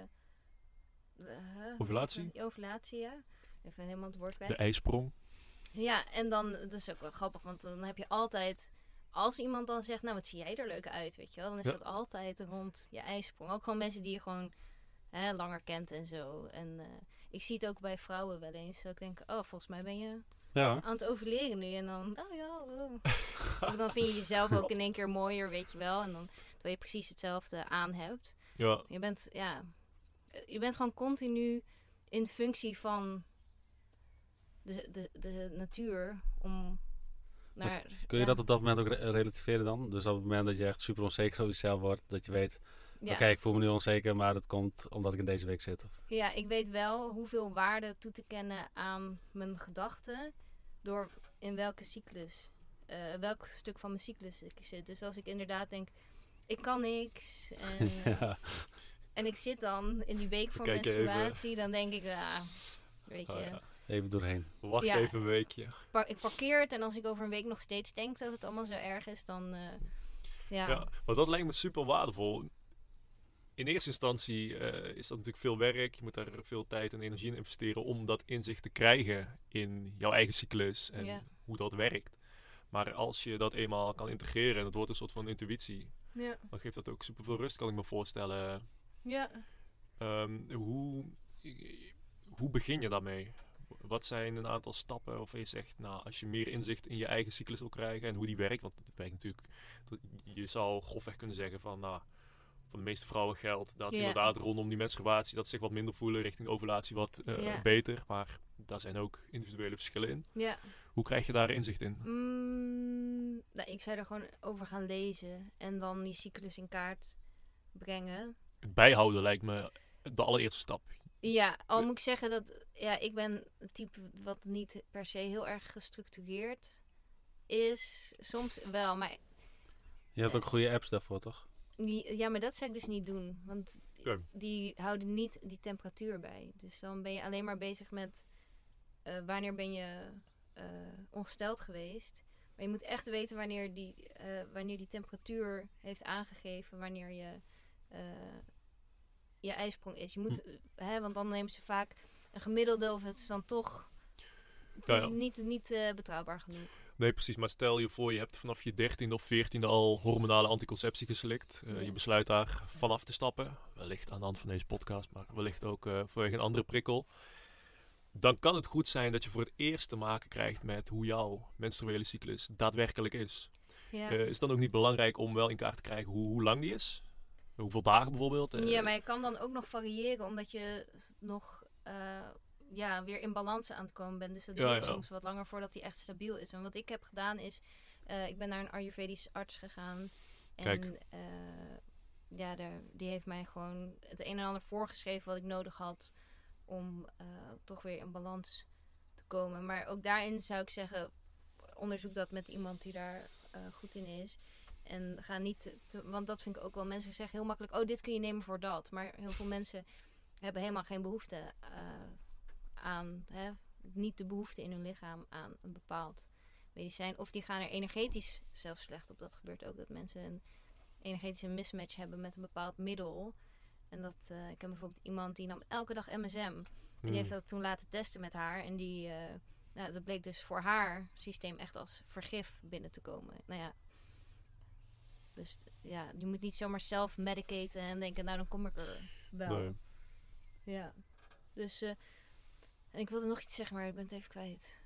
uh, ovulatie? Ovulatie, ja. Even helemaal het woord kwijt. De ijsprong. Ja, en dan... Dat is ook wel grappig, want dan heb je altijd... Als iemand dan zegt, nou, wat zie jij er leuk uit, weet je wel. Dan is ja. dat altijd rond je ijsprong. Ook gewoon mensen die je gewoon hè, langer kent en zo. En uh, ik zie het ook bij vrouwen wel eens. Dat ik denk, oh, volgens mij ben je... Ja. aan het overleren nu. En dan, oh ja, oh. dan vind je jezelf ook in één keer mooier, weet je wel. En dan terwijl je precies hetzelfde aan hebt. Ja. Je bent, ja, je bent gewoon continu in functie van de, de, de natuur om naar... Kun je ja. dat op dat moment ook re- relativeren dan? Dus op het moment dat je echt super onzeker over jezelf wordt, dat je weet... Ja. Oké, okay, ik voel me nu onzeker, maar dat komt omdat ik in deze week zit. Of... Ja, ik weet wel hoeveel waarde toe te kennen aan mijn gedachten. door in welke cyclus, uh, welk stuk van mijn cyclus ik zit. Dus als ik inderdaad denk, ik kan niks. En, uh, ja. en ik zit dan in die week voor Kijk je menstruatie, dan denk ik, ja, weet je. Oh, ja. Even doorheen. Wacht Ja. even een weekje. Pa- ik parkeer het en als ik over een week nog steeds denk dat het allemaal zo erg is, dan uh, ja. Ja, maar dat lijkt me super waardevol. In eerste instantie uh, is dat natuurlijk veel werk. Je moet daar veel tijd en energie in investeren om dat inzicht te krijgen in jouw eigen cyclus en Ja. hoe dat werkt. Maar als je dat eenmaal kan integreren en het wordt een soort van intuïtie, Ja. dan geeft dat ook super veel rust, kan ik me voorstellen. Ja. Um, hoe, hoe begin je daarmee? Wat zijn een aantal stappen of je zegt, nou, als je meer inzicht in je eigen cyclus wil krijgen en hoe die werkt, want het werkt natuurlijk, je zou grofweg kunnen zeggen van, nou, voor de meeste vrouwen geldt dat Ja. inderdaad rondom die menstruatie dat ze zich wat minder voelen, richting ovulatie wat uh, Ja. beter, maar daar zijn ook individuele verschillen in. Ja. Hoe krijg je daar inzicht in? Mm, nou, ik zou er gewoon over gaan lezen en dan die cyclus in kaart brengen. Het bijhouden lijkt me de allereerste stap. Ja, al moet ik zeggen dat ja, ik ben het type wat niet per se heel erg gestructureerd is. Soms wel, maar Je hebt ook goede apps daarvoor, toch? die, ja, maar dat zou ik dus niet doen. Want Ja. die houden niet die temperatuur bij. Dus dan ben je alleen maar bezig met uh, wanneer ben je uh, ongesteld geweest. Maar je moet echt weten wanneer die, uh, wanneer die temperatuur heeft aangegeven, wanneer je uh, je ijsprong is. Je moet, Hm. uh, hè, want dan nemen ze vaak een gemiddelde of het is dan toch... Het Ja, is ja. niet, niet uh, betrouwbaar genoeg. Nee, precies. Maar stel je voor, je hebt vanaf je dertiende of veertiende al hormonale anticonceptie geslikt. Uh, Ja. Je besluit daar vanaf te stappen. Wellicht aan de hand van deze podcast, maar wellicht ook uh, vanwege een andere prikkel. Dan kan het goed zijn dat je voor het eerst te maken krijgt met hoe jouw menstruele cyclus daadwerkelijk is. Ja. Uh, is het dan ook niet belangrijk om wel in kaart te krijgen hoe, hoe lang die is? Hoeveel dagen bijvoorbeeld? Uh, Ja, maar je kan dan ook nog variëren, omdat je nog uh, ja, weer in balans aan het komen bent. Dus dat Ja, duurt ja. soms wat langer voordat die echt stabiel is. En wat ik heb gedaan is, uh, ik ben naar een Ayurvedisch arts gegaan. Kijk. En uh, ja, daar, die heeft mij gewoon het een en ander voorgeschreven wat ik nodig had om uh, toch weer in balans te komen. Maar ook daarin zou ik zeggen, onderzoek dat met iemand die daar uh, goed in is. En ga niet, te, want dat vind ik ook wel, mensen zeggen heel makkelijk, oh, dit kun je nemen voor dat. Maar heel veel mensen hebben helemaal geen behoefte uh, aan, hè, niet de behoefte in hun lichaam aan een bepaald medicijn. Of die gaan er energetisch zelfs slecht op. Dat gebeurt ook, dat mensen een energetische mismatch hebben met een bepaald middel. En dat, uh, ik heb bijvoorbeeld iemand die nam elke dag M S M. En die Hmm. heeft dat toen laten testen met haar. En die, uh, nou, dat bleek dus voor haar systeem echt als vergif binnen te komen. Nou ja. Dus t- ja, je moet niet zomaar zelf medicaten en denken, nou dan kom ik er wel. Nee. Ja. Dus, uh, en ik wilde nog iets zeggen, maar ik ben het even kwijt.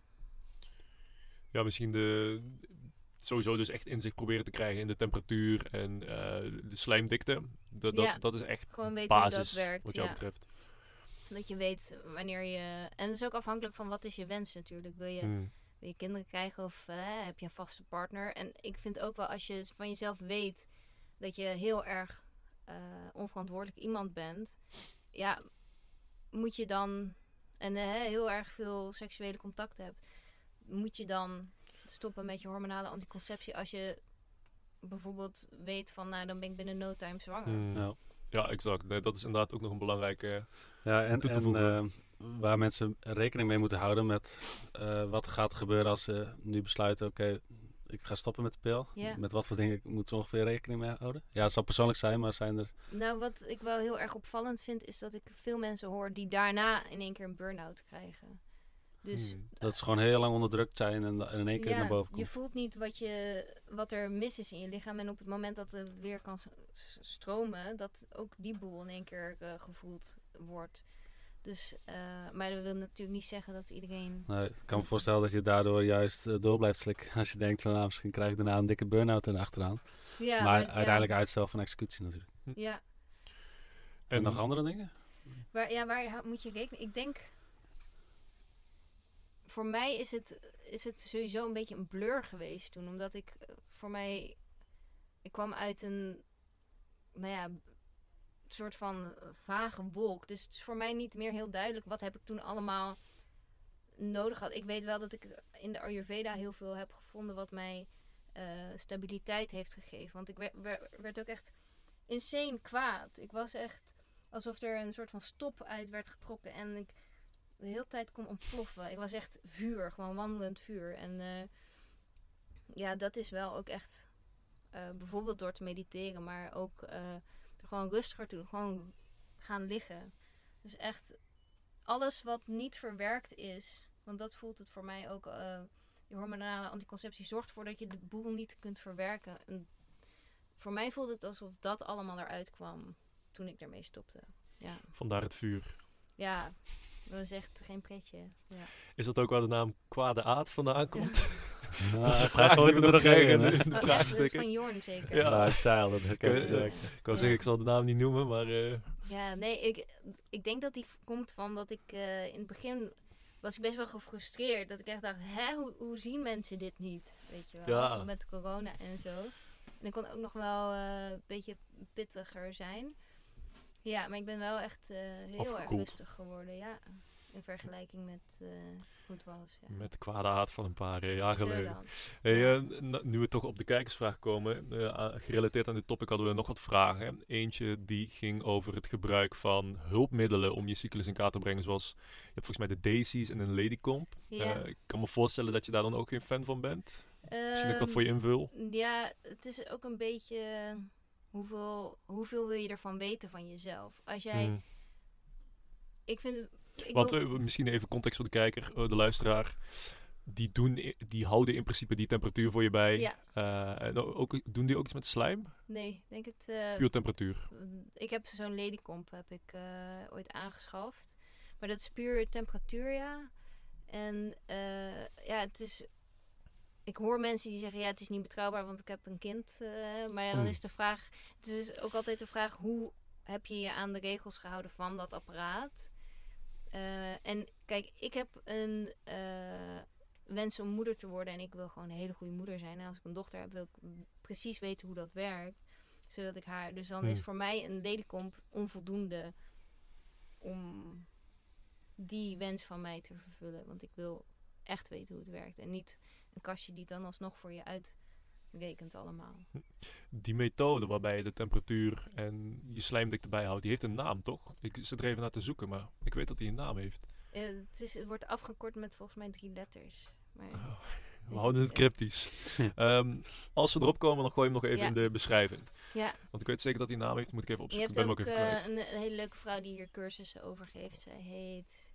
Ja, misschien de, sowieso dus echt inzicht proberen te krijgen in de temperatuur en uh, de slijmdikte. Dat, dat, Ja, dat is echt Gewoon weten hoe basis dat werkt. wat jou Ja. betreft. Dat je weet wanneer je... En het is ook afhankelijk van wat is je wens natuurlijk. Wil je, Hmm. wil je kinderen krijgen of uh, heb je een vaste partner? En ik vind ook wel, als je van jezelf weet dat je heel erg uh, onverantwoordelijk iemand bent, ja, moet je dan, en uh, heel erg veel seksuele contact hebt, moet je dan stoppen met je hormonale anticonceptie als je bijvoorbeeld weet van, nou, dan ben ik binnen no time zwanger. Hmm. Ja. Ja, exact. Nee, dat is inderdaad ook nog een belangrijke... Ja, en, toe te en voegen. uh, waar mensen rekening mee moeten houden met uh, wat gaat er gebeuren als ze nu besluiten, oké, okay, ik ga stoppen met de pil. Ja. Met wat voor dingen moeten ze ongeveer rekening mee houden? Ja, het zal persoonlijk zijn, maar zijn er... Nou, wat ik wel heel erg opvallend vind, is dat ik veel mensen hoor die daarna in één keer een burn-out krijgen. Dus Hmm. Dat ze gewoon heel lang onderdrukt zijn en, en in één keer ja, naar boven je komt. voelt niet wat, je, wat er mis is in je lichaam. En op het moment dat het weer kan s- s- stromen, dat ook die boel in één keer uh, gevoeld wordt. Dus, uh, maar dat wil natuurlijk niet zeggen dat iedereen... Nee, ik kan me voorstellen dat je daardoor juist uh, door blijft slikken. Als je denkt, van, nou, misschien krijg ik daarna een dikke burn-out en achteraan. Ja, maar ja, uiteindelijk uitstel van executie natuurlijk. Ja, En, En nog andere dingen? waar, ja, waar je hou- moet je rekenen? Ik denk... Voor mij is het, is het sowieso een beetje een blur geweest toen. Omdat ik, uh, voor mij... Ik kwam uit een... Nou ja... soort van vage wolk. Dus het is voor mij niet meer heel duidelijk wat heb ik toen allemaal nodig had. Ik weet wel dat ik in de Ayurveda heel veel heb gevonden wat mij uh, stabiliteit heeft gegeven. Want ik werd, werd ook echt insane kwaad. Ik was echt alsof er een soort van stop uit werd getrokken en ik de hele tijd kon ontploffen. Ik was echt vuur, gewoon wandelend vuur. En uh, ja, dat is wel ook echt uh, bijvoorbeeld door te mediteren, maar ook uh, er gewoon rustiger te doen, gewoon gaan liggen. Dus echt alles wat niet verwerkt is, want dat voelt het voor mij ook. Uh, die hormonale anticonceptie zorgt ervoor dat je de boel niet kunt verwerken. En voor mij voelt het alsof dat allemaal eruit kwam toen ik ermee stopte. Ja. Vandaar het vuur. Ja, dat is echt geen pretje. Ja. Is dat ook waar de naam Kwade Aad vandaan komt? Ja, dat is een vraag die we nog kregen in de, de oh, vraagstukken. Dat is van Jorn zeker. Ja, nou, ik zei al, dat herkent Ik, je direct. ik wou zeggen, ik zal de naam niet noemen, maar... Uh... Ja, nee, ik, ik denk dat die komt van dat ik uh, in het begin was ik best wel gefrustreerd. Dat ik echt dacht, hè, hoe, hoe zien mensen dit niet? Weet je wel, ja. met corona en zo. En ik kon ook nog wel uh, een beetje pittiger zijn. Ja, maar ik ben wel echt uh, heel Afgekoeld. erg rustig geworden, ja. In vergelijking met uh, hoe het was. Ja. Met de kwade haat van een paar uh, jaar Zo geleden. dan. Hey, uh, nu we toch op de kijkersvraag komen, uh, gerelateerd aan dit topic hadden we nog wat vragen. Eentje die ging over het gebruik van hulpmiddelen om je cyclus in kaart te brengen. Zoals, je hebt volgens mij de Daisies en een Ladycomb. Ja. Uh, ik kan me voorstellen dat je daar dan ook geen fan van bent. Um, Misschien ik dat voor je invul. Ja, het is ook een beetje hoeveel, hoeveel wil je ervan weten van jezelf. Als jij, Hmm. ik vind... Ik Want wil... uh, misschien even context voor de kijker, uh, de luisteraar. Die, doen, die houden in principe die temperatuur voor je bij. Ja. Uh, en ook, doen die ook iets met slijm? Nee, ik denk het... Uh, Puur temperatuur. Ik heb zo'n Ladycomb heb ik uh, ooit aangeschaft. Maar dat is puur temperatuur, ja. En uh, ja, het is... Ik hoor mensen die zeggen, ja, het is niet betrouwbaar, want ik heb een kind. Uh, maar ja, dan mm. is de vraag... Het is ook altijd de vraag, hoe heb je je aan de regels gehouden van dat apparaat? Uh, en kijk, ik heb een uh, wens om moeder te worden en ik wil gewoon een hele goede moeder zijn. En als ik een dochter heb, wil ik precies weten hoe dat werkt. Zodat ik haar... Dus dan hmm. is voor mij een Ladycomb onvoldoende om die wens van mij te vervullen. Want ik wil echt weten hoe het werkt. En niet een kastje die dan alsnog voor je uitrekent allemaal. Die methode waarbij je de temperatuur en je slijmdek erbij houdt, die heeft een naam, toch? Ik zit er even naar te zoeken, maar ik weet dat die een naam heeft. Uh, het, is, het wordt afgekort met volgens mij drie letters. Maar oh, we houden het cryptisch. um, als we erop komen, dan gooi je hem nog even ja. in de beschrijving. Ja. Want ik weet zeker dat die naam heeft, moet ik even opzoeken. Je hebt ben ook, ook even uh, een, een hele leuke vrouw die hier cursussen over geeft. Zij heet...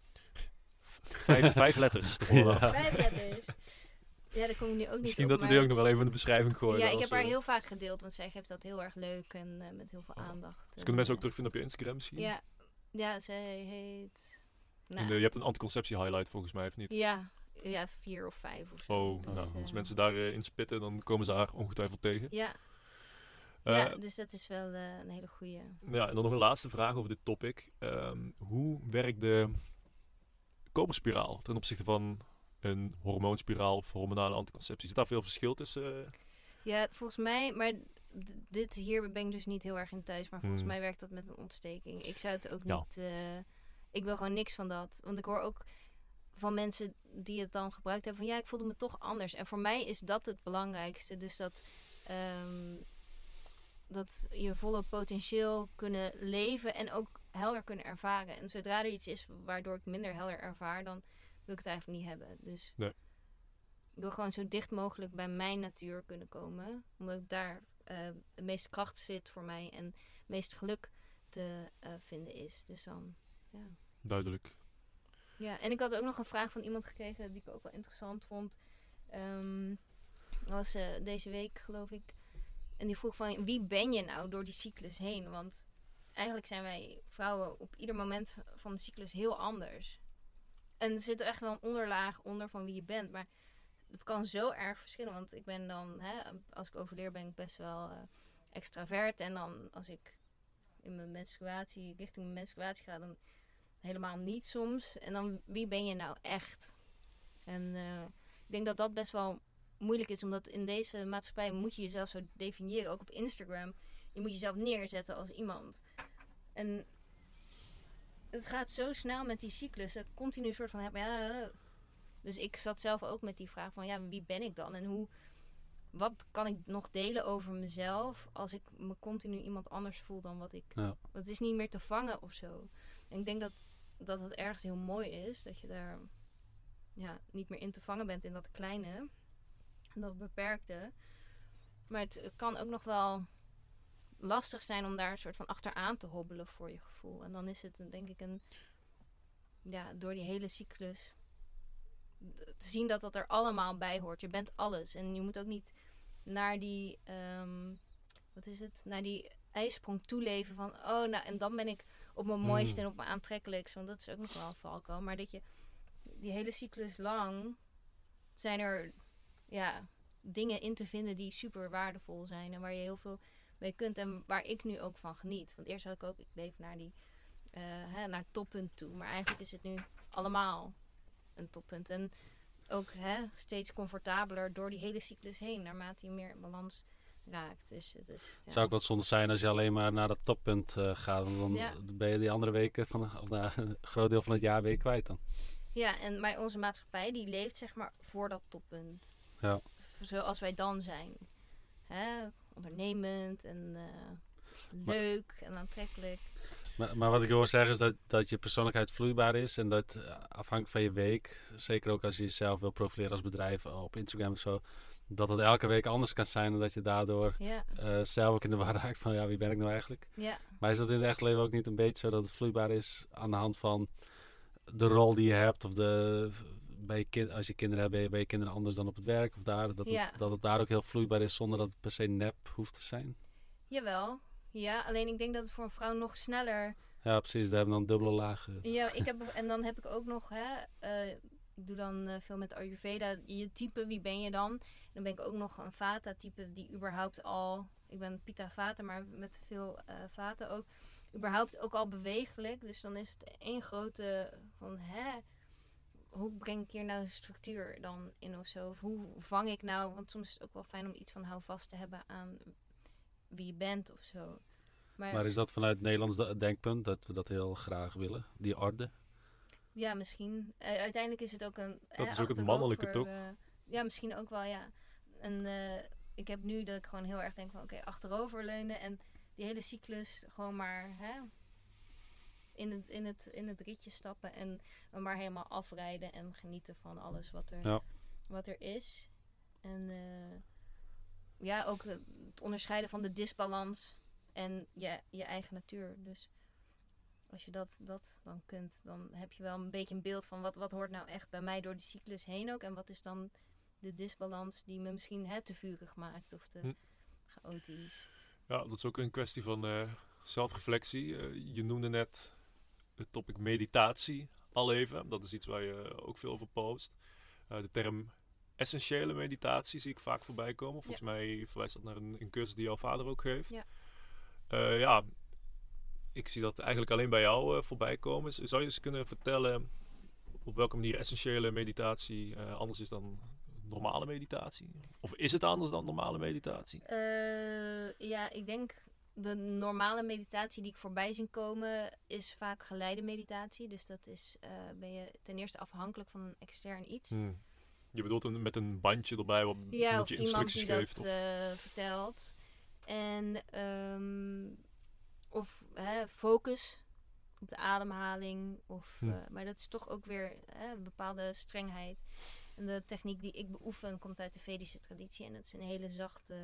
Vijf, vijf letters. Ja. Vijf letters. Ja, daar kom ik nu ook niet Misschien op, dat we maar... die ook nog wel even in de beschrijving gooien. Ja, ik heb haar uh... heel vaak gedeeld, want zij geeft dat heel erg leuk en uh, met heel veel oh. aandacht. Dus kunnen mensen ook terugvinden op je Instagram misschien? Ja, ja zij heet... Nou. En, uh, je hebt een anticonceptie highlight volgens mij, of niet? Ja, ja vier of vijf of zo. Oh, dus, nou, uh, als mensen daarin uh, spitten, dan komen ze haar ongetwijfeld tegen. Ja. Uh, ja, dus dat is wel uh, een hele goeie. Ja, en dan nog een laatste vraag over dit topic. Um, hoe werkt de koperspiraal ten opzichte van een hormoonspiraal of hormonale anticonceptie? Zit daar veel verschil tussen? Uh... Ja, volgens mij, maar d- dit hier ben ik dus niet heel erg in thuis, maar volgens hmm. mij werkt dat met een ontsteking. Ik zou het ook ja. niet, uh, ik wil gewoon niks van dat. Want ik hoor ook van mensen die het dan gebruikt hebben van ja, ik voelde me toch anders. En voor mij is dat het belangrijkste. Dus dat, um, dat je volle potentieel kunnen leven en ook helder kunnen ervaren. En zodra er iets is waardoor ik minder helder ervaar, dan wil ik het eigenlijk niet hebben. Dus nee. ik wil gewoon zo dicht mogelijk bij mijn natuur kunnen komen. Omdat daar uh, de meeste kracht zit voor mij en het meeste geluk te uh, vinden is. Dus dan, ja. Duidelijk. Ja, en ik had ook nog een vraag van iemand gekregen die ik ook wel interessant vond. Um, dat was uh, deze week, geloof ik. En die vroeg van, wie ben je nou door die cyclus heen? Want eigenlijk zijn wij vrouwen op ieder moment van de cyclus heel anders. En er zit echt wel een onderlaag onder van wie je bent. Maar het kan zo erg verschillen. Want ik ben dan, hè, als ik overleer ben ik best wel uh, extravert. En dan als ik in mijn menstruatie, richting mijn menstruatie ga, dan helemaal niet soms. En dan, wie ben je nou echt? En uh, ik denk dat dat best wel moeilijk is. Omdat in deze maatschappij moet je jezelf zo definiëren. Ook op Instagram. Je moet jezelf neerzetten als iemand. En het gaat zo snel met die cyclus. Dat continu soort van hebben. Ja, Dus ik zat zelf ook met die vraag van, ja, wie ben ik dan? En hoe, wat kan ik nog delen over mezelf als ik me continu iemand anders voel dan wat ik... Ja. Dat is niet meer te vangen of zo. En ik denk dat, dat het ergens heel mooi is, dat je daar ja, niet meer in te vangen bent in dat kleine en dat beperkte. Maar het, het kan ook nog wel lastig zijn om daar een soort van achteraan te hobbelen voor je gevoel. En dan is het een, denk ik een, ja, door die hele cyclus te zien dat dat er allemaal bij hoort. Je bent alles. En je moet ook niet naar die, um, wat is het, naar die ijsprong toeleven van, oh, nou, en dan ben ik op mijn mooiste Mm. en op mijn aantrekkelijkst. Want dat is ook nog wel een valkuil. Maar dat je die hele cyclus lang zijn er, ja, dingen in te vinden die super waardevol zijn en waar je heel veel mee kunt en waar ik nu ook van geniet. Want eerst had ik ook, ik bleef naar die, uh, hè, naar het toppunt toe. Maar eigenlijk is het nu allemaal een toppunt. En ook hè, steeds comfortabeler door die hele cyclus heen, naarmate je meer in balans raakt. Dus het is, ja. Het zou ook wat zonde zijn als je alleen maar naar dat toppunt uh, gaat. Want dan Ja. ben je die andere weken, van, of nou, een groot deel van het jaar ben je kwijt dan. Ja, en maar onze maatschappij die leeft zeg maar voor dat toppunt. Ja. Zoals wij dan zijn. Hè? Ondernemend en uh, leuk maar, en aantrekkelijk. Maar, maar wat ik hoor zeggen is dat, dat je persoonlijkheid vloeibaar is. En dat uh, afhankelijk van je week, zeker ook als je jezelf wil profileren als bedrijf op Instagram of zo, dat het elke week anders kan zijn en dat je daardoor ja. uh, zelf ook in de war raakt van ja, wie ben ik nou eigenlijk? Ja. Maar is dat in het echt leven ook niet een beetje zo dat het vloeibaar is aan de hand van de rol die je hebt of de... Bij je kind, als je kinderen hebt, ben je, ben je kinderen anders dan op het werk of daar. Dat, ja. het, dat het daar ook heel vloeibaar is zonder dat het per se nep hoeft te zijn. Jawel. Ja, alleen ik denk dat het voor een vrouw nog sneller... Ja, precies. Daar hebben we dan dubbele lagen. Ja, ik heb, en dan heb ik ook nog... Hè, uh, ik doe dan uh, veel met Ayurveda. Je type, wie ben je dan? En dan ben ik ook nog een Vata-type die überhaupt al... Ik ben Pitta-Vata, maar met veel uh, Vata ook. Überhaupt ook al bewegelijk. Dus dan is het één grote van... Hè, hoe breng ik hier nou structuur dan in of zo? Of hoe vang ik nou... Want soms is het ook wel fijn om iets van houvast te hebben aan wie je bent of zo. Maar, maar is dat vanuit het Nederlands denkpunt dat we dat heel graag willen? Die orde? Ja, misschien. Uh, uiteindelijk is het ook een... Dat eh, is ook het mannelijke, toch? Uh, ja, misschien ook wel, ja. En uh, ik heb nu dat ik gewoon heel erg denk van... Oké, okay, achteroverleunen en die hele cyclus gewoon maar... Hè, In het, in, het, in het ritje stappen en maar helemaal afrijden en genieten van alles wat er, ja. wat er is. En uh, ja, ook het onderscheiden van de disbalans en je, je eigen natuur. Dus als je dat, dat dan kunt, dan heb je wel een beetje een beeld van wat, wat hoort nou echt bij mij door die cyclus heen ook. En wat is dan de disbalans die me misschien hè, te vurig maakt of te hm. chaotisch. Ja, dat is ook een kwestie van uh, zelfreflectie. Uh, je noemde net... het topic meditatie al even. Dat is iets waar je ook veel over post. Uh, de term essentiële meditatie zie ik vaak voorbij komen. Volgens ja. mij verwijst dat naar een, een cursus die jouw vader ook geeft. Ja, uh, ja ik zie dat eigenlijk alleen bij jou uh, voorbij komen. Zou je eens kunnen vertellen op welke manier essentiële meditatie uh, anders is dan normale meditatie? Of is het anders dan normale meditatie? Uh, ja, ik denk... De normale meditatie die ik voorbij zie komen is vaak geleide meditatie. Dus dat is, uh, ben je ten eerste afhankelijk van een extern iets. Hmm. Je bedoelt een, met een bandje erbij wat ja, je instructies iemand die geeft? Dat, of uh, vertelt. En um, of hè, focus op de ademhaling. Of, hmm. uh, maar dat is toch ook weer hè, een bepaalde strengheid. En de techniek die ik beoefen komt uit de Vedische traditie. En dat is een hele zachte...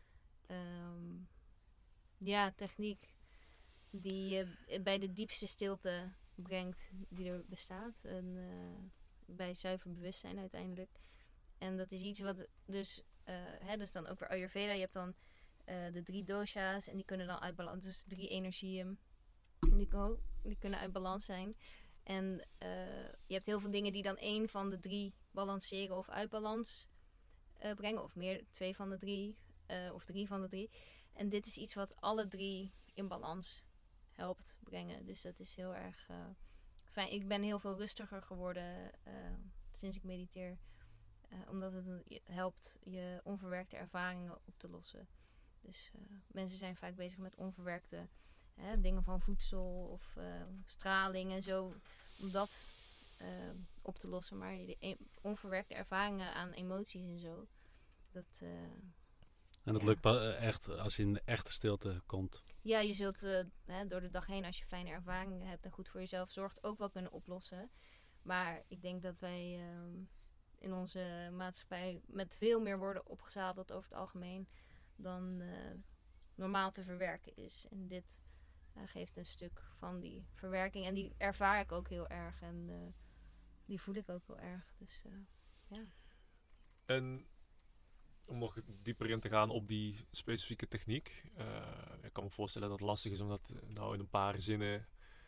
Um, Ja, techniek die je uh, bij de diepste stilte brengt die er bestaat. En uh, bij zuiver bewustzijn uiteindelijk. En dat is iets wat dus, uh, hè, dus dan ook weer Ayurveda. Je hebt dan uh, de drie dosha's en die kunnen dan uit balans, dus drie energieën. Die, oh, die kunnen uit balans zijn. En uh, je hebt heel veel dingen die dan één van de drie balanceren of uit balans uh, brengen. Of meer, twee van de drie. Uh, of drie van de drie. En dit is iets wat alle drie in balans helpt brengen. Dus dat is heel erg uh, fijn. Ik ben heel veel rustiger geworden uh, sinds ik mediteer. Uh, omdat het uh, helpt je onverwerkte ervaringen op te lossen. Dus uh, mensen zijn vaak bezig met onverwerkte uh, dingen van voedsel of uh, straling en zo. Om dat uh, op te lossen. Maar de e- onverwerkte ervaringen aan emoties en zo. Dat, uh, en dat ja. lukt pa- echt als je in de echte stilte komt. Ja, je zult uh, hè, door de dag heen, als je fijne ervaringen hebt en goed voor jezelf zorgt, ook wel kunnen oplossen. Maar ik denk dat wij uh, in onze maatschappij met veel meer worden opgezadeld over het algemeen dan uh, normaal te verwerken is. En dit uh, geeft een stuk van die verwerking. En die ervaar ik ook heel erg. En uh, die voel ik ook heel erg. Dus uh, ja. En om nog dieper in te gaan op die specifieke techniek. Uh, ik kan me voorstellen dat het lastig is om dat nou in een paar zinnen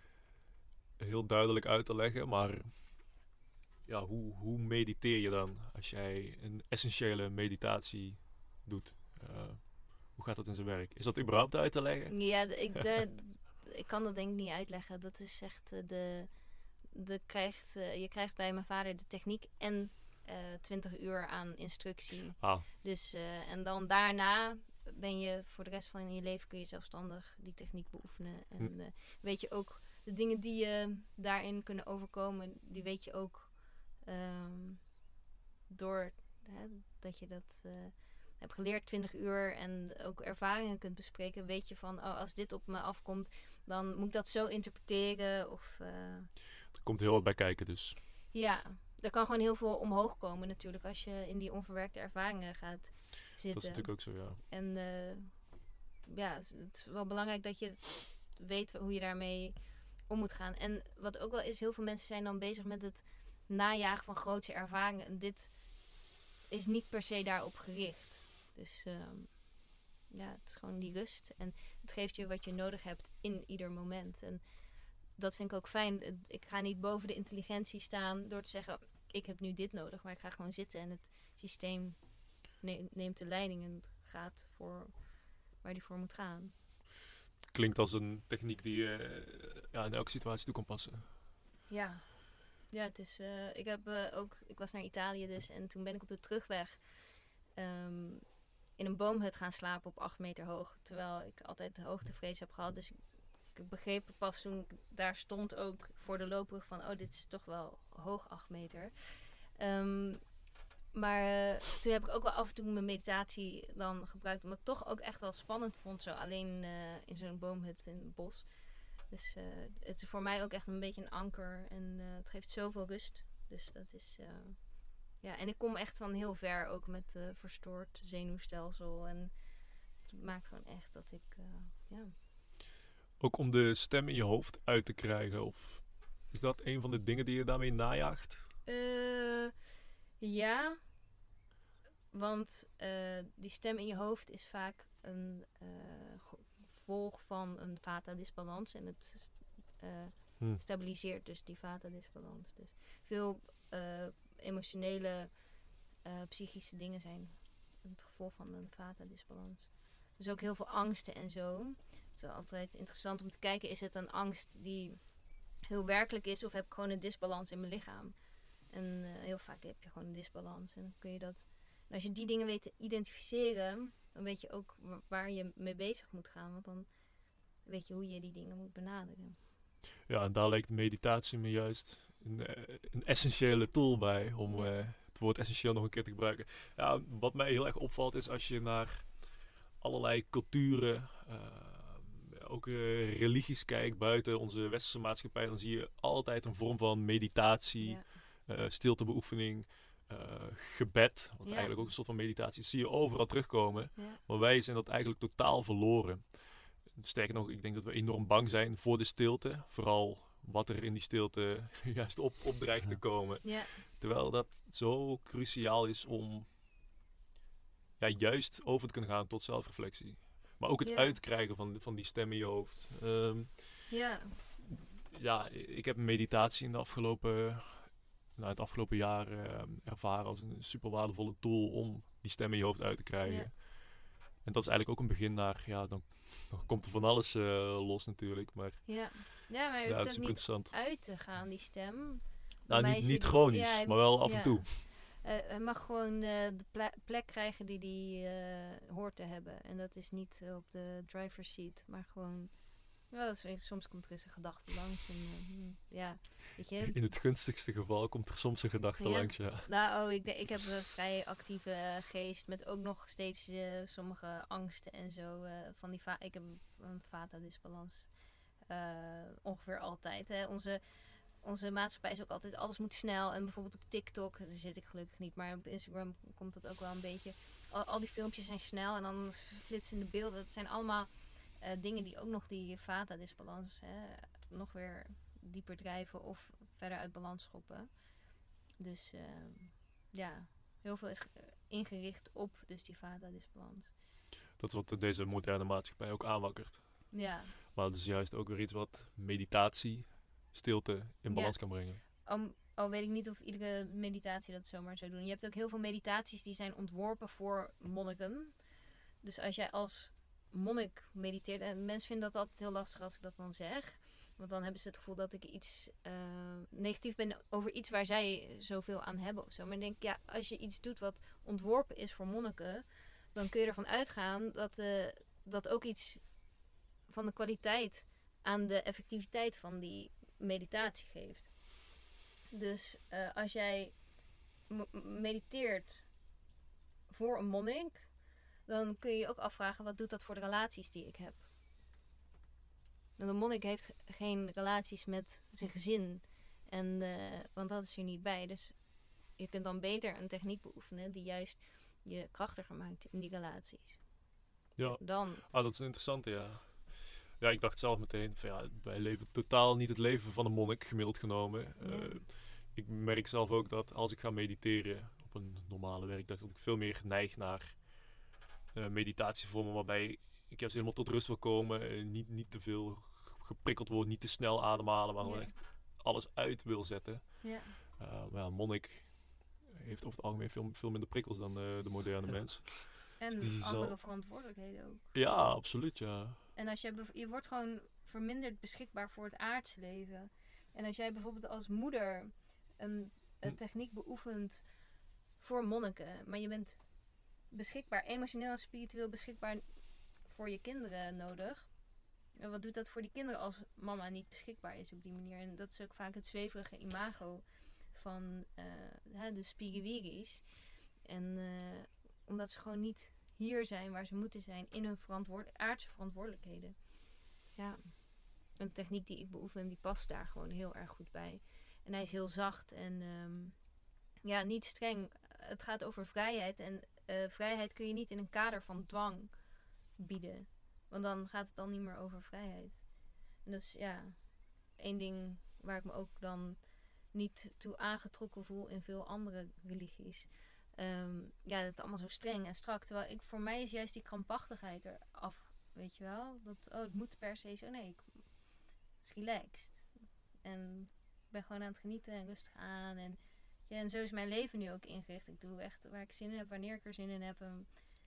heel duidelijk uit te leggen. Maar ja, hoe, hoe mediteer je dan als jij een essentiële meditatie doet? Uh, hoe gaat dat in zijn werk? Is dat überhaupt uit te leggen? Ja, de, ik, de, ik kan dat denk ik niet uitleggen. Dat is echt uh, de... de krijgt, uh, je krijgt bij mijn vader de techniek en twintig uh, uur aan instructie. Ah. Dus, uh, en dan daarna ben je voor de rest van je leven kun je zelfstandig die techniek beoefenen. En hm. uh, weet je ook de dingen die je daarin kunnen overkomen, die weet je ook um, door hè, dat je dat uh, hebt geleerd, twintig uur en ook ervaringen kunt bespreken. Weet je van, oh, als dit op me afkomt, dan moet ik dat zo interpreteren. Of, uh, er komt heel wat bij kijken dus. Ja, er kan gewoon heel veel omhoog komen natuurlijk als je in die onverwerkte ervaringen gaat zitten. Dat is natuurlijk ook zo, ja. En uh, ja, het is wel belangrijk dat je weet hoe je daarmee om moet gaan. En wat ook wel is, heel veel mensen zijn dan bezig met het najagen van grootse ervaringen. En dit is niet per se daarop gericht. Dus uh, ja, het is gewoon die rust. En het geeft je wat je nodig hebt in ieder moment. En dat vind ik ook fijn. Ik ga niet boven de intelligentie staan door te zeggen, ik heb nu dit nodig. Maar ik ga gewoon zitten en het systeem ne- neemt de leiding en gaat voor waar die voor moet gaan. Klinkt als een techniek die je uh, ja, in elke situatie toe kan passen. Ja, ja het is, uh, ik heb uh, ook, ik was naar Italië dus en toen ben ik op de terugweg um, in een boomhut gaan slapen op acht meter hoog. Terwijl ik altijd hoogtevrees heb gehad, dus ik Ik begreep pas toen ik daar stond ook voor de loopbrug van, oh, dit is toch wel hoog, acht meter. Um, maar uh, toen heb ik ook wel af en toe mijn meditatie dan gebruikt, omdat ik toch ook echt wel spannend vond, zo alleen uh, in zo'n boomhut in het bos. Dus uh, het is voor mij ook echt een beetje een anker en uh, het geeft zoveel rust. Dus dat is, uh, ja, en ik kom echt van heel ver ook met uh, verstoord zenuwstelsel en het maakt gewoon echt dat ik, uh, ja... Ook om de stem in je hoofd uit te krijgen? Of is dat een van de dingen die je daarmee najaagt? Uh, ja. Want uh, die stem in je hoofd is vaak een uh, gevolg van een vata-disbalans. En het uh, hmm. stabiliseert dus die vata-disbalans. Dus veel uh, emotionele, uh, psychische dingen zijn het gevolg van een vata-disbalans. Dus ook heel veel angsten en zo. Het is altijd interessant om te kijken, is het een angst die heel werkelijk is of heb ik gewoon een disbalans in mijn lichaam? En uh, heel vaak heb je gewoon een disbalans en dan kun je dat... En als je die dingen weet te identificeren, dan weet je ook waar je mee bezig moet gaan, want dan weet je hoe je die dingen moet benaderen. Ja, en daar lijkt meditatie me juist een, uh, een essentiële tool bij, om ja. uh, het woord essentieel nog een keer te gebruiken. Ja, wat mij heel erg opvalt is als je naar allerlei culturen... Uh, ook uh, religies kijkt buiten onze westerse maatschappij, dan zie je altijd een vorm van meditatie, ja. uh, stiltebeoefening, uh, gebed, wat ja. eigenlijk ook een soort van meditatie is, zie je overal terugkomen. Ja. Maar wij zijn dat eigenlijk totaal verloren. Sterker nog, ik denk dat we enorm bang zijn voor de stilte, vooral wat er in die stilte juist op, op dreigt te komen. Ja. Terwijl dat zo cruciaal is om ja, juist over te kunnen gaan tot zelfreflectie. Maar ook het yeah. uitkrijgen van, van die stem in je hoofd. Um, yeah. Ja, ik heb meditatie in de afgelopen, nou, het afgelopen jaar uh, ervaren als een super waardevolle tool om die stem in je hoofd uit te krijgen. Yeah. En dat is eigenlijk ook een begin naar, ja, dan, dan komt er van alles uh, los natuurlijk. Maar, yeah. Ja, maar je ja, hoeft ook niet uit te gaan, die stem. Nou, niet, niet chronisch, ja, maar wel af ja. en toe. Uh, hij mag gewoon uh, de ple- plek krijgen die hij uh, hoort te hebben. En dat is niet uh, op de driver's seat, maar gewoon Ja, soms, soms komt er eens een gedachte langs. En, uh, hm, ja, weet je. In het gunstigste geval komt er soms een gedachte Ja. langs, ja. Nou, oh, ik, ik heb een vrij actieve geest met ook nog steeds uh, sommige angsten en zo. Uh, van die va- ik heb een vata-disbalans. Uh, ongeveer altijd. Hè. Onze, onze maatschappij is ook altijd, alles moet snel. En bijvoorbeeld op TikTok, daar zit ik gelukkig niet, maar op Instagram komt dat ook wel een beetje. Al, al die filmpjes zijn snel en dan flitsende beelden. Dat zijn allemaal uh, dingen die ook nog die vata-disbalans hè, nog weer dieper drijven of verder uit balans schoppen. Dus uh, ja, heel veel is ingericht op dus die vata-disbalans. Dat is wat deze moderne maatschappij ook aanwakkert. Ja. Maar het is juist ook weer iets wat meditatie, stilte in balans ja. kan brengen. Al, al weet ik niet of iedere meditatie dat zomaar zou doen. Je hebt ook heel veel meditaties die zijn ontworpen voor monniken. Dus als jij als monnik mediteert, en mensen vinden dat altijd heel lastig als ik dat dan zeg. Want dan hebben ze het gevoel dat ik iets uh, negatief ben over iets waar zij zoveel aan hebben of zo. Maar ik denk, ja, als je iets doet wat ontworpen is voor monniken, dan kun je ervan uitgaan dat uh, dat ook iets van de kwaliteit aan de effectiviteit van die meditatie geeft. Dus uh, als jij m- mediteert voor een monnik, dan kun je je ook afvragen, wat doet dat voor de relaties die ik heb? Want een monnik heeft geen relaties met zijn gezin. En, uh, want dat is er niet bij. Dus je kunt dan beter een techniek beoefenen die juist je krachtiger maakt in die relaties. Ja, dan. Ah, dat is interessant, ja. Ja, ik dacht zelf meteen van ja, wij leven totaal niet het leven van een monnik, gemiddeld genomen. Ja. Uh, ik merk zelf ook dat als ik ga mediteren op een normale werkdag, dat ik veel meer neig naar uh, meditatievormen waarbij ik juist helemaal tot rust wil komen. Uh, niet, niet te veel geprikkeld worden, niet te snel ademhalen, maar gewoon Ja. echt alles uit wil zetten. Ja. Uh, maar ja, een monnik heeft over het algemeen veel, veel minder prikkels dan uh, de moderne ja. mens. En dus andere zal... verantwoordelijkheden ook. Ja, absoluut, ja. En als je, bev- je wordt gewoon verminderd beschikbaar voor het aardse leven. En als jij bijvoorbeeld als moeder een, een hm. techniek beoefent voor monniken, maar je bent beschikbaar, emotioneel en spiritueel beschikbaar voor je kinderen nodig. En wat doet dat voor die kinderen als mama niet beschikbaar is op die manier? En dat is ook vaak het zweverige imago van uh, de spiriwiris. En uh, omdat ze gewoon niet hier zijn waar ze moeten zijn in hun verantwoord- aardse verantwoordelijkheden. Ja, een techniek die ik beoefen, die past daar gewoon heel erg goed bij. En hij is heel zacht en um, ja, niet streng. Het gaat over vrijheid en uh, vrijheid kun je niet in een kader van dwang bieden. Want dan gaat het dan niet meer over vrijheid. En dat is ja, één ding waar ik me ook dan niet toe aangetrokken voel in veel andere religies. Um, ja, dat is allemaal zo streng en strak. Terwijl ik, voor mij is juist die krampachtigheid eraf. Weet je wel? Dat, oh, het moet per se zo. Nee, ik, het is relaxed. En ik ben gewoon aan het genieten en rustig aan. En, ja, en zo is mijn leven nu ook ingericht. Ik doe echt waar ik zin in heb, wanneer ik er zin in heb. En,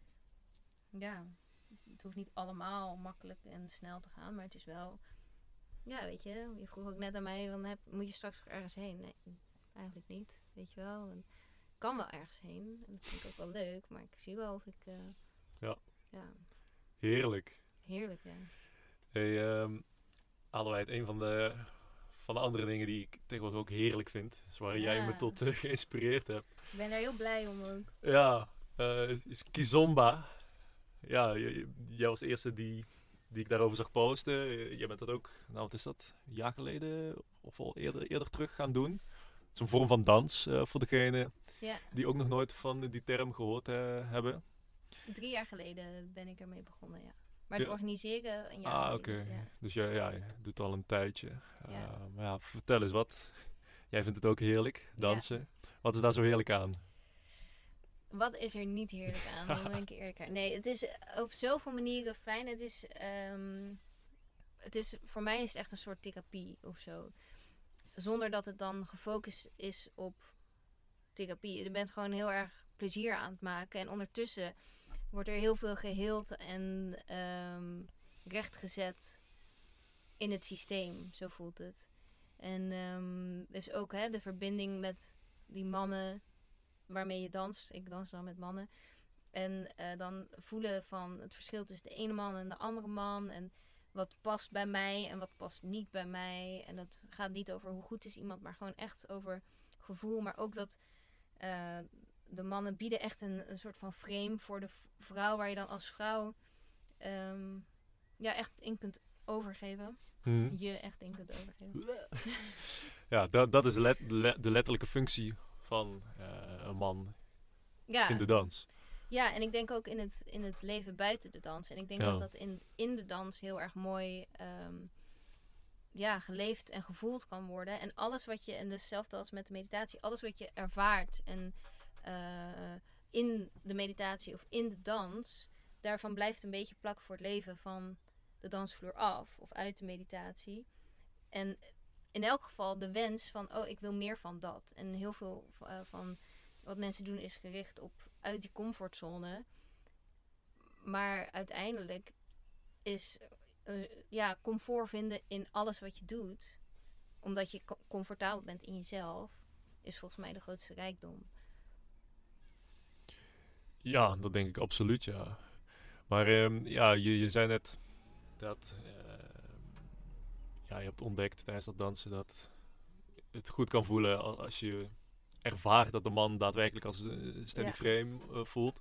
ja, het hoeft niet allemaal makkelijk en snel te gaan. Maar het is wel... Ja, weet je. Je vroeg ook net aan mij, dan heb, moet je straks ergens heen? Nee, eigenlijk niet. Weet je wel. En, ik kan wel ergens heen. En dat vind ik ook wel leuk. Maar ik zie wel of ik... Uh, ja. ja. Heerlijk. Heerlijk, ja. Hey, um, Adelheid, een van de, van de andere dingen die ik tegenwoordig ook heerlijk vind. Is waar ja. jij me tot uh, geïnspireerd hebt. Ik ben daar heel blij om ook. Ja, uh, is, is Kizomba. Ja, j- jij was de eerste die, die ik daarover zag posten. Uh, jij bent dat ook, nou wat is dat, een jaar geleden of al eerder, eerder terug gaan doen. Het is een vorm van dans uh, voor degene ja. die ook nog nooit van die term gehoord uh, hebben. Drie jaar geleden ben ik ermee begonnen, ja. Maar het ja. organiseren een jaar Ah, oké. Okay. Ja. Dus ja, ja, je doet al een tijdje. Uh, ja. Maar ja, vertel eens wat. Jij vindt het ook heerlijk, dansen. Ja. Wat is daar zo heerlijk aan? Wat is er niet heerlijk aan? Dan ben ik eerlijk. Nee, het is op zoveel manieren fijn. Het is, um, het is, voor mij is het echt een soort therapie of zo. Zonder dat het dan gefocust is op therapie. Je bent gewoon heel erg plezier aan het maken. En ondertussen wordt er heel veel geheeld en um, rechtgezet in het systeem. Zo voelt het. En um, dus ook hè, de verbinding met die mannen waarmee je danst. Ik dans dan met mannen. En uh, dan voelen van het verschil tussen de ene man en de andere man. En wat past bij mij en wat past niet bij mij. En dat gaat niet over hoe goed is iemand, maar gewoon echt over gevoel. Maar ook dat uh, de mannen bieden echt een, een soort van frame voor de v- vrouw, waar je dan als vrouw um, ja, echt in kunt overgeven. Hmm. Je echt in kunt overgeven. Ja, dat, dat is let, le- de letterlijke functie van uh, een man ja. in de dans. Ja, en ik denk ook in het, in het leven buiten de dans. En ik denk ja. dat dat in, in de dans heel erg mooi um, ja, geleefd en gevoeld kan worden. En alles wat je, en dus hetzelfde als met de meditatie, alles wat je ervaart en uh, in de meditatie of in de dans, daarvan blijft een beetje plakken voor het leven van de dansvloer af of uit de meditatie. En in elk geval de wens van, oh, ik wil meer van dat. En heel veel uh, van wat mensen doen is gericht op uit die comfortzone. Maar uiteindelijk is uh, ja, comfort vinden in alles wat je doet, omdat je co- comfortabel bent in jezelf, is volgens mij de grootste rijkdom. Ja, dat denk ik absoluut, ja. Maar um, ja, je, je zei net dat uh, ja, je hebt ontdekt tijdens dat dansen dat het goed kan voelen als je ervaart dat de man daadwerkelijk als een steady Ja. frame uh, voelt.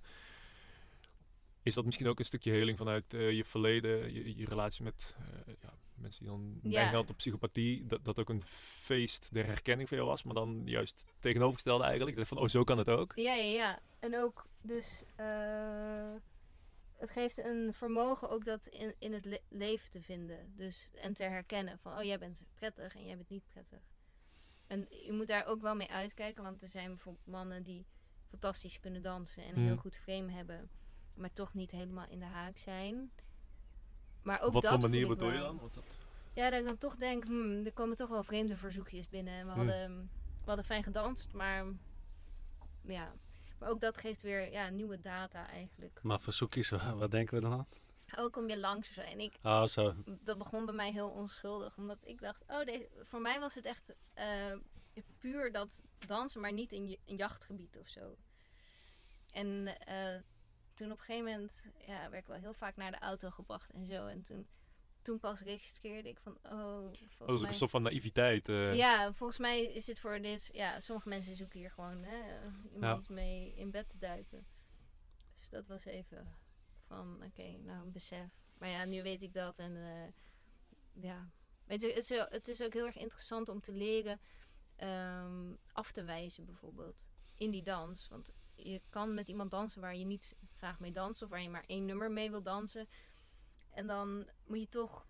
Is dat misschien ook een stukje heling vanuit uh, je verleden, je, je relatie met uh, ja, mensen die dan Ja. neigen op psychopathie, dat dat ook een feest der herkenning voor jou was, maar dan juist tegenovergestelde eigenlijk. Dat van, oh, zo kan het ook. Ja, ja, ja. En ook dus uh, het geeft een vermogen ook dat in, in het le- leven te vinden. Dus, en te herkennen van, oh, jij bent prettig en jij bent niet prettig. En je moet daar ook wel mee uitkijken, want er zijn bijvoorbeeld mannen die fantastisch kunnen dansen en een Hmm. heel goed frame hebben, maar toch niet helemaal in de haak zijn. Maar ook Op wat dat voor manier voel ik bedoel je wel. dan? Want dat... Ja, dat ik dan toch denk, hmm, er komen toch wel vreemde verzoekjes binnen. En we, Hmm. hadden, we hadden fijn gedanst, maar ja. Maar ook dat geeft weer ja, nieuwe data eigenlijk. Maar verzoekjes, wat denken we dan aan? Ook om je langs te zijn. Ik, Oh, zo. dat begon bij mij heel onschuldig. Omdat ik dacht, oh, deze, voor mij was het echt uh, puur dat dansen, maar niet in je, een jachtgebied of zo. En uh, toen op een gegeven moment ja, werd ik wel heel vaak naar de auto gebracht en zo. En toen, toen pas registreerde ik van, oh, volgens Oh, dat is ook mij... een soort van naïviteit. Uh. Ja, volgens mij is dit voor dit... Ja, sommige mensen zoeken hier gewoon hè, iemand Ja. mee in bed te duiken. Dus dat was even van, oké, okay, nou, een besef. Maar ja, nu weet ik dat en uh, ja... Weet je, het, is, het is ook heel erg interessant om te leren um, af te wijzen bijvoorbeeld in die dans. Want je kan met iemand dansen waar je niet graag mee danst of waar je maar één nummer mee wil dansen. En dan moet je toch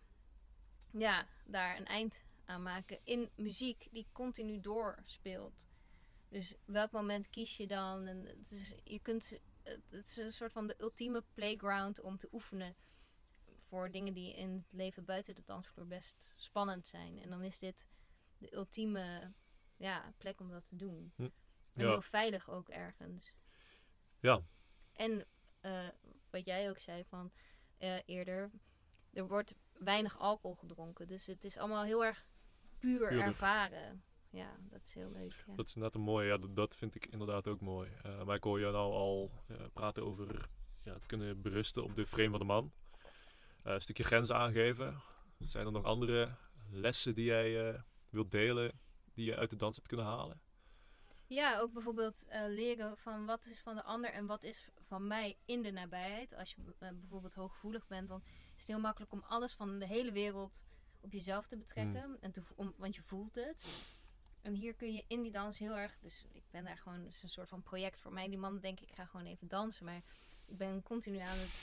ja, daar een eind aan maken in muziek die continu doorspeelt. Dus welk moment kies je dan? En het is, je kunt, het is een soort van de ultieme playground om te oefenen voor dingen die in het leven buiten de dansvloer best spannend zijn. En dan is dit de ultieme ja, plek om dat te doen. Hm. En Ja. heel veilig ook ergens. Ja. En uh, wat jij ook zei van uh, eerder, er wordt weinig alcohol gedronken. Dus het is allemaal heel erg puur Puurlijk. ervaren. Ja, dat is heel leuk. Ja. Dat is net een mooie, ja, dat, dat vind ik inderdaad ook mooi. Uh, maar ik hoor jou nou al uh, praten over ja, het kunnen berusten op de frame van de man. Uh, een stukje grenzen aangeven. Zijn er nog andere lessen die jij uh, wilt delen, die je uit de dans hebt kunnen halen? Ja, ook bijvoorbeeld uh, leren van wat is van de ander en wat is van mij in de nabijheid. Als je uh, bijvoorbeeld hooggevoelig bent, dan is het heel makkelijk om alles van de hele wereld op jezelf te betrekken. Mm. En te, om, want je voelt het. En hier kun je in die dans heel erg... Dus ik ben daar gewoon... Het is een soort van project voor mij. Die man denkt, ik ga gewoon even dansen. Maar ik ben continu aan het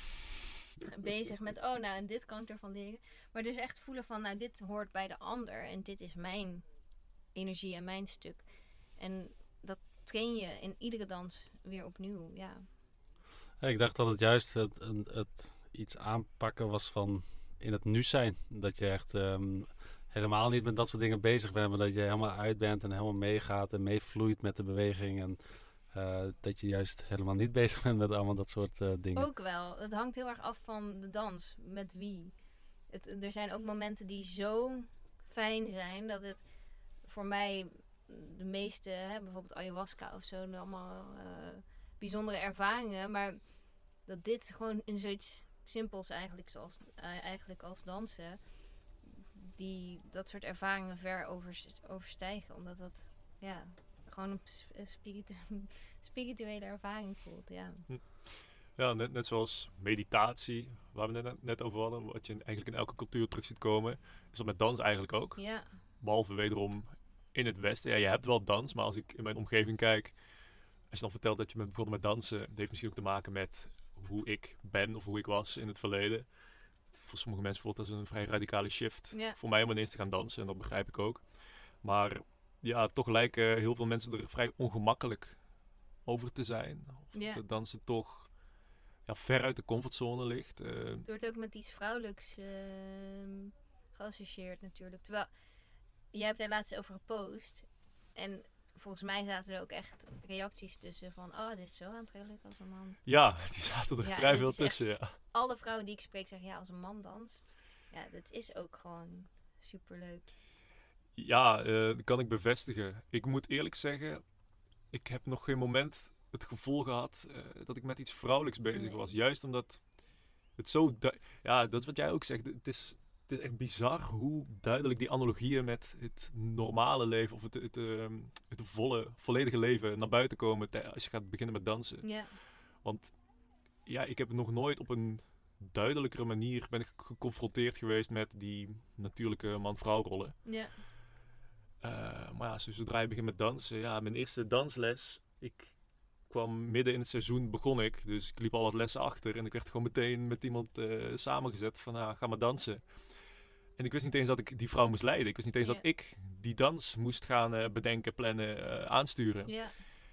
bezig met... Oh, nou, en dit kan ik ervan leren. Maar dus echt voelen van... Nou, dit hoort bij de ander. En dit is mijn energie en mijn stuk. En dat train je in iedere dans weer opnieuw, ja. Ja, ik dacht dat het juist het, het, het iets aanpakken was van in het nu zijn. Dat je echt um, helemaal niet met dat soort dingen bezig bent, maar dat je helemaal uit bent en helemaal meegaat en meevloeit met de beweging. En uh, dat je juist helemaal niet bezig bent met allemaal dat soort uh, dingen. Ook wel. Het hangt heel erg af van de dans, met wie. Het, er zijn ook momenten die zo fijn zijn dat het voor mij... de meeste, hè, bijvoorbeeld ayahuasca of zo, allemaal uh, bijzondere ervaringen, maar dat dit gewoon in zoiets simpels eigenlijk, zoals, uh, eigenlijk als dansen, die dat soort ervaringen ver overst- overstijgen. Omdat dat ja, gewoon een, s- een spiritu- spirituele ervaring voelt. Ja. Ja, net, net zoals meditatie, waar we net, net over hadden, wat je eigenlijk in elke cultuur terug ziet komen, is dat met dans eigenlijk ook. Ja. Behalve wederom in het Westen. Ja, je hebt wel dans, maar als ik in mijn omgeving kijk, als je dan vertelt dat je bent begonnen met dansen, dat heeft misschien ook te maken met hoe ik ben of hoe ik was in het verleden. Voor sommige mensen voelt dat als een vrij radicale shift. Ja. Voor mij om ineens te gaan dansen en dat begrijp ik ook. Maar ja, toch lijken heel veel mensen er vrij ongemakkelijk over te zijn. Of Ja. dat dansen toch ja, ver uit de comfortzone ligt. Uh, Het wordt ook met iets vrouwelijks uh, geassocieerd natuurlijk. Terwijl, jij hebt er laatst over gepost. En volgens mij zaten er ook echt reacties tussen van... Oh, dit is zo aantrekkelijk als een man. Ja, die zaten er ja, vrij veel tussen, echt, ja. Alle vrouwen die ik spreek zeggen, ja, als een man danst. Ja, dat is ook gewoon superleuk. Ja, uh, dat kan ik bevestigen. Ik moet eerlijk zeggen, ik heb nog geen moment het gevoel gehad uh, dat ik met iets vrouwelijks bezig Nee. was. Juist omdat het zo... Du- ja, dat is wat jij ook zegt. Het is, het is echt bizar hoe duidelijk die analogieën met het normale leven of het, het, uh, het volle, volledige leven naar buiten komen t- als je gaat beginnen met dansen. Ja. Want ja, ik heb nog nooit op een duidelijkere manier ben ik geconfronteerd geweest met die natuurlijke man-vrouw rollen. Ja. Uh, maar ja, zodra je begint met dansen, ja, mijn eerste dansles, ik kwam midden in het seizoen, begon ik, dus ik liep al wat lessen achter en ik werd gewoon meteen met iemand uh, samengezet van, ja, ga maar dansen. En ik wist niet eens dat ik die vrouw moest leiden, ik wist niet eens Ja. dat ik die dans moest gaan uh, bedenken, plannen, uh, aansturen. Ja.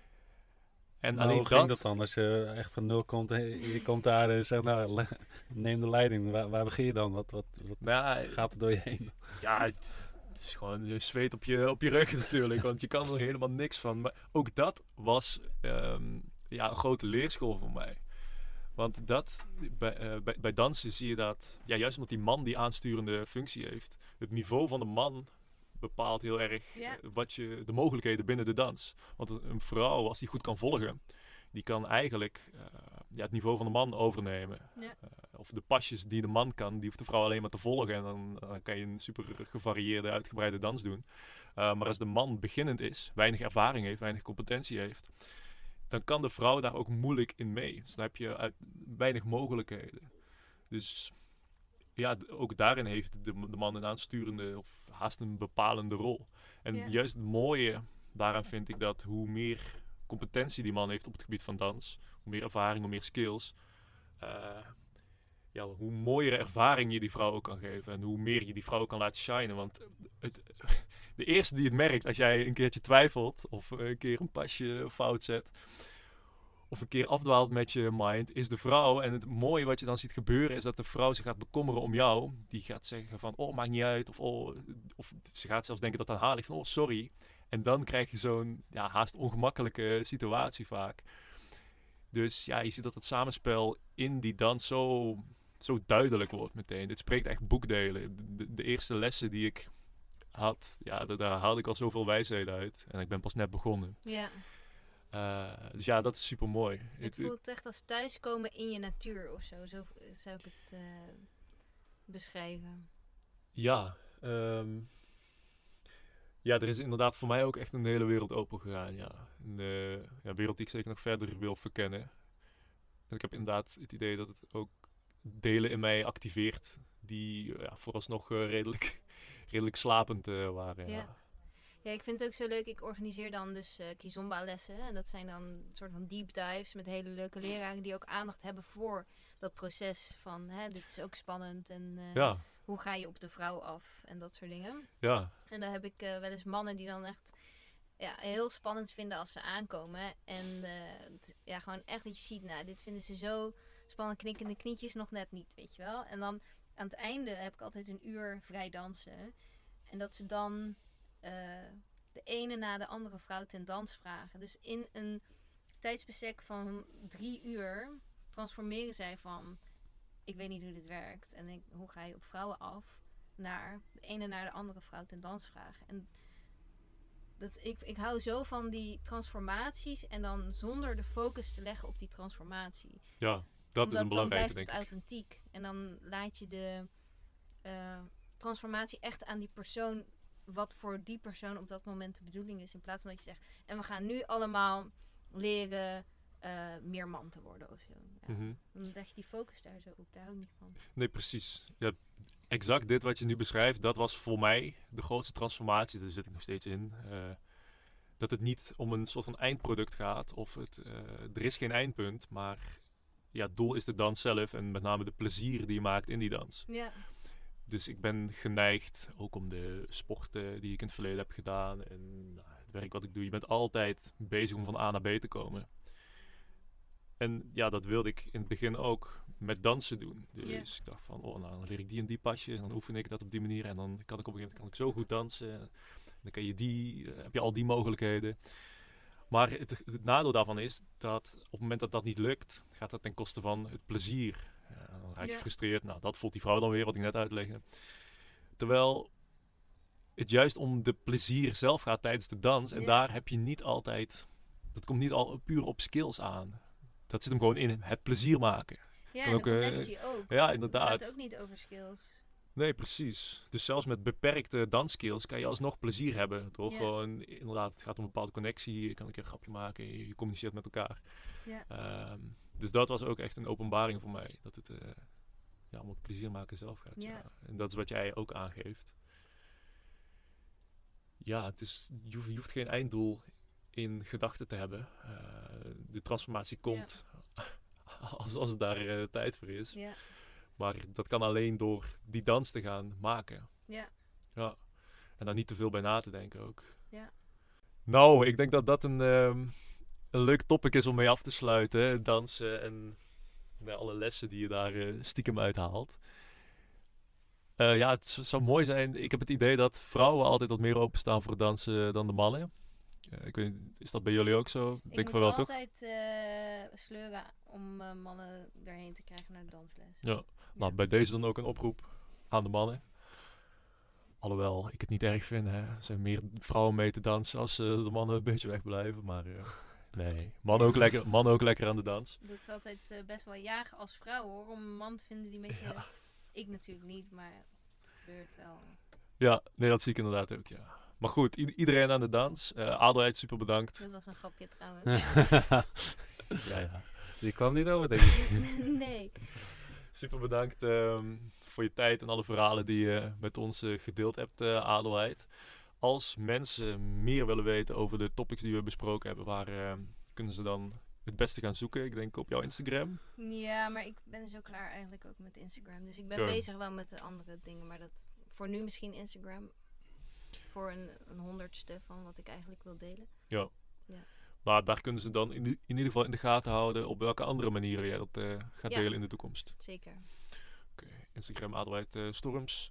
En nou, alleen hoe ging dat, dat dan als je echt van nul komt en je komt daar en zegt, nou, le- neem de leiding, waar, waar begin je dan? Wat, wat, wat nou, gaat er door je heen? Ja, het, het is gewoon je zweet op je, op je rug natuurlijk, want je kan er helemaal niks van. Maar ook dat was um, ja, een grote leerschool voor mij. Want dat, bij, uh, bij, bij dansen zie je dat, ja, juist omdat die man die aansturende functie heeft, het niveau van de man bepaalt heel erg Ja. uh, wat je, de mogelijkheden binnen de dans. Want een vrouw, als die goed kan volgen, die kan eigenlijk uh, ja, het niveau van de man overnemen. Ja. Uh, of de pasjes die de man kan, die hoeft de vrouw alleen maar te volgen. En dan, dan kan je een super gevarieerde, uitgebreide dans doen. Uh, maar als de man beginnend is, weinig ervaring heeft, weinig competentie heeft, dan kan de vrouw daar ook moeilijk in mee. Dus dan heb je uit, weinig mogelijkheden. Dus ja, ook daarin heeft de, de man een aansturende of haast een bepalende rol. En Ja. juist het mooie daaraan vind ik dat hoe meer competentie die man heeft op het gebied van dans, hoe meer ervaring, hoe meer skills, uh, ja, hoe mooiere ervaring je die vrouw ook kan geven en hoe meer je die vrouw kan laten shinen. Want het, de eerste die het merkt als jij een keertje twijfelt of een keer een pasje fout zet of een keer afdwaalt met je mind, is de vrouw. En het mooie wat je dan ziet gebeuren is dat de vrouw zich gaat bekommeren om jou. Die gaat zeggen van, oh, maakt niet uit. Of, oh, of ze gaat zelfs denken dat het aan haar ligt van, oh, sorry. En dan krijg je zo'n ja, haast ongemakkelijke situatie vaak. Dus ja, je ziet dat het samenspel in die dans zo, zo duidelijk wordt meteen. Dit spreekt echt boekdelen. De, de eerste lessen die ik had, ja, daar haalde ik al zoveel wijsheden uit. En ik ben pas net begonnen. Ja. Uh, dus ja, dat is super mooi. Het voelt echt als thuiskomen in je natuur of zo. Zo zou ik het uh, beschrijven. Ja, um, ja, er is inderdaad voor mij ook echt een hele wereld open gegaan. Ja. Een uh, ja, wereld die ik zeker nog verder wil verkennen. En ik heb inderdaad het idee dat het ook delen in mij activeert die ja, vooralsnog uh, redelijk, redelijk slapend uh, waren. Ja. Ja. Ja, ik vind het ook zo leuk. Ik organiseer dan dus uh, Kizomba-lessen. En dat zijn dan een soort van deep dives met hele leuke leraren die ook aandacht hebben voor dat proces van, hè, dit is ook spannend en uh, ja. hoe ga je op de vrouw af en dat soort dingen. Ja. En dan heb ik uh, wel eens mannen die dan echt ja, heel spannend vinden als ze aankomen. En uh, t- ja, gewoon echt dat je ziet, nou, dit vinden ze zo spannend, knikkende knietjes nog net niet, weet je wel. En dan aan het einde heb ik altijd een uur vrij dansen. En dat ze dan Uh, de ene na de andere vrouw ten dans vragen. Dus in een tijdsbestek van drie uur transformeren zij van, ik weet niet hoe dit werkt en ik, hoe ga je op vrouwen af, naar de ene naar de andere vrouw ten dans vragen. En dat, ik, ik hou zo van die transformaties en dan zonder de focus te leggen op die transformatie. Ja, Dat Omdat is een dan belangrijke, blijft denk het ik. authentiek. En dan laat je de uh, transformatie echt aan die persoon, wat voor die persoon op dat moment de bedoeling is. In plaats van dat je zegt, en we gaan nu allemaal leren uh, meer man te worden of zo. Ja. Mm-hmm. Dan leg je die focus daar zo op. Daar hou ik niet van. Nee, precies. Ja, exact dit wat je nu beschrijft, dat was voor mij de grootste transformatie. Daar zit ik nog steeds in. Uh, dat het niet om een soort van eindproduct gaat. Of het, uh, er is geen eindpunt, maar ja, het doel is de dans zelf. En met name de plezier die je maakt in die dans. Ja. Dus ik ben geneigd, ook om de sporten die ik in het verleden heb gedaan. En nou, het werk wat ik doe. Je bent altijd bezig om van A naar B te komen. En ja, dat wilde ik in het begin ook met dansen doen. Dus yeah. ik dacht van, oh, nou, dan leer ik die en die pasje. En dan oefen ik dat op die manier. En dan kan ik op een gegeven moment kan ik zo goed dansen. Dan kan je die, uh, heb je al die mogelijkheden. Maar het, het nadeel daarvan is dat op het moment dat dat niet lukt, gaat dat ten koste van het plezier. Uh, dan raak je yeah. gefrustreerd. Nou, dat voelt die vrouw dan weer, wat ik net uitlegde. Terwijl het juist om de plezier zelf gaat tijdens de dans. En yeah. daar heb je niet altijd, dat komt niet al puur op skills aan. Dat zit hem gewoon in het plezier maken. Ja, en ook, de connectie uh, ook. Ja, inderdaad. Het gaat ook niet over skills. Nee, precies. Dus zelfs met beperkte dansskills kan je alsnog plezier hebben. Door yeah. gewoon, inderdaad, het gaat om een bepaalde connectie. Je kan een keer een grapje maken, je, je communiceert met elkaar. Yeah. Um, dus dat was ook echt een openbaring voor mij. Dat het uh, ja, om het plezier maken zelf gaat. Yeah. Ja. En dat is wat jij ook aangeeft. Ja, het is, je, hoeft, je hoeft geen einddoel in gedachten te hebben. Uh, de transformatie komt yeah. als, als het daar uh, tijd voor is. Yeah. Maar dat kan alleen door die dans te gaan maken. Yeah. Ja. En daar niet te veel bij na te denken ook. Yeah. Nou, ik denk dat dat een, um, een leuk topic is om mee af te sluiten. Hè? Dansen en ja, alle lessen die je daar uh, stiekem uithaalt. Uh, ja, het z- zou mooi zijn. Ik heb het idee dat vrouwen altijd wat meer openstaan voor dansen dan de mannen. Uh, ik weet niet, is dat bij jullie ook zo? Ik denk moet van wel, altijd toch? Uh, sleuren om uh, mannen erheen te krijgen naar de dansles. Ja. ja, nou bij deze dan ook een oproep aan de mannen. Alhoewel ik het niet erg vind, hè. Er zijn meer vrouwen mee te dansen als uh, de mannen een beetje wegblijven. Maar uh, nee, mannen ook, lekker, mannen ook lekker aan de dans. Dat is altijd uh, best wel jagen als vrouw hoor, om een man te vinden die een beetje... Ja. Ik natuurlijk niet, maar het gebeurt wel. Ja, nee, dat zie ik inderdaad ook, ja. Maar goed, i- iedereen aan de dans. Uh, Adelheid, super bedankt. Dat was een grapje trouwens. ja, ja. Die kwam niet over, denk ik. Nee. Super bedankt um, voor je tijd en alle verhalen die je met ons uh, gedeeld hebt, uh, Adelheid. Als mensen meer willen weten over de topics die we besproken hebben, waar uh, kunnen ze dan het beste gaan zoeken? Ik denk op jouw Instagram. Ja, maar ik ben zo klaar eigenlijk ook met Instagram. Dus ik ben Sure. bezig wel met de andere dingen, maar dat voor nu misschien Instagram voor een, een honderdste van wat ik eigenlijk wil delen. Ja. Ja. Maar daar kunnen ze dan in, in ieder geval in de gaten houden op welke andere manieren jij dat uh, gaat ja. delen in de toekomst. Zeker. Oké, okay. Instagram Adelheid uh, Storms.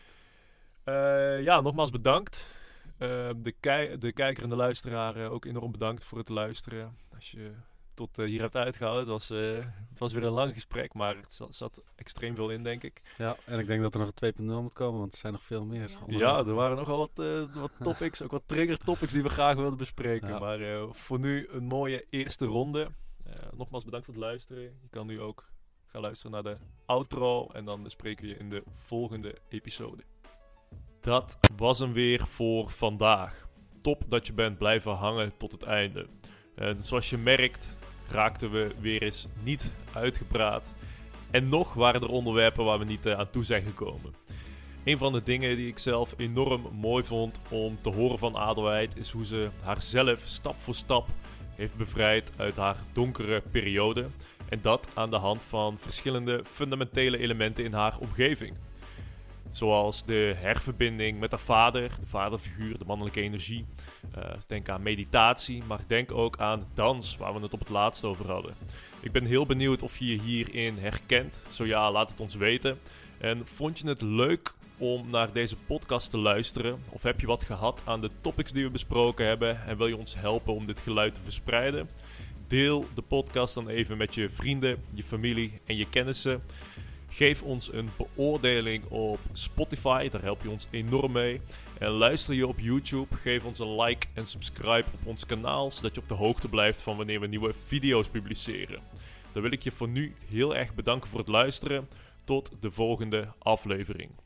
Uh, ja, nogmaals bedankt. Uh, de, kei- de kijker en de luisteraar uh, ook enorm bedankt voor het luisteren. Als je tot uh, hier hebt uitgehouden. Het was, uh, het was weer een lang gesprek, maar het zat, zat extreem veel in, denk ik. Ja, en ik denk dat er nog een twee punt nul moet komen, want er zijn nog veel meer. Ja, ja er waren nogal wat, uh, wat topics, ook wat trigger topics die we graag wilden bespreken. Ja. Maar uh, voor nu een mooie eerste ronde. Uh, nogmaals bedankt voor het luisteren. Je kan nu ook gaan luisteren naar de outro en dan spreken we je in de volgende episode. Dat was hem weer voor vandaag. Top dat je bent blijven hangen tot het einde. En zoals je merkt raakten we weer eens niet uitgepraat. En nog waren er onderwerpen waar we niet uh, aan toe zijn gekomen. Een van de dingen die ik zelf enorm mooi vond om te horen van Adelheid is hoe ze haarzelf stap voor stap heeft bevrijd uit haar donkere periode. En dat aan de hand van verschillende fundamentele elementen in haar omgeving. Zoals de herverbinding met haar vader, de vaderfiguur, de mannelijke energie. Uh, denk aan meditatie, maar denk ook aan dans, waar we het op het laatst over hadden. Ik ben heel benieuwd of je je hierin herkent. Zo ja, laat het ons weten. En vond je het leuk om naar deze podcast te luisteren? Of heb je wat gehad aan de topics die we besproken hebben en wil je ons helpen om dit geluid te verspreiden? Deel de podcast dan even met je vrienden, je familie en je kennissen. Geef ons een beoordeling op Spotify, daar help je ons enorm mee. En luister je op YouTube, geef ons een like en subscribe op ons kanaal, zodat je op de hoogte blijft van wanneer we nieuwe video's publiceren. Dan wil ik je voor nu heel erg bedanken voor het luisteren. Tot de volgende aflevering.